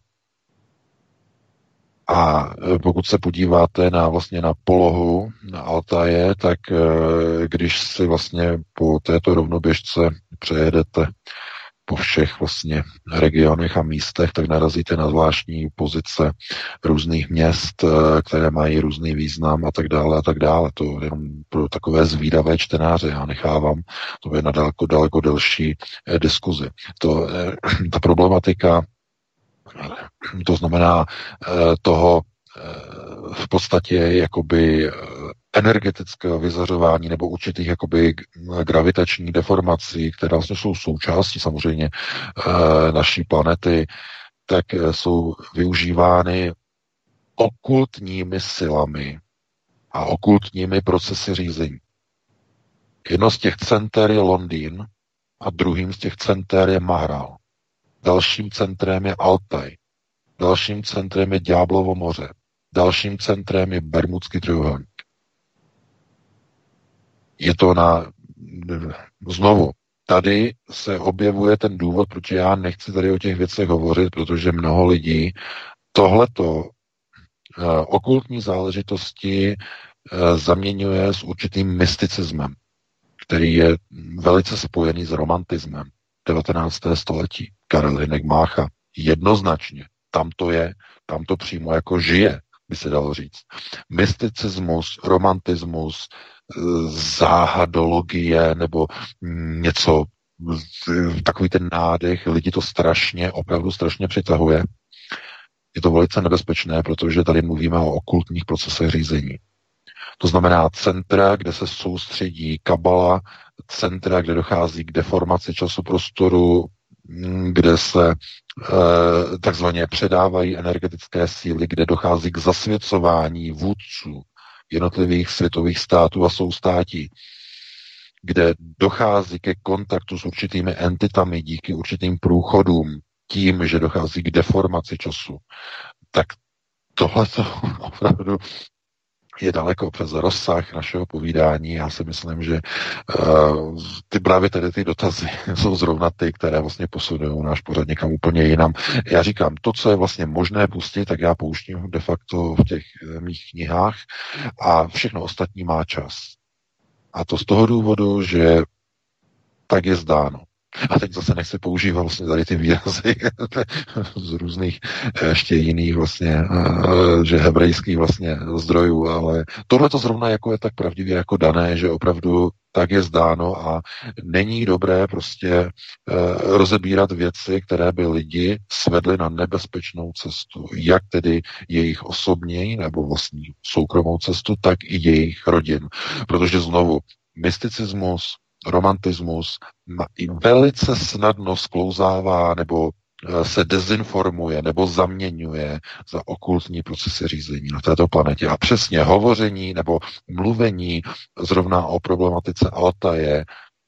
A pokud se podíváte na polohu na Altaje, tak když si vlastně po této rovnoběžce přejedete po všech vlastně regionech a místech, tak narazíte na zvláštní pozice různých měst, které mají různý význam a tak dále a tak dále. To je jenom pro takové zvídavé čtenáře. Já nechávám, to je na daleko delší diskuzi. Ta problematika, to znamená toho v podstatě jakoby energetického vyzařování nebo určitých jakoby gravitačních deformací, které vlastně jsou součástí samozřejmě naší planety, tak jsou využívány okultními silami a okultními procesy řízení. Jedno z těch center je Londýn a druhým z těch center je Mahral. Dalším centrem je Altaj. Dalším centrem je Ďáblovo moře. Dalším centrem je Bermudský trojúhelník. Je to znovu, tady se objevuje ten důvod, proč já nechci tady o těch věcech hovořit, protože mnoho lidí tohleto okultní záležitosti zaměňuje s určitým mysticismem, který je velice spojený s romantismem 19. století. Karel Hynek Mácha jednoznačně, tam to přímo jako žije, by se dalo říct. Mysticismus, romantismus, záhadologie nebo něco, takový ten nádech, lidi to opravdu strašně přitahuje. Je to velice nebezpečné, protože tady mluvíme o okultních procesech řízení. To znamená centra, kde se soustředí kabala, centra, kde dochází k deformaci času prostoru, kde se takzvaně předávají energetické síly, kde dochází k zasvěcování vůdců jednotlivých světových států a soustátí, kde dochází ke kontaktu s určitými entitami díky určitým průchodům, tím, že dochází k deformaci času, tak tohleto opravdu je daleko přes rozsah našeho povídání. Já si myslím, že právě ty dotazy jsou zrovna ty, které vlastně posunují náš pořad někam úplně jinam. Já říkám, to, co je vlastně možné pustit, tak já pouštím de facto v těch mých knihách a všechno ostatní má čas. A to z toho důvodu, že tak je zdáno. A teď zase nechci používat vlastně tady ty výrazy z různých ještě jiných vlastně, že hebrejských vlastně zdrojů, ale tohle to zrovna jako je tak pravdivě jako dané, že opravdu tak je zdáno a není dobré prostě rozebírat věci, které by lidi svedly na nebezpečnou cestu. Jak tedy jejich osobní nebo vlastní soukromou cestu, tak i jejich rodin. Protože znovu, mysticismus, romantismus velice snadno sklouzává nebo se dezinformuje nebo zaměňuje za okultní procesy řízení na této planetě. A přesně hovoření nebo mluvení zrovna o problematice Altaje,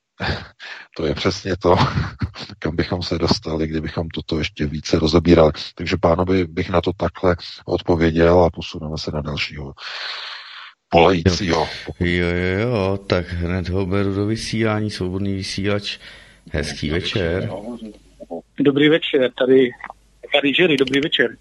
to je přesně to, kam bychom se dostali, kdybychom toto ještě více rozebírali. Takže pánovi bych na to takhle odpověděl a posuneme se na dalšího volajícího. Jo, tak hned ho beru do vysílání, svobodný vysílač. Hezký večer. Dobrý večer, tady Jerry, dobrý večer.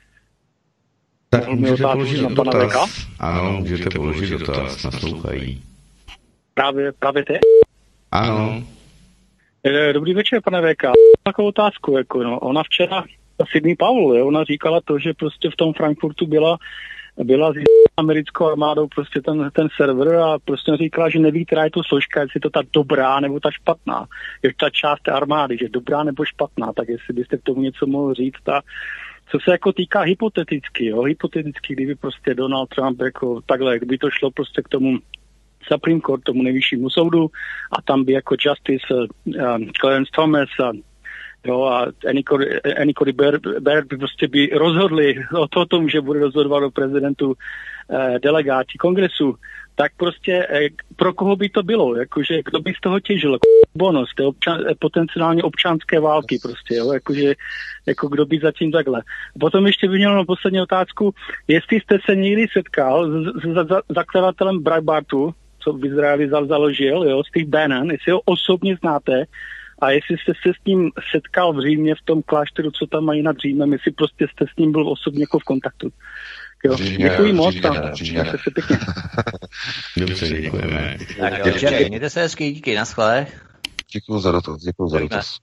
Tak můžete položit dotaz. Ano, můžete položit dotaz, naslouchají. Právě teď? Ano. Dobrý večer, pane VK. Takovou otázku, ona včera, Sidney Powell, ona říkala to, že prostě v tom Frankfurtu byla s americkou armádou prostě ten server a prostě říkala, že neví, která je to složka, jestli to ta dobrá nebo ta špatná. Je ta část té armády, že dobrá nebo špatná, tak jestli byste k tomu něco mohl říct. A co se jako týká hypoteticky, kdyby prostě Donald Trump jako takhle, kdyby to šlo prostě k tomu Supreme Court, tomu nejvyššímu soudu a tam by jako Justice Clarence Thomas a Jo, a Annie Coney Barrett by prostě by rozhodli o tom, že bude rozhodovat o prezidentu delegáti kongresu, tak prostě pro koho by to bylo? Jakože kdo by z toho těžil? Bonus, potenciálně občanské války prostě, jo? Jakože jako kdo by zatím takhle. Potom ještě bych měl na poslední otázku, jestli jste se někdy setkal s zakladatelem Breitbartu, co v Izraeli založil, jo, Steve Bannon, jestli ho osobně znáte, a jestli jste se s ním setkal v Římě, v tom klášteru, co tam mají nad Římem, jestli prostě jste s ním byl osobně jako v kontaktu. Jo. Děkuji moc. Mějte se pěkně. Dobře, děkujeme. Tak dobře, mějte se hezky, díky, naschle. Děkuji za dotaz.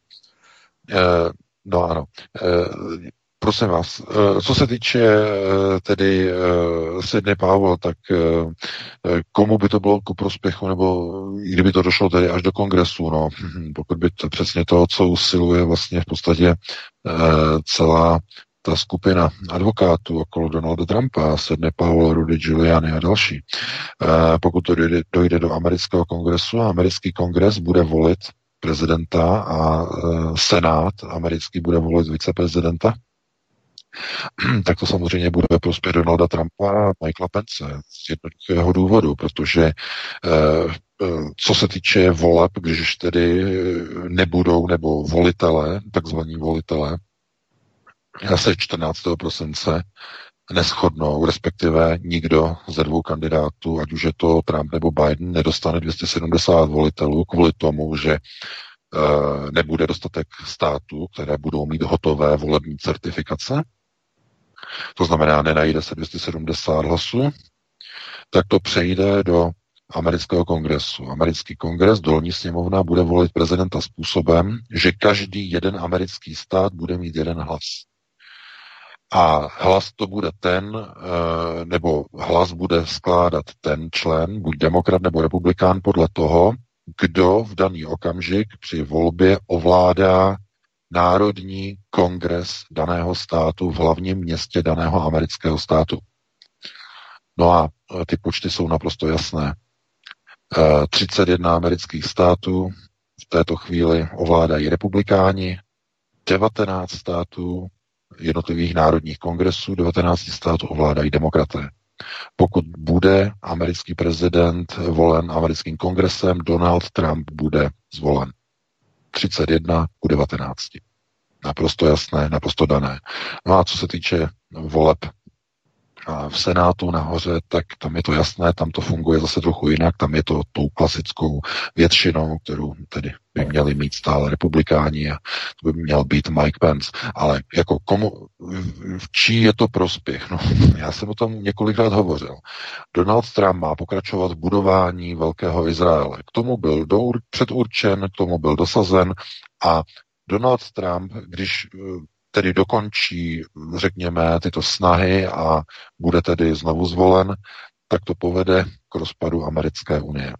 No ano. Prosím vás, co se týče tedy Sidney Powell, tak komu by to bylo ku prospěchu, nebo kdyby to došlo tedy až do kongresu, no, pokud by to přesně to, co usiluje vlastně v podstatě celá ta skupina advokátů okolo Donalda Trumpa, Sidney Powell, Rudy Giuliani a další. Pokud to dojde do amerického kongresu a americký kongres bude volit prezidenta a senát americký bude volit viceprezidenta, tak to samozřejmě bude ve prospěch Donalda Trumpa a Michaela Pence z jednoduchého důvodu, protože co se týče voleb, když tedy nebudou, nebo volitelé, takzvaní volitelé, se 14. prosince neshodnou, respektive nikdo ze dvou kandidátů, ať už je to Trump nebo Biden, nedostane 270 volitelů kvůli tomu, že nebude dostatek států, které budou mít hotové volební certifikace, to znamená, nenajde se 270 hlasů, tak to přejde do amerického kongresu. Americký kongres, dolní sněmovna, bude volit prezidenta způsobem, že každý jeden americký stát bude mít jeden hlas. A hlas to bude nebo hlas bude skládat ten člen, buď demokrat nebo republikán, podle toho, kdo v daný okamžik při volbě ovládá národní kongres daného státu v hlavním městě daného amerického státu. No a ty počty jsou naprosto jasné. 31 amerických států v této chvíli ovládají republikáni, 19 států jednotlivých národních kongresů, 19 států ovládají demokraté. Pokud bude americký prezident volen americkým kongresem, Donald Trump bude zvolen. 31 ku 19. Naprosto jasné, naprosto dané. No a co se týče voleb v Senátu nahoře, tak tam je to jasné, tam to funguje zase trochu jinak, tam je to tou klasickou většinou, kterou tedy by měli mít stále republikáni a to by měl být Mike Pence. Ale jako v čí je to prospěch? No, já jsem o tom několikrát hovořil. Donald Trump má pokračovat v budování Velkého Izraele. K tomu byl předurčen, k tomu byl dosazen a Donald Trump, když tedy dokončí, řekněme, tyto snahy a bude tedy znovu zvolen, tak to povede k rozpadu Americké unie.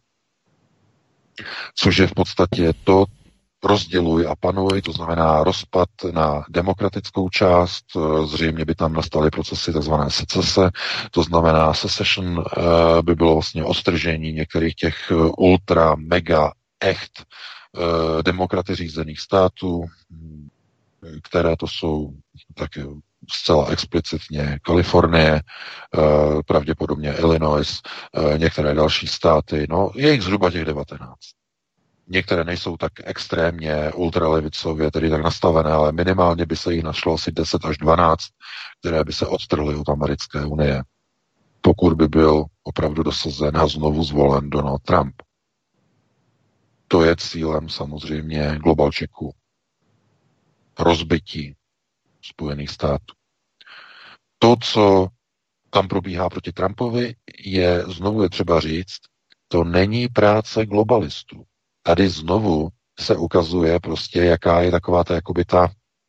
Což je v podstatě to rozděluj a panuj, to znamená rozpad na demokratickou část, zřejmě by tam nastaly procesy tzv. Secese, to znamená secession by bylo vlastně odtržení některých těch ultra, mega, echt demokraty řízených států, které to jsou taky zcela explicitně Kalifornie, pravděpodobně Illinois, některé další státy, no je jich zhruba těch 19. Některé nejsou tak extrémně ultralevicově, tedy tak nastavené, ale minimálně by se jich našlo asi 10 až 12, které by se odtrhly od Americké unie, pokud by byl opravdu dosazen a znovu zvolen Donald Trump. To je cílem samozřejmě global checku. Rozbití Spojených států. To, co tam probíhá proti Trumpovi, znovu je třeba říct, to není práce globalistů. Tady znovu se ukazuje prostě, jaká je taková ta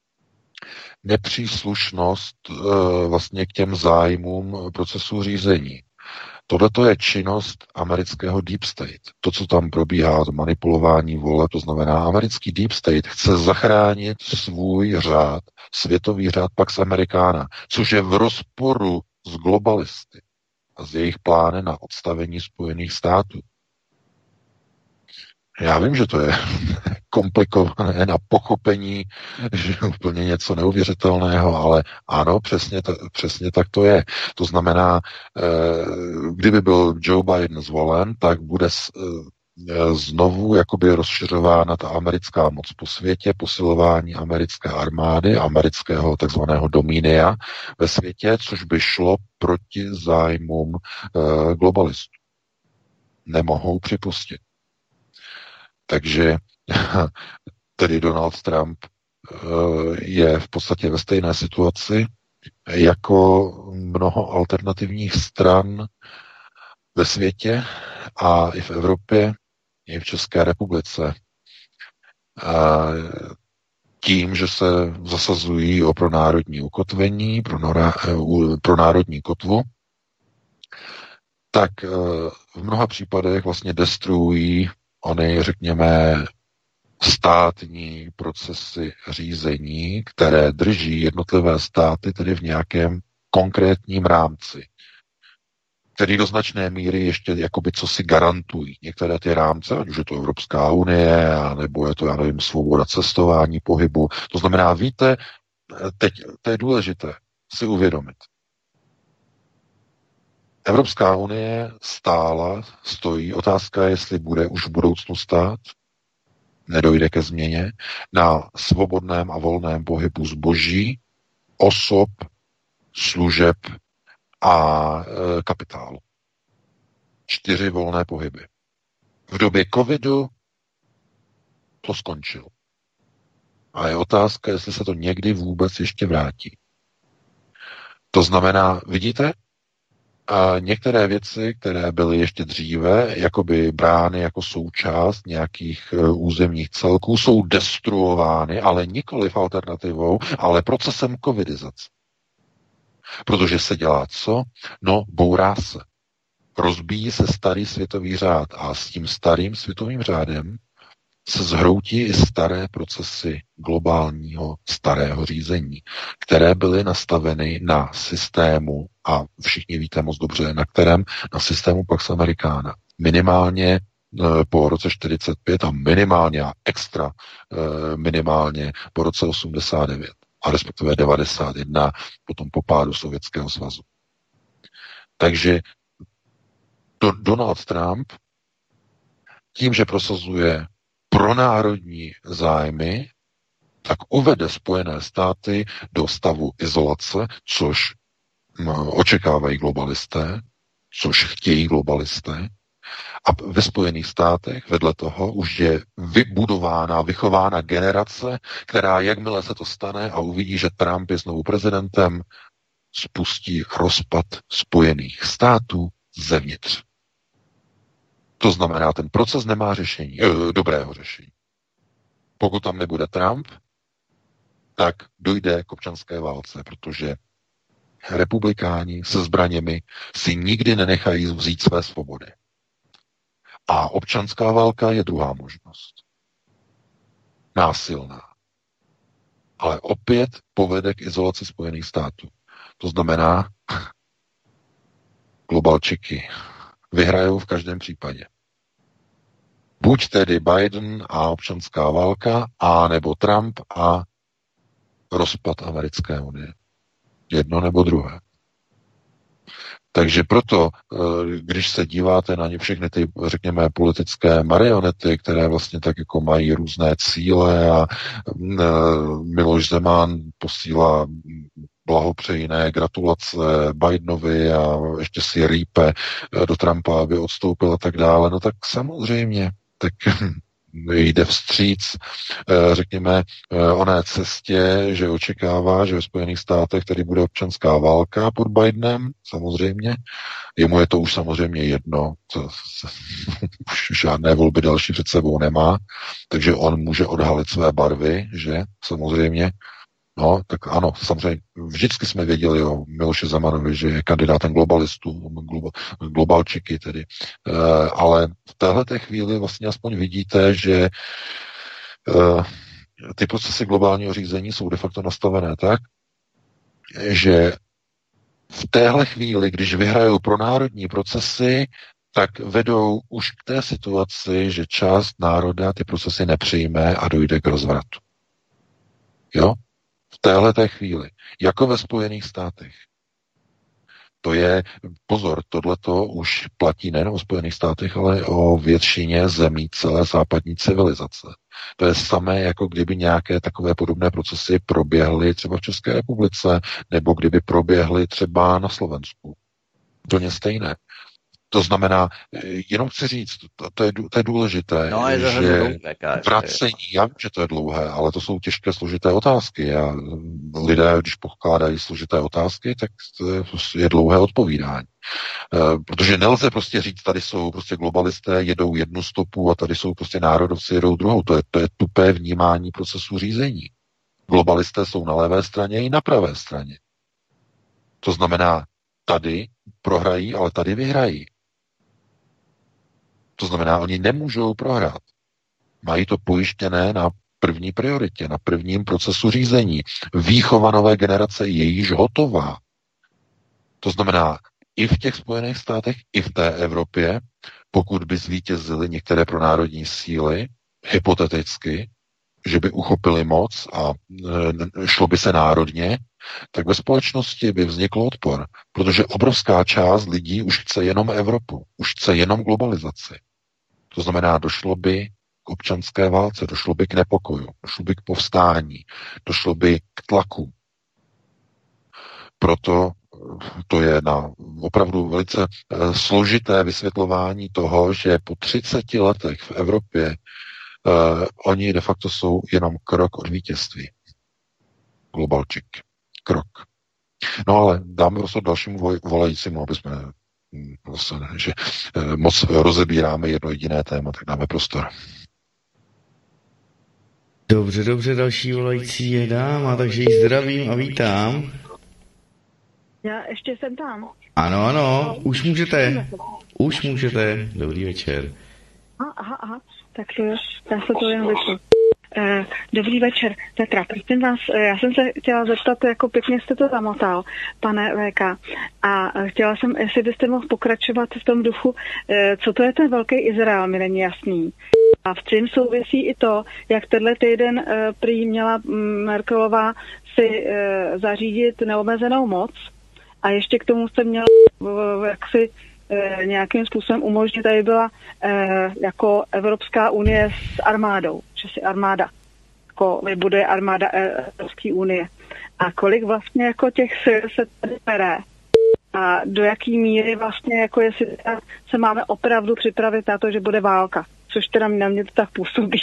nepříslušnost vlastně k těm zájmům procesu řízení. Tohleto je činnost amerického Deep State. To, co tam probíhá, to manipulování voleb, to znamená, americký Deep State chce zachránit svůj řád, světový řád Pax Americana, což je v rozporu s globalisty a s jejich plány na odstavení Spojených států. Já vím, že to je komplikované na pochopení, že úplně něco neuvěřitelného, ale ano, přesně tak to je. To znamená, kdyby byl Joe Biden zvolen, tak bude znovu jakoby rozšiřována ta americká moc po světě, posilování americké armády, amerického takzvaného dominia ve světě, což by šlo proti zájmům globalistů. Nemohou připustit. Takže tedy Donald Trump je v podstatě ve stejné situaci jako mnoho alternativních stran ve světě a i v Evropě, i v České republice. Tím, že se zasazují o pronárodní ukotvení, pro národní kotvu, tak v mnoha případech vlastně destruují ony, řekněme, státní procesy řízení, které drží jednotlivé státy tedy v nějakém konkrétním rámci, který do značné míry ještě jakoby co si garantují. Některé ty rámce, ať už je to Evropská unie, nebo je to, já nevím, svoboda cestování, pohybu. To znamená, víte, teď to je důležité si uvědomit. Evropská unie stojí, otázka je, jestli bude už v budoucnu stát, nedojde ke změně, na svobodném a volném pohybu zboží, osob, služeb a kapitálu. 4 volné pohyby. V době covidu to skončilo. A je otázka, jestli se to někdy vůbec ještě vrátí. To znamená, vidíte, a některé věci, které byly ještě dříve jakoby brány jako součást nějakých územních celků, jsou destruovány, ale nikoliv alternativou, ale procesem covidizace. Protože se dělá co? No, bourá se. Rozbíjí se starý světový řád a s tím starým světovým řádem se zhroutí i staré procesy globálního starého řízení, které byly nastaveny na systému, a všichni víte moc dobře, na kterém, na systému Pax Americana. Minimálně po roce 45 a minimálně a extra minimálně po roce 89 a respektive 91 potom po pádu Sovětského svazu. Takže Donald Trump tím, že prosazuje pronárodní zájmy, tak uvede Spojené státy do stavu izolace, což očekávají globalisté, což chtějí globalisté. A ve Spojených státech vedle toho už je vychována generace, která jakmile se to stane a uvidí, že Trump je znovu prezidentem, spustí rozpad Spojených států zevnitř. To znamená, ten proces nemá řešení, dobrého řešení. Pokud tam nebude Trump, tak dojde k občanské válce, protože republikáni se zbraněmi si nikdy nenechají vzít své svobody. A občanská válka je druhá možnost. Násilná. Ale opět povede k izolaci Spojených států. To znamená, globalčiky vyhrajou v každém případě. Buď tedy Biden a občanská válka, a nebo Trump a rozpad Americké unie. Jedno nebo druhé. Takže proto, když se díváte na ně všechny ty, řekněme, politické marionety, které vlastně tak jako mají různé cíle a Miloš Zeman posílá blahopřejné gratulace Bidenovi a ještě si rýpe do Trumpa, aby odstoupil a tak dále, no tak samozřejmě, tak jde vstříc, řekněme, oné cestě, že očekává, že ve Spojených státech tady bude občanská válka pod Bidenem, samozřejmě. Jemu je to už samozřejmě jedno, už žádné volby další před sebou nemá, takže on může odhalit své barvy, že samozřejmě. No, tak ano, samozřejmě vždycky jsme věděli o Miloši Zemanovi, že je kandidátem globalistů, globalčiky tedy, ale v téhleté chvíli vlastně aspoň vidíte, že ty procesy globálního řízení jsou de facto nastavené tak, že v téhle chvíli, když vyhrajou pronárodní procesy, tak vedou už k té situaci, že část národa ty procesy nepřijme a dojde k rozvratu. Jo? V téhleté chvíli. Jako ve Spojených státech. To je, pozor, tohleto už platí nejen o Spojených státech, ale o většině zemí celé západní civilizace. To je samé, jako kdyby nějaké takové podobné procesy proběhly třeba v České republice, nebo kdyby proběhly třeba na Slovensku. Úplně stejné. To znamená, jenom chci říct, to je důležité, že vracení, já vím, že to je dlouhé, ale to jsou těžké, složité otázky a lidé, když pokládají složité otázky, tak je dlouhé odpovídání. Protože nelze prostě říct, tady jsou prostě globalisté, jedou jednu stopu a tady jsou prostě národovci, jedou druhou. To je tupé vnímání procesu řízení. Globalisté jsou na levé straně i na pravé straně. To znamená, tady prohrají, ale tady vyhrají. To znamená, oni nemůžou prohrát. Mají to pojištěné na první prioritě, na prvním procesu řízení. Výchova nové generace je již hotová. To znamená, i v těch Spojených státech, i v té Evropě, pokud by zvítězily některé pronárodní síly, hypoteticky, že by uchopili moc a šlo by se národně, tak ve společnosti by vznikl odpor, protože obrovská část lidí už chce jenom Evropu, už chce jenom globalizaci. To znamená, došlo by k občanské válce, došlo by k nepokoju, došlo by k povstání, došlo by k tlaku. Proto to je na opravdu velice složité vysvětlování toho, že po 30 letech v Evropě oni de facto jsou jenom krok od vítězství. Globalčik. Krok. No ale dáme prostor dalšímu volajícímu, aby jsme že moc rozebíráme jedno jediné téma, tak dáme prostor. Dobře, další volající je dáma, takže ji zdravím a vítám. Já ještě jsem tam. Ano, už můžete. Dobrý večer. Aha, tak to je, já se to jen vyšlo. Dobrý večer, Petra, prosím vás, já jsem se chtěla zeptat, jako pěkně jste to zamotal, pane VK, a chtěla jsem, jestli byste mohl pokračovat v tom duchu, co to je ten velký Izrael, mi není jasný. A v čem souvisí i to, jak tenhle týden prý měla Merkelová si zařídit neomezenou moc a ještě k tomu se měla jaksi nějakým způsobem umožnit, aby byla jako Evropská unie s armádou, že si armáda jako vybuduje armáda Evropské unie. A kolik vlastně jako těch sil se tady bere a do jaký míry vlastně jako jestli se máme opravdu připravit na to, že bude válka, což teda na mě to tak působí.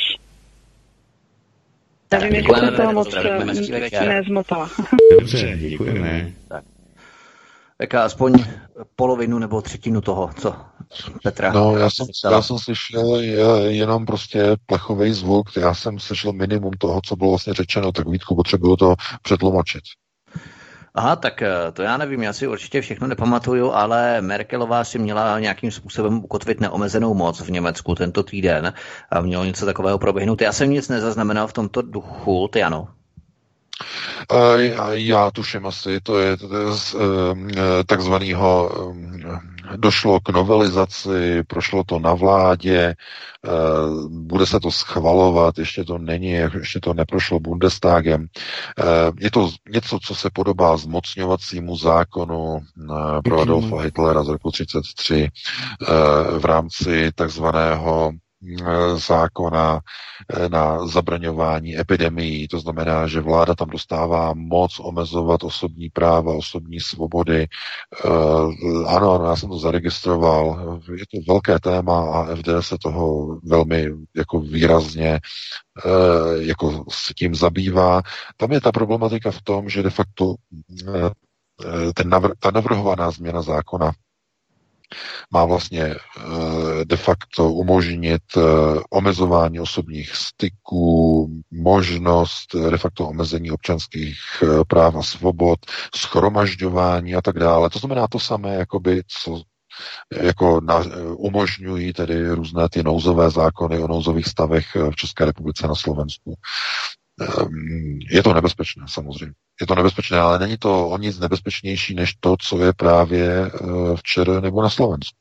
Nevím, jestli jsem toho moc nezmotala. Dobře, děkujeme. Jaká aspoň polovinu nebo třetinu toho, co Petra? No, já jsem slyšel jenom prostě plechový zvuk, já jsem slyšel minimum toho, co bylo vlastně řečeno, tak Vítku, potřebuju to přetlumočit. Aha, tak to já nevím, já si určitě všechno nepamatuju, ale Merkelová si měla nějakým způsobem ukotvit neomezenou moc v Německu tento týden a mělo něco takového proběhnout. Já jsem nic nezaznamenal v tomto duchu, ty ano. Já tuším asi, to je z takzvaného, došlo k novelizaci, prošlo to na vládě, bude se to schvalovat, ještě to neprošlo Bundestagem. Je to něco, co se podobá zmocňovacímu zákonu pro Adolfa Hitlera z roku 1933 v rámci takzvaného zákona na zabraňování epidemií. To znamená, že vláda tam dostává moc omezovat osobní práva, osobní svobody. Ano, já jsem to zaregistroval. Je to velké téma a FD se toho velmi jako výrazně jako s tím zabývá. Tam je ta problematika v tom, že de facto ta navrhovaná změna zákona má vlastně de facto umožnit omezování osobních styků, možnost de facto omezení občanských práv a svobod, shromažďování a tak dále. To znamená to samé, jakoby, co jako umožňují tedy různé ty nouzové zákony o nouzových stavech v České republice, na Slovensku. Je to nebezpečné, samozřejmě. Je to nebezpečné, ale není to o nic nebezpečnější než to, co je právě v ČR nebo na Slovensku.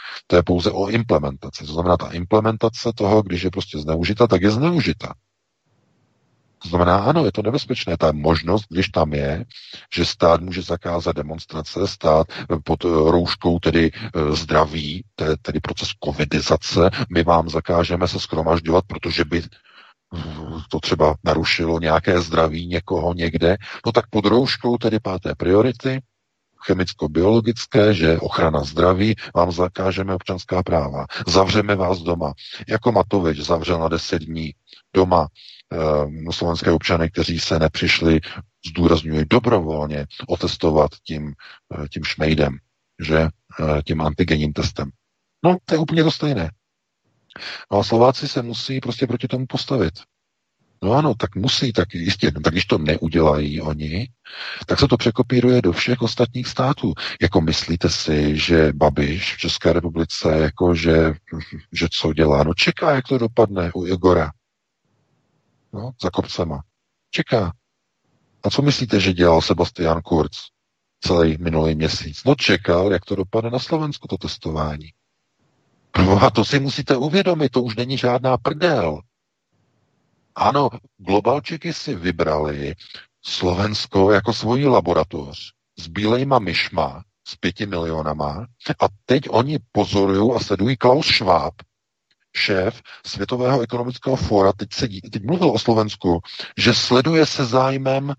To je pouze o implementaci. To znamená, ta implementace toho, když je prostě zneužita, tak je zneužita. To znamená, ano, je to nebezpečné. Ta možnost, když tam je, že stát může zakázat demonstrace, stát pod rouškou tedy zdraví, tedy proces covidizace, my vám zakážeme se shromažďovat, protože by to třeba narušilo nějaké zdraví někoho někde, no tak pod rouškou tedy 5. priority, chemicko-biologické, že ochrana zdraví, vám zakážeme občanská práva. Zavřeme vás doma. Jako Matovič zavřel na 10 dní doma slovenské občany, kteří se nepřišli, zdůrazňuji, dobrovolně otestovat tím šmejdem, že tím antigenním testem. No, to je úplně to stejné. No a Slováci se musí prostě proti tomu postavit. No ano, tak musí, tak jistě, tak když to neudělají oni, tak se to překopíruje do všech ostatních států. Jako myslíte si, že Babiš v České republice, jako že co dělá? No čeká, jak to dopadne u Igora. No, za kopcema. Čeká. A co myslíte, že dělal Sebastian Kurz celý minulý měsíc? No čekal, jak to dopadne na Slovensku, to testování. No a to si musíte uvědomit, to už není žádná prdel. Ano, globalčiky si vybrali Slovensko jako svoji laboratoř s bílejma myšma, s 5 milionama a teď oni pozorují a sledují Klaus Schwab, šéf Světového ekonomického fóra, teď mluvil o Slovensku, že sleduje se zájmem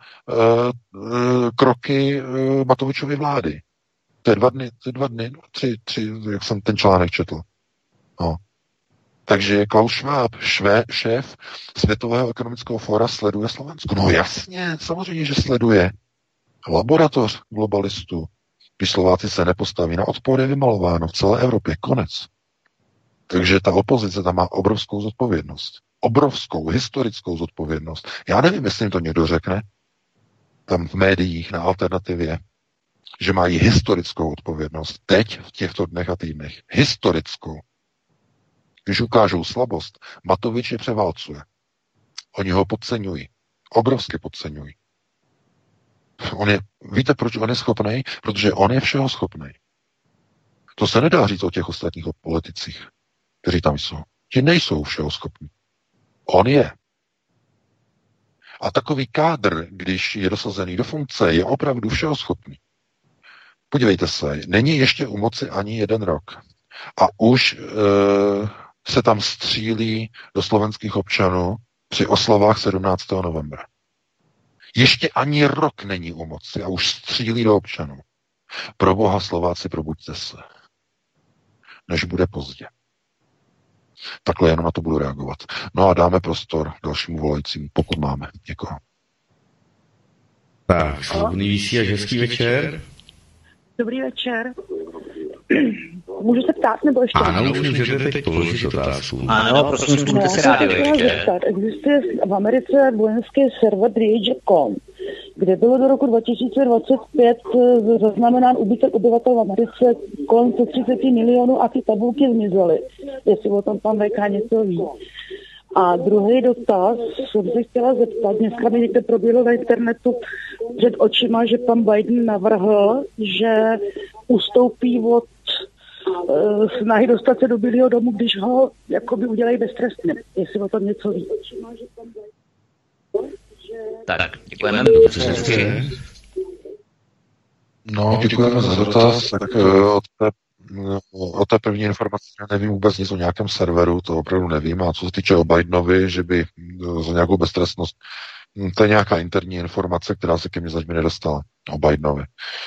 kroky Matovičovy vlády. To je 2 dny, 3, jak jsem ten článek četl. No. Takže Klaus Schwab, šéf Světového ekonomického fóra, sleduje Slovensko. No jasně, samozřejmě, že sleduje. Laboratoř globalistů. Když Slováci se nepostaví na odpor, je vymalováno v celé Evropě. Konec. Takže ta opozice tam má obrovskou zodpovědnost. Obrovskou, historickou zodpovědnost. Já nevím, jestli jim to někdo řekne, tam v médiích, na Alternativě, že mají historickou odpovědnost. Teď, v těchto dnech a týdnech. Historickou. Když ukážou slabost, Matovič je převálcuje. Oni ho podceňují. Obrovsky podceňují. Víte, proč on je schopný? Protože on je všeho schopný. To se nedá říct o těch ostatních politicích, kteří tam jsou. Ti nejsou všeho schopní. On je. A takový kádr, když je dosazený do funkce, je opravdu všeho schopný. Podívejte se, není ještě u moci ani 1 rok. A už se tam střílí do slovenských občanů při oslavách 17. novembra. Ještě ani rok není u moci a už střílí do občanů. Pro Boha, Slováci, probuďte se. Než bude pozdě. Takhle jenom na to budu reagovat. No a dáme prostor dalšímu volajícímu, pokud máme někoho. Tak, svobodný vysílač, hezký večer. Dobrý večer. Můžu se ptát, nebo ještě? Ano, už můžete teď položit otázku. Ano, prosím, spusťte si rádio ještě. Existuje v Americe vojenský server DHCom, kde bylo do roku 2025 zaznamenán úbytek obyvatel v Americe kolem 130 milionů a ty tabulky zmizely. Jestli o tom pan VK něco ví. A druhý dotaz, jsem se chtěla zeptat, dneska mi někde proběhlo na internetu před očima, že pan Biden navrhl, že ustoupí od snahy dostat se do Bílého domu, když ho jakoby udělají beztrestným. Jestli o tom něco ví. Tak, děkujeme. No, děkujeme za dotaz. Tak o té první informaci nevím vůbec nic o nějakém serveru, to opravdu nevím. A co se týče o Bidenovi, že by za nějakou beztrestnost, to je nějaká interní informace, která se ke mně zatím nedostala o Bidenovi.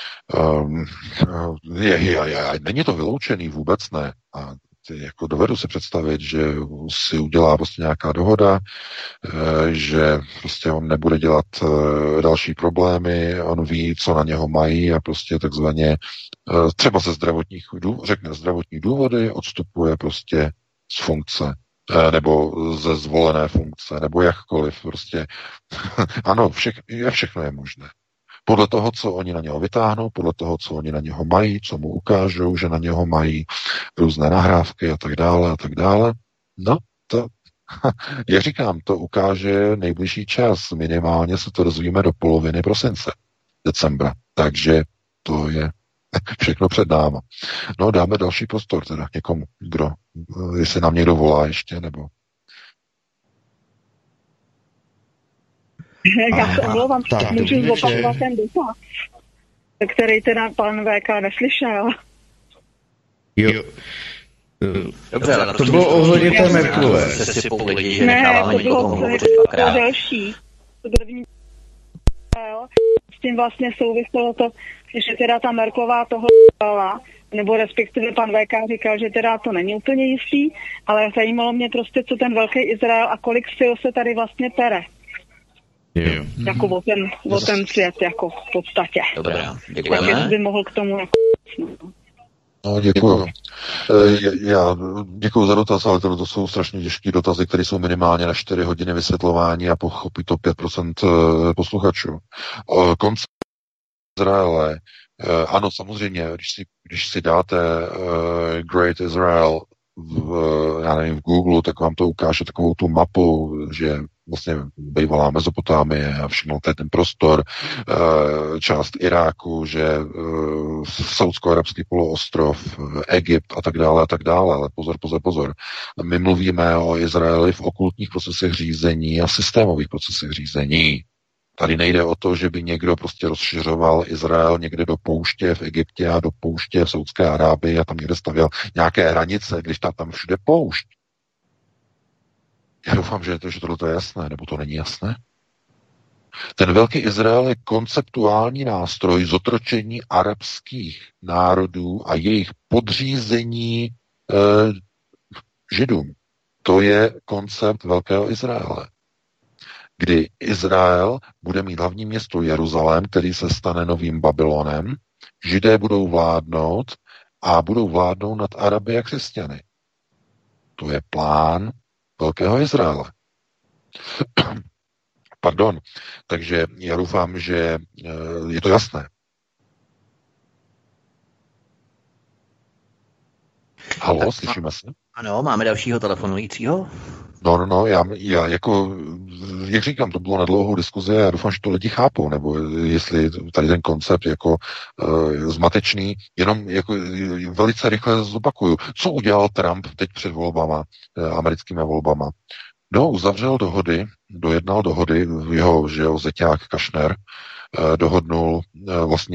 Není to vyloučený, vůbec ne. A jako dovedu si představit, že si udělá prostě nějaká dohoda, že prostě on nebude dělat další problémy, on ví, co na něho mají a prostě takzvaně třeba ze zdravotních důvody, odstupuje prostě z funkce nebo ze zvolené funkce, nebo jakkoliv prostě. Ano, všechno je možné. Podle toho, co oni na něho vytáhnou, podle toho, co oni na něho mají, co mu ukážou, že na něho mají různé nahrávky a tak dále. No, to, jak říkám, to ukáže nejbližší čas. Minimálně se to dozvíme do poloviny prosince, decembra. Takže to je Všechno před náma. No, dáme další prostor teda někomu, kdo, jestli nám někdo volá ještě, nebo... Já se omlouvám, můžu zopakovat ten dotaz, který teda pan VK neslyšel. Jo. Dobře, ale to bylo ohledně té Merkelové. Ne, to bylo další. To první s tím vlastně souviselo to, že teda ta Merkelová toho nebo respektive pan VK říkal, že teda to není úplně jistý, ale zajímalo mě prostě, co ten velký Izrael a kolik sil se tady vlastně pere. Jo. Jako o ten svět, jako v podstatě. Dobrá, děkujeme. Takže by mohl k tomu jako... No, děkuju. Já děkuju za dotaz, ale to jsou strašně těžké dotazy, které jsou minimálně na 4 hodiny vysvětlování a pochopí to 5% posluchačů. Koncept Izraele, ano, samozřejmě, když si dáte Great Israel v Google, tak vám to ukáže takovou tu mapu, že vlastně bývalá Mezopotámie a všechno ten prostor, část Iráku, že Saúdsko-arabský poloostrov, Egypt a tak dále, ale pozor. My mluvíme o Izraeli v okultních procesech řízení a systémových procesech řízení. Tady nejde o to, že by někdo prostě rozšiřoval Izrael někde do pouště v Egyptě a do pouště v Saúdské Arábii a tam někde stavěl nějaké hranice, když tam všude poušť. Já doufám, že tohle je jasné, nebo to není jasné. Ten velký Izrael je konceptuální nástroj zotročení arabských národů a jejich podřízení Židům. To je koncept velkého Izraele, kdy Izrael bude mít hlavní město Jeruzalém, který se stane novým Babylonem, Židé budou vládnout a budou vládnout nad Araby a křesťany. To je plán velkého Izraele. Pardon. Takže já doufám, že je to jasné. Haló, slyšíme se? Ano, máme dalšího telefonujícího. No, já jako, jak říkám, to bylo na dlouhou diskuzi a já doufám, že to lidi chápou, nebo jestli tady ten koncept jako zmatečný, jenom jako velice rychle zopakuju. Co udělal Trump teď před volbama, americkými volbama? No, uzavřel dohody, dojednal dohody, jeho zeťák Kushner dohodnul vlastně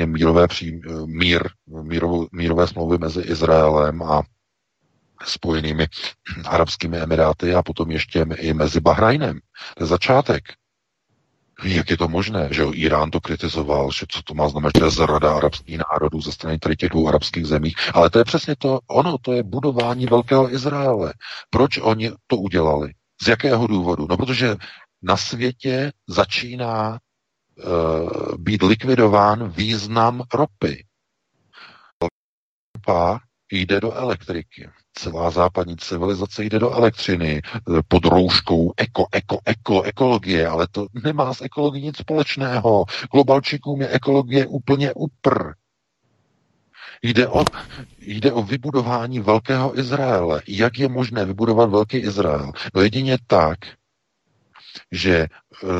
mírové smlouvy mezi Izraelem a Spojenými arabskými emiráty a potom ještě i mezi Bahrajnem. To je začátek. Jak je to možné, že Irán to kritizoval, že co to má znamenat, že je zrada arabských národů ze strany tady těch 2 arabských zemí. Ale to je přesně to je budování velkého Izraele. Proč oni to udělali? Z jakého důvodu? No, protože na světě začíná být likvidován význam ropy. Ropa jde do elektriky. Celá západní civilizace jde do elektřiny pod rouškou ekologie, ale to nemá s ekologií nic společného. Globalčikům je ekologie úplně upr. Jde o vybudování velkého Izraele. Jak je možné vybudovat velký Izrael? No jedině tak, že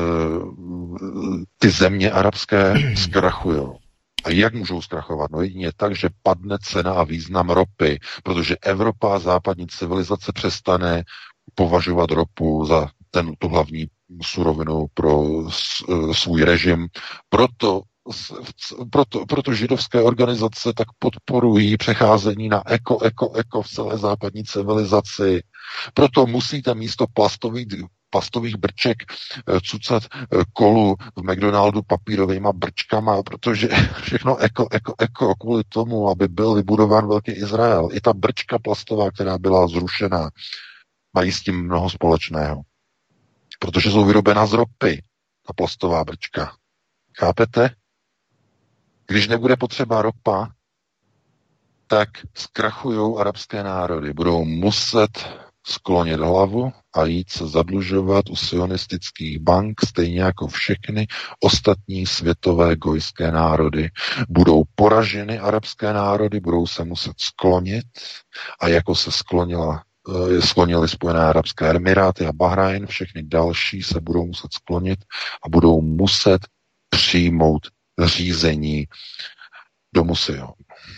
ty země arabské zkrachujou. A jak můžou zkrachovat? No jedině tak, že padne cena a význam ropy, protože Evropa a západní civilizace přestane považovat ropu za tu hlavní surovinu pro svůj režim. Proto židovské organizace tak podporují přecházení na eko v celé západní civilizaci. Proto musíte místo plastových brček cucat kolu v McDonaldu papírovýma brčkama, protože všechno eko kvůli tomu, aby byl vybudován velký Izrael. I ta brčka plastová, která byla zrušena, mají s tím mnoho společného. Protože jsou vyrobená z ropy, ta plastová brčka. Chápete? Když nebude potřeba ropa, tak zkrachují arabské národy. Budou muset sklonit hlavu a jít se zadlužovat u sionistických bank, stejně jako všechny ostatní světové gojské národy. Budou poraženy arabské národy, budou se muset sklonit a jako se sklonili Spojené arabské emiráty a Bahrajn, všechny další se budou muset sklonit a budou muset přijmout řízení domu Sion.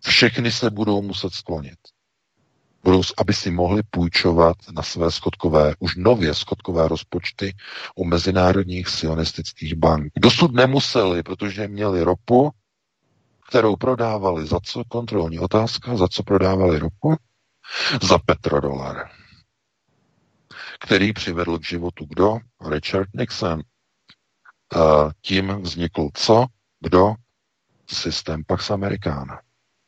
Všechny se budou muset sklonit. Aby si mohli půjčovat na své už nově schodkové rozpočty u mezinárodních sionistických bank. Dosud nemuseli, protože měli ropu, kterou prodávali za co? Kontrolní otázka, za co prodávali ropu? Za petrodolar, který přivedl k životu kdo? Richard Nixon. Tím vznikl co? Kdo? Systém Pax Americana.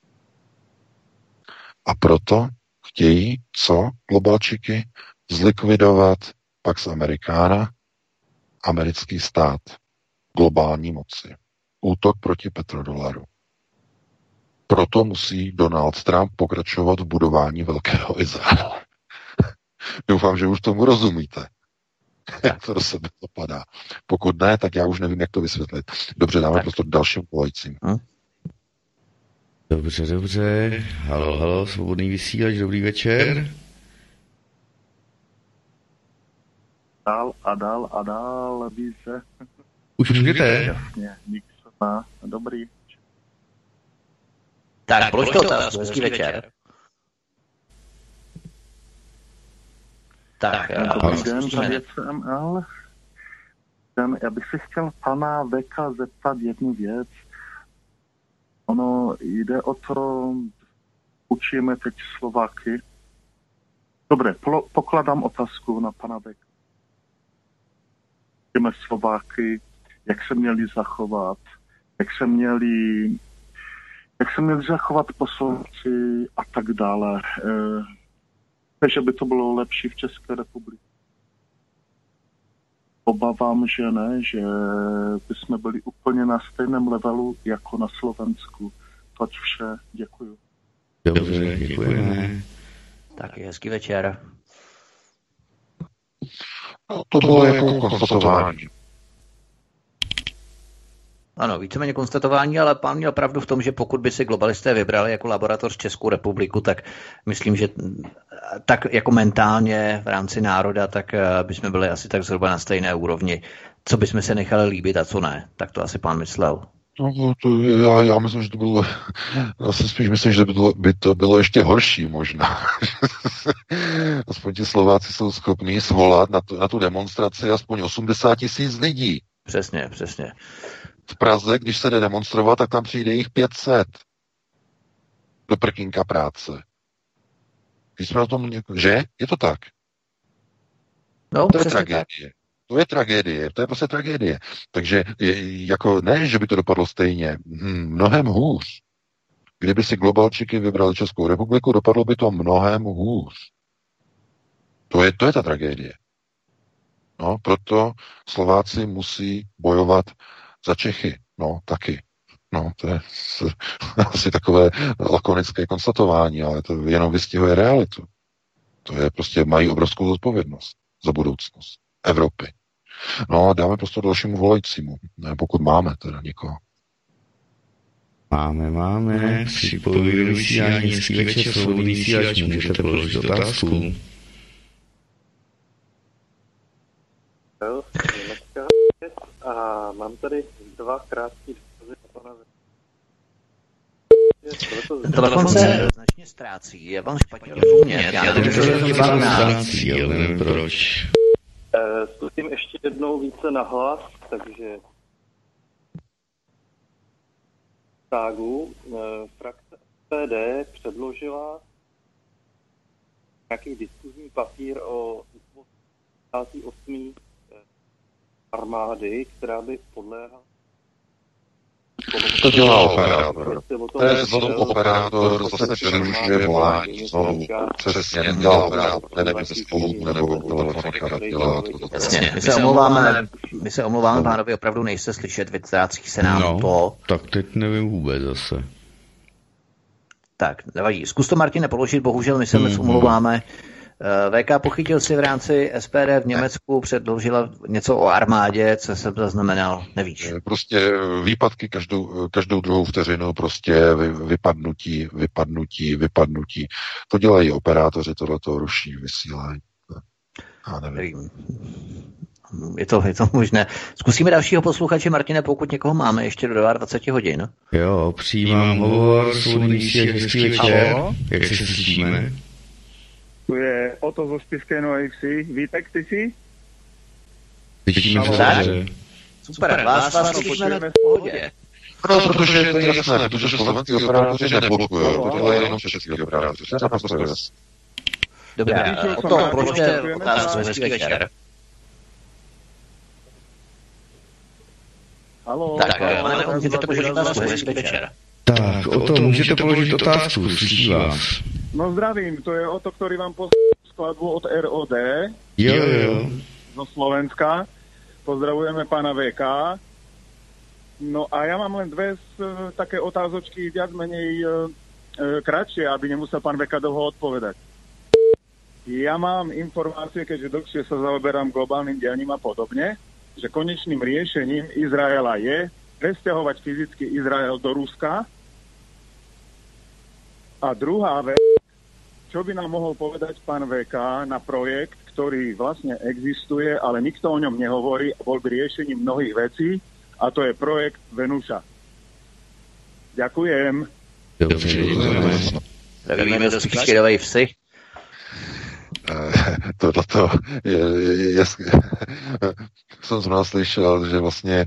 A proto chtějí, co, globalčiky, zlikvidovat Pax Americana, americký stát, globální moci. Útok proti petrodolaru. Proto musí Donald Trump pokračovat v budování velkého Izraele. Doufám, že už tomu rozumíte. Jak to do sebe dopadá. Pokud ne, tak já už nevím, jak to vysvětlit. Dobře, dáme prostor dalším volajícím. Dobře. Halo, svobodný vysílač, dobrý večer. Dál, více. Už můžete? Jasně, Nixona, dobrý. Tak, polož to otázku, hezký večer. Tak, dobrý den, tady je CML. Já bych se chtěl pana Veka zeptat jednu věc. Ono jde o to, učíme teď Slováky. Dobré, pokladám otázku na pana Veka. Učíme Slováky, jak se měli zachovat, jak se měli zachovat poslanci a tak dále. Že by to bylo lepší v České republice. Obávám, že ne, že bychom byli úplně na stejném levelu jako na Slovensku. Toť vše, děkuju. Dobře, děkujeme. Tak hezký večer. No, to bylo jako konstatování. Ano, víceméně konstatování, ale pán měl pravdu v tom, že pokud by si globalisté vybrali jako laboratoř Českou republiku, tak myslím, že tak jako mentálně v rámci národa, tak bychom byli asi tak zhruba na stejné úrovni. Co bychom se nechali líbit a co ne. Tak to asi pán myslel. No, já myslím, že to bylo, já si spíš myslím, že by to bylo ještě horší možná. Aspoň ti Slováci jsou schopní svolat na tu demonstraci aspoň 80 000 lidí. Přesně. V Praze, když se jde demonstrovat, tak tam přijde jich 500 do prkínka práce. Když jsme o tom, že? Je to tak. No, to je tragédie. To je prostě tragédie. Takže jako ne, že by to dopadlo stejně. Mnohem hůř. Kdyby si globalčiky vybrali Českou republiku, dopadlo by to mnohem hůř. To je ta tragédie. No, proto Slováci musí bojovat za Čechy. No, taky. No, to je asi takové lakonické konstatování, ale to jenom vystihuje realitu. To je prostě, mají obrovskou zodpovědnost za budoucnost Evropy. No, dáme prostě dalšímu volajícímu, ne, pokud máme teda někoho. Máme. Připojuji vysílání, hezký večer, svobodný vysílač, můžete položit otázku. A mám tady dva krátké dotazy na pana. Ten telefon se značně ztrácí, je vám špatně rozumět. Já nevím, že nevím proč. Zkusím ještě jednou více nahlas, takže frakce SPD předložila nějaký diskuzní papír o 58. armády, která by podléhala. To dělá operátor. To je znovu operátor, zase přerušuje volání. Znovu přesně nedělá operátor. Nevím, jestli spolu nebo telefonika dělá. Jasně, my se omlouváme, pánovi, opravdu nejste slyšet, vytrácí se nám to. Tak teď nevím vůbec zase. Tak, nevadí. Zkus to, Martine, položit, bohužel my se omlouváme. VK pochytil si v rámci SPD v Německu, předložila něco o armádě, co jsem zaznamenal, nevíš. Prostě výpadky každou druhou vteřinu, prostě vypadnutí. To dělají operátoři, tohleto ruší vysílání. Já nevím. Je to možné. Zkusíme dalšího posluchače, Martine, pokud někoho máme ještě do 22 hodin. Jo, přijímám hovor, svůj hezký večer. Jak se slyšíme? Tu je Oto zo Spišskej Novej Vsi. Vítek, ty si? Slyšíme se dobře. Super, vás slyšíme v pohodě. No, protože je to jasné, protože slovenský operátoři neblokují, to je jenom český operátoři. Dobré, o to položte otázku, hezký večer. Haló. Tak, pane, můžete položit otázku, hezký večer. Tak, o to můžete položit otázku, slyší vás. No zdravím, to je Oto, ktorý vám poslal skladbu od ROD. Jo. Zo Slovenska. Pozdravujeme pána VK. No a ja mám len dve také otázočky, viac menej kratšie, aby nemusel pán VK dlho odpovedať. Ja mám informácie, keďže dlhšie sa zaoberám globálnym dianím a podobne, že konečným riešením Izraela je presťahovať fyzicky Izrael do Ruska. A druhá vec, čo by nám mohol povedať pán VK na projekt, ktorý vlastne existuje, ale nikto o ňom nehovorí a bol by riešením mnohých vecí, a to je projekt Venuša. Ďakujem. Dobře, děkujeme. Zdravíme do Spišské Nové Vsi. Tohleto je jsem zrovna slyšel, že vlastně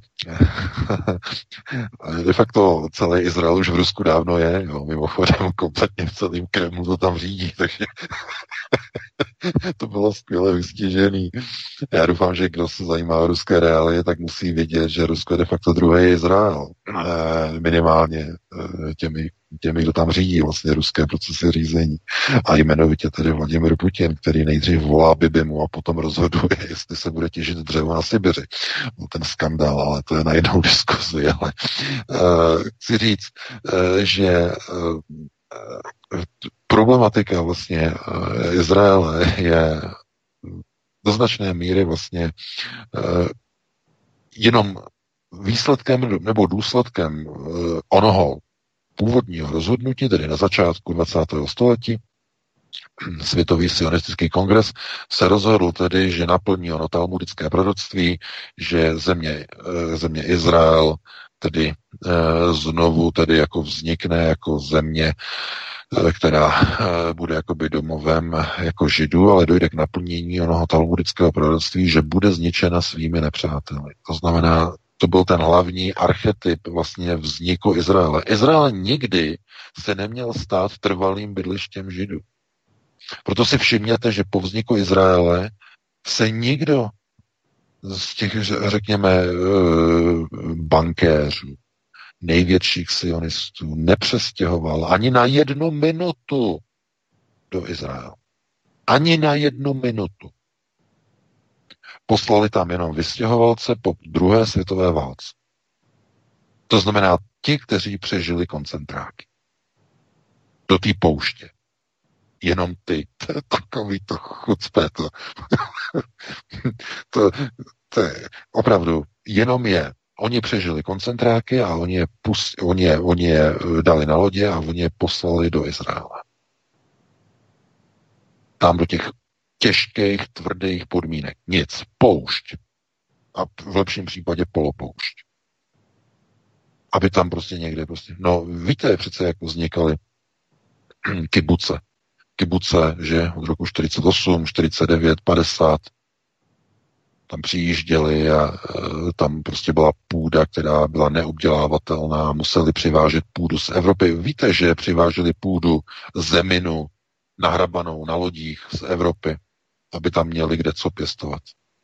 de facto celý Izrael už v Rusku dávno je, jo, mimochodem kompletně v celém Kremlu to tam řídí, takže to bylo skvěle vystěžený. Já doufám, že kdo se zajímá o ruské reálie, tak musí vědět, že Rusko je de facto druhý Izrael. Minimálně těmi, kdo tam řídí vlastně ruské procesy řízení. A jmenovitě tedy Vladimir Putin, který nejdřív volá Bibimu a potom rozhoduje, jestli se bude těžit dřevo na Sibiři. No, ten skandál, ale to je na jinou diskuzi. Ale chci říct, že problematika vlastně Izraele je do značné míry vlastně jenom výsledkem nebo důsledkem onoho původního rozhodnutí, tedy na začátku 20. století, Světový sionistický kongres se rozhodl tedy, že naplní ono talmudické proroctví, že země Izrael tedy znovu tedy jako vznikne jako země, která bude jakoby domovem jako Židů, ale dojde k naplnění onoho talmudického proroctví, že bude zničena svými nepřáteli. To znamená, to byl ten hlavní archetyp vlastně vzniku Izraele. Izrael nikdy se neměl stát trvalým bydlištěm Židů. Proto si všimněte, že po vzniku Izraele se nikdo z těch, řekněme, bankéřů, největších sionistů nepřestěhoval ani na 1 minutu do Izraele. Ani na 1 minutu. Poslali tam jenom vystěhovalce po druhé světové válce. To znamená ti, kteří přežili koncentráky. Do té pouště. Jenom ty. To je takový to chucpe. To je opravdu jenom je. Oni přežili koncentráky a oni je dali na lodě a oni je poslali do Izraele. Tam do těch těžkých, tvrdých podmínek. Nic. Poušť. A v lepším případě polopoušť. Aby tam prostě někde prostě... No, víte přece, jak vznikaly kibuce. Kibuce, že od roku 48, 49, 50 tam přijížděli a tam prostě byla půda, která byla neobdělávatelná, museli přivážet půdu z Evropy. Víte, že přiváželi půdu, zeminu, nahrabanou na lodích z Evropy, aby tam měli kde co pěstovat.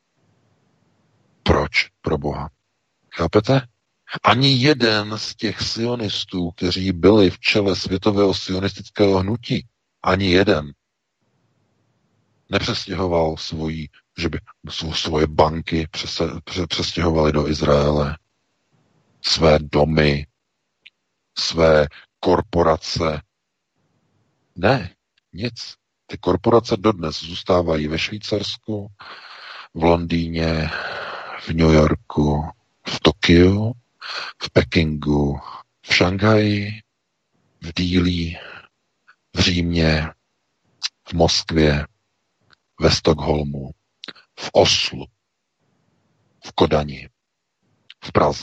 Proč, pro Boha? Chápete? Ani jeden z těch sionistů, kteří byli v čele světového sionistického hnutí, ani jeden nepřestěhoval svoje banky přestěhovali do Izraele, své domy, své korporace. Ne, nic. Ty korporace dodnes zůstávají ve Švýcarsku, v Londýně, v New Yorku, v Tokiu, v Pekingu, v Šanghaji, v Dílí, v Římě, v Moskvě, ve Stockholmu, v Oslu, v Kodani, v Praze.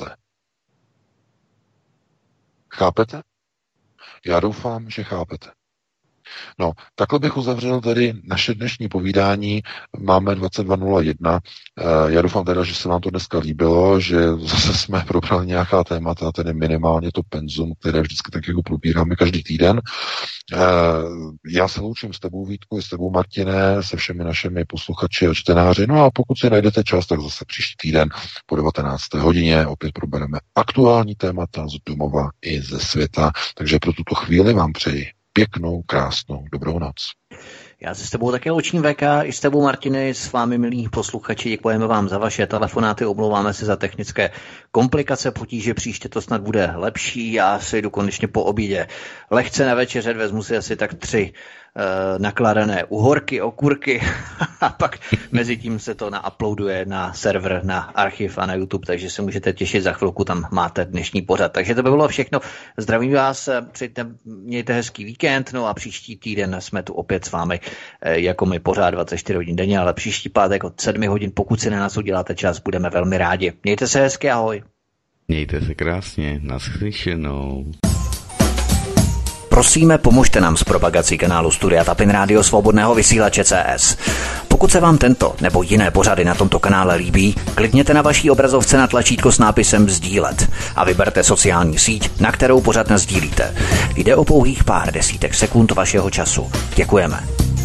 Chápete? Já doufám, že chápete. No, takhle bych uzavřel tedy naše dnešní povídání. Máme 22:01. Já doufám teda, že se vám to dneska líbilo, že zase jsme probrali nějaká témata, tedy minimálně to penzum, které vždycky tak jako probíráme každý týden. Já se loučím s tebou, Vítku, i s tebou, Martine, se všemi našimi posluchači a čtenáři. No a pokud si najdete čas, tak zase příští týden po 19. hodině opět probereme aktuální témata z domova i ze světa. Takže pro tuto chvíli vám přeji pěknou, krásnou, dobrou noc. Já se s tebou také loučím, VK, i s tebou, Martiny, s vámi, milí posluchači. Děkujeme vám za vaše telefonáty, omlouváme se za technické komplikace, potíže, příště to snad bude lepší. Já si jdu konečně po obědě lehce na večeřet, vezmu si asi tak 3 nakládané uhorky, okurky a pak mezi tím se to nauploaduje na server, na archiv a na YouTube, takže se můžete těšit, za chvilku tam máte dnešní pořad. Takže to by bylo všechno. Zdravím vás, mějte hezký víkend, no a příští týden jsme tu opět s vámi, jako my pořád 24 hodin denně, ale příští pátek od 7 hodin, pokud si na nás uděláte čas, budeme velmi rádi. Mějte se hezky, ahoj. Mějte se krásně, naslyšenou. Prosíme, pomožte nám s propagací kanálu Studia Tapin Rádio Svobodného vysílače CS. Pokud se vám tento nebo jiné pořady na tomto kanále líbí, klikněte na vaší obrazovce na tlačítko s nápisem sdílet a vyberte sociální síť, na kterou pořad nasdílíte. Jde o pouhých pár desítek sekund vašeho času. Děkujeme.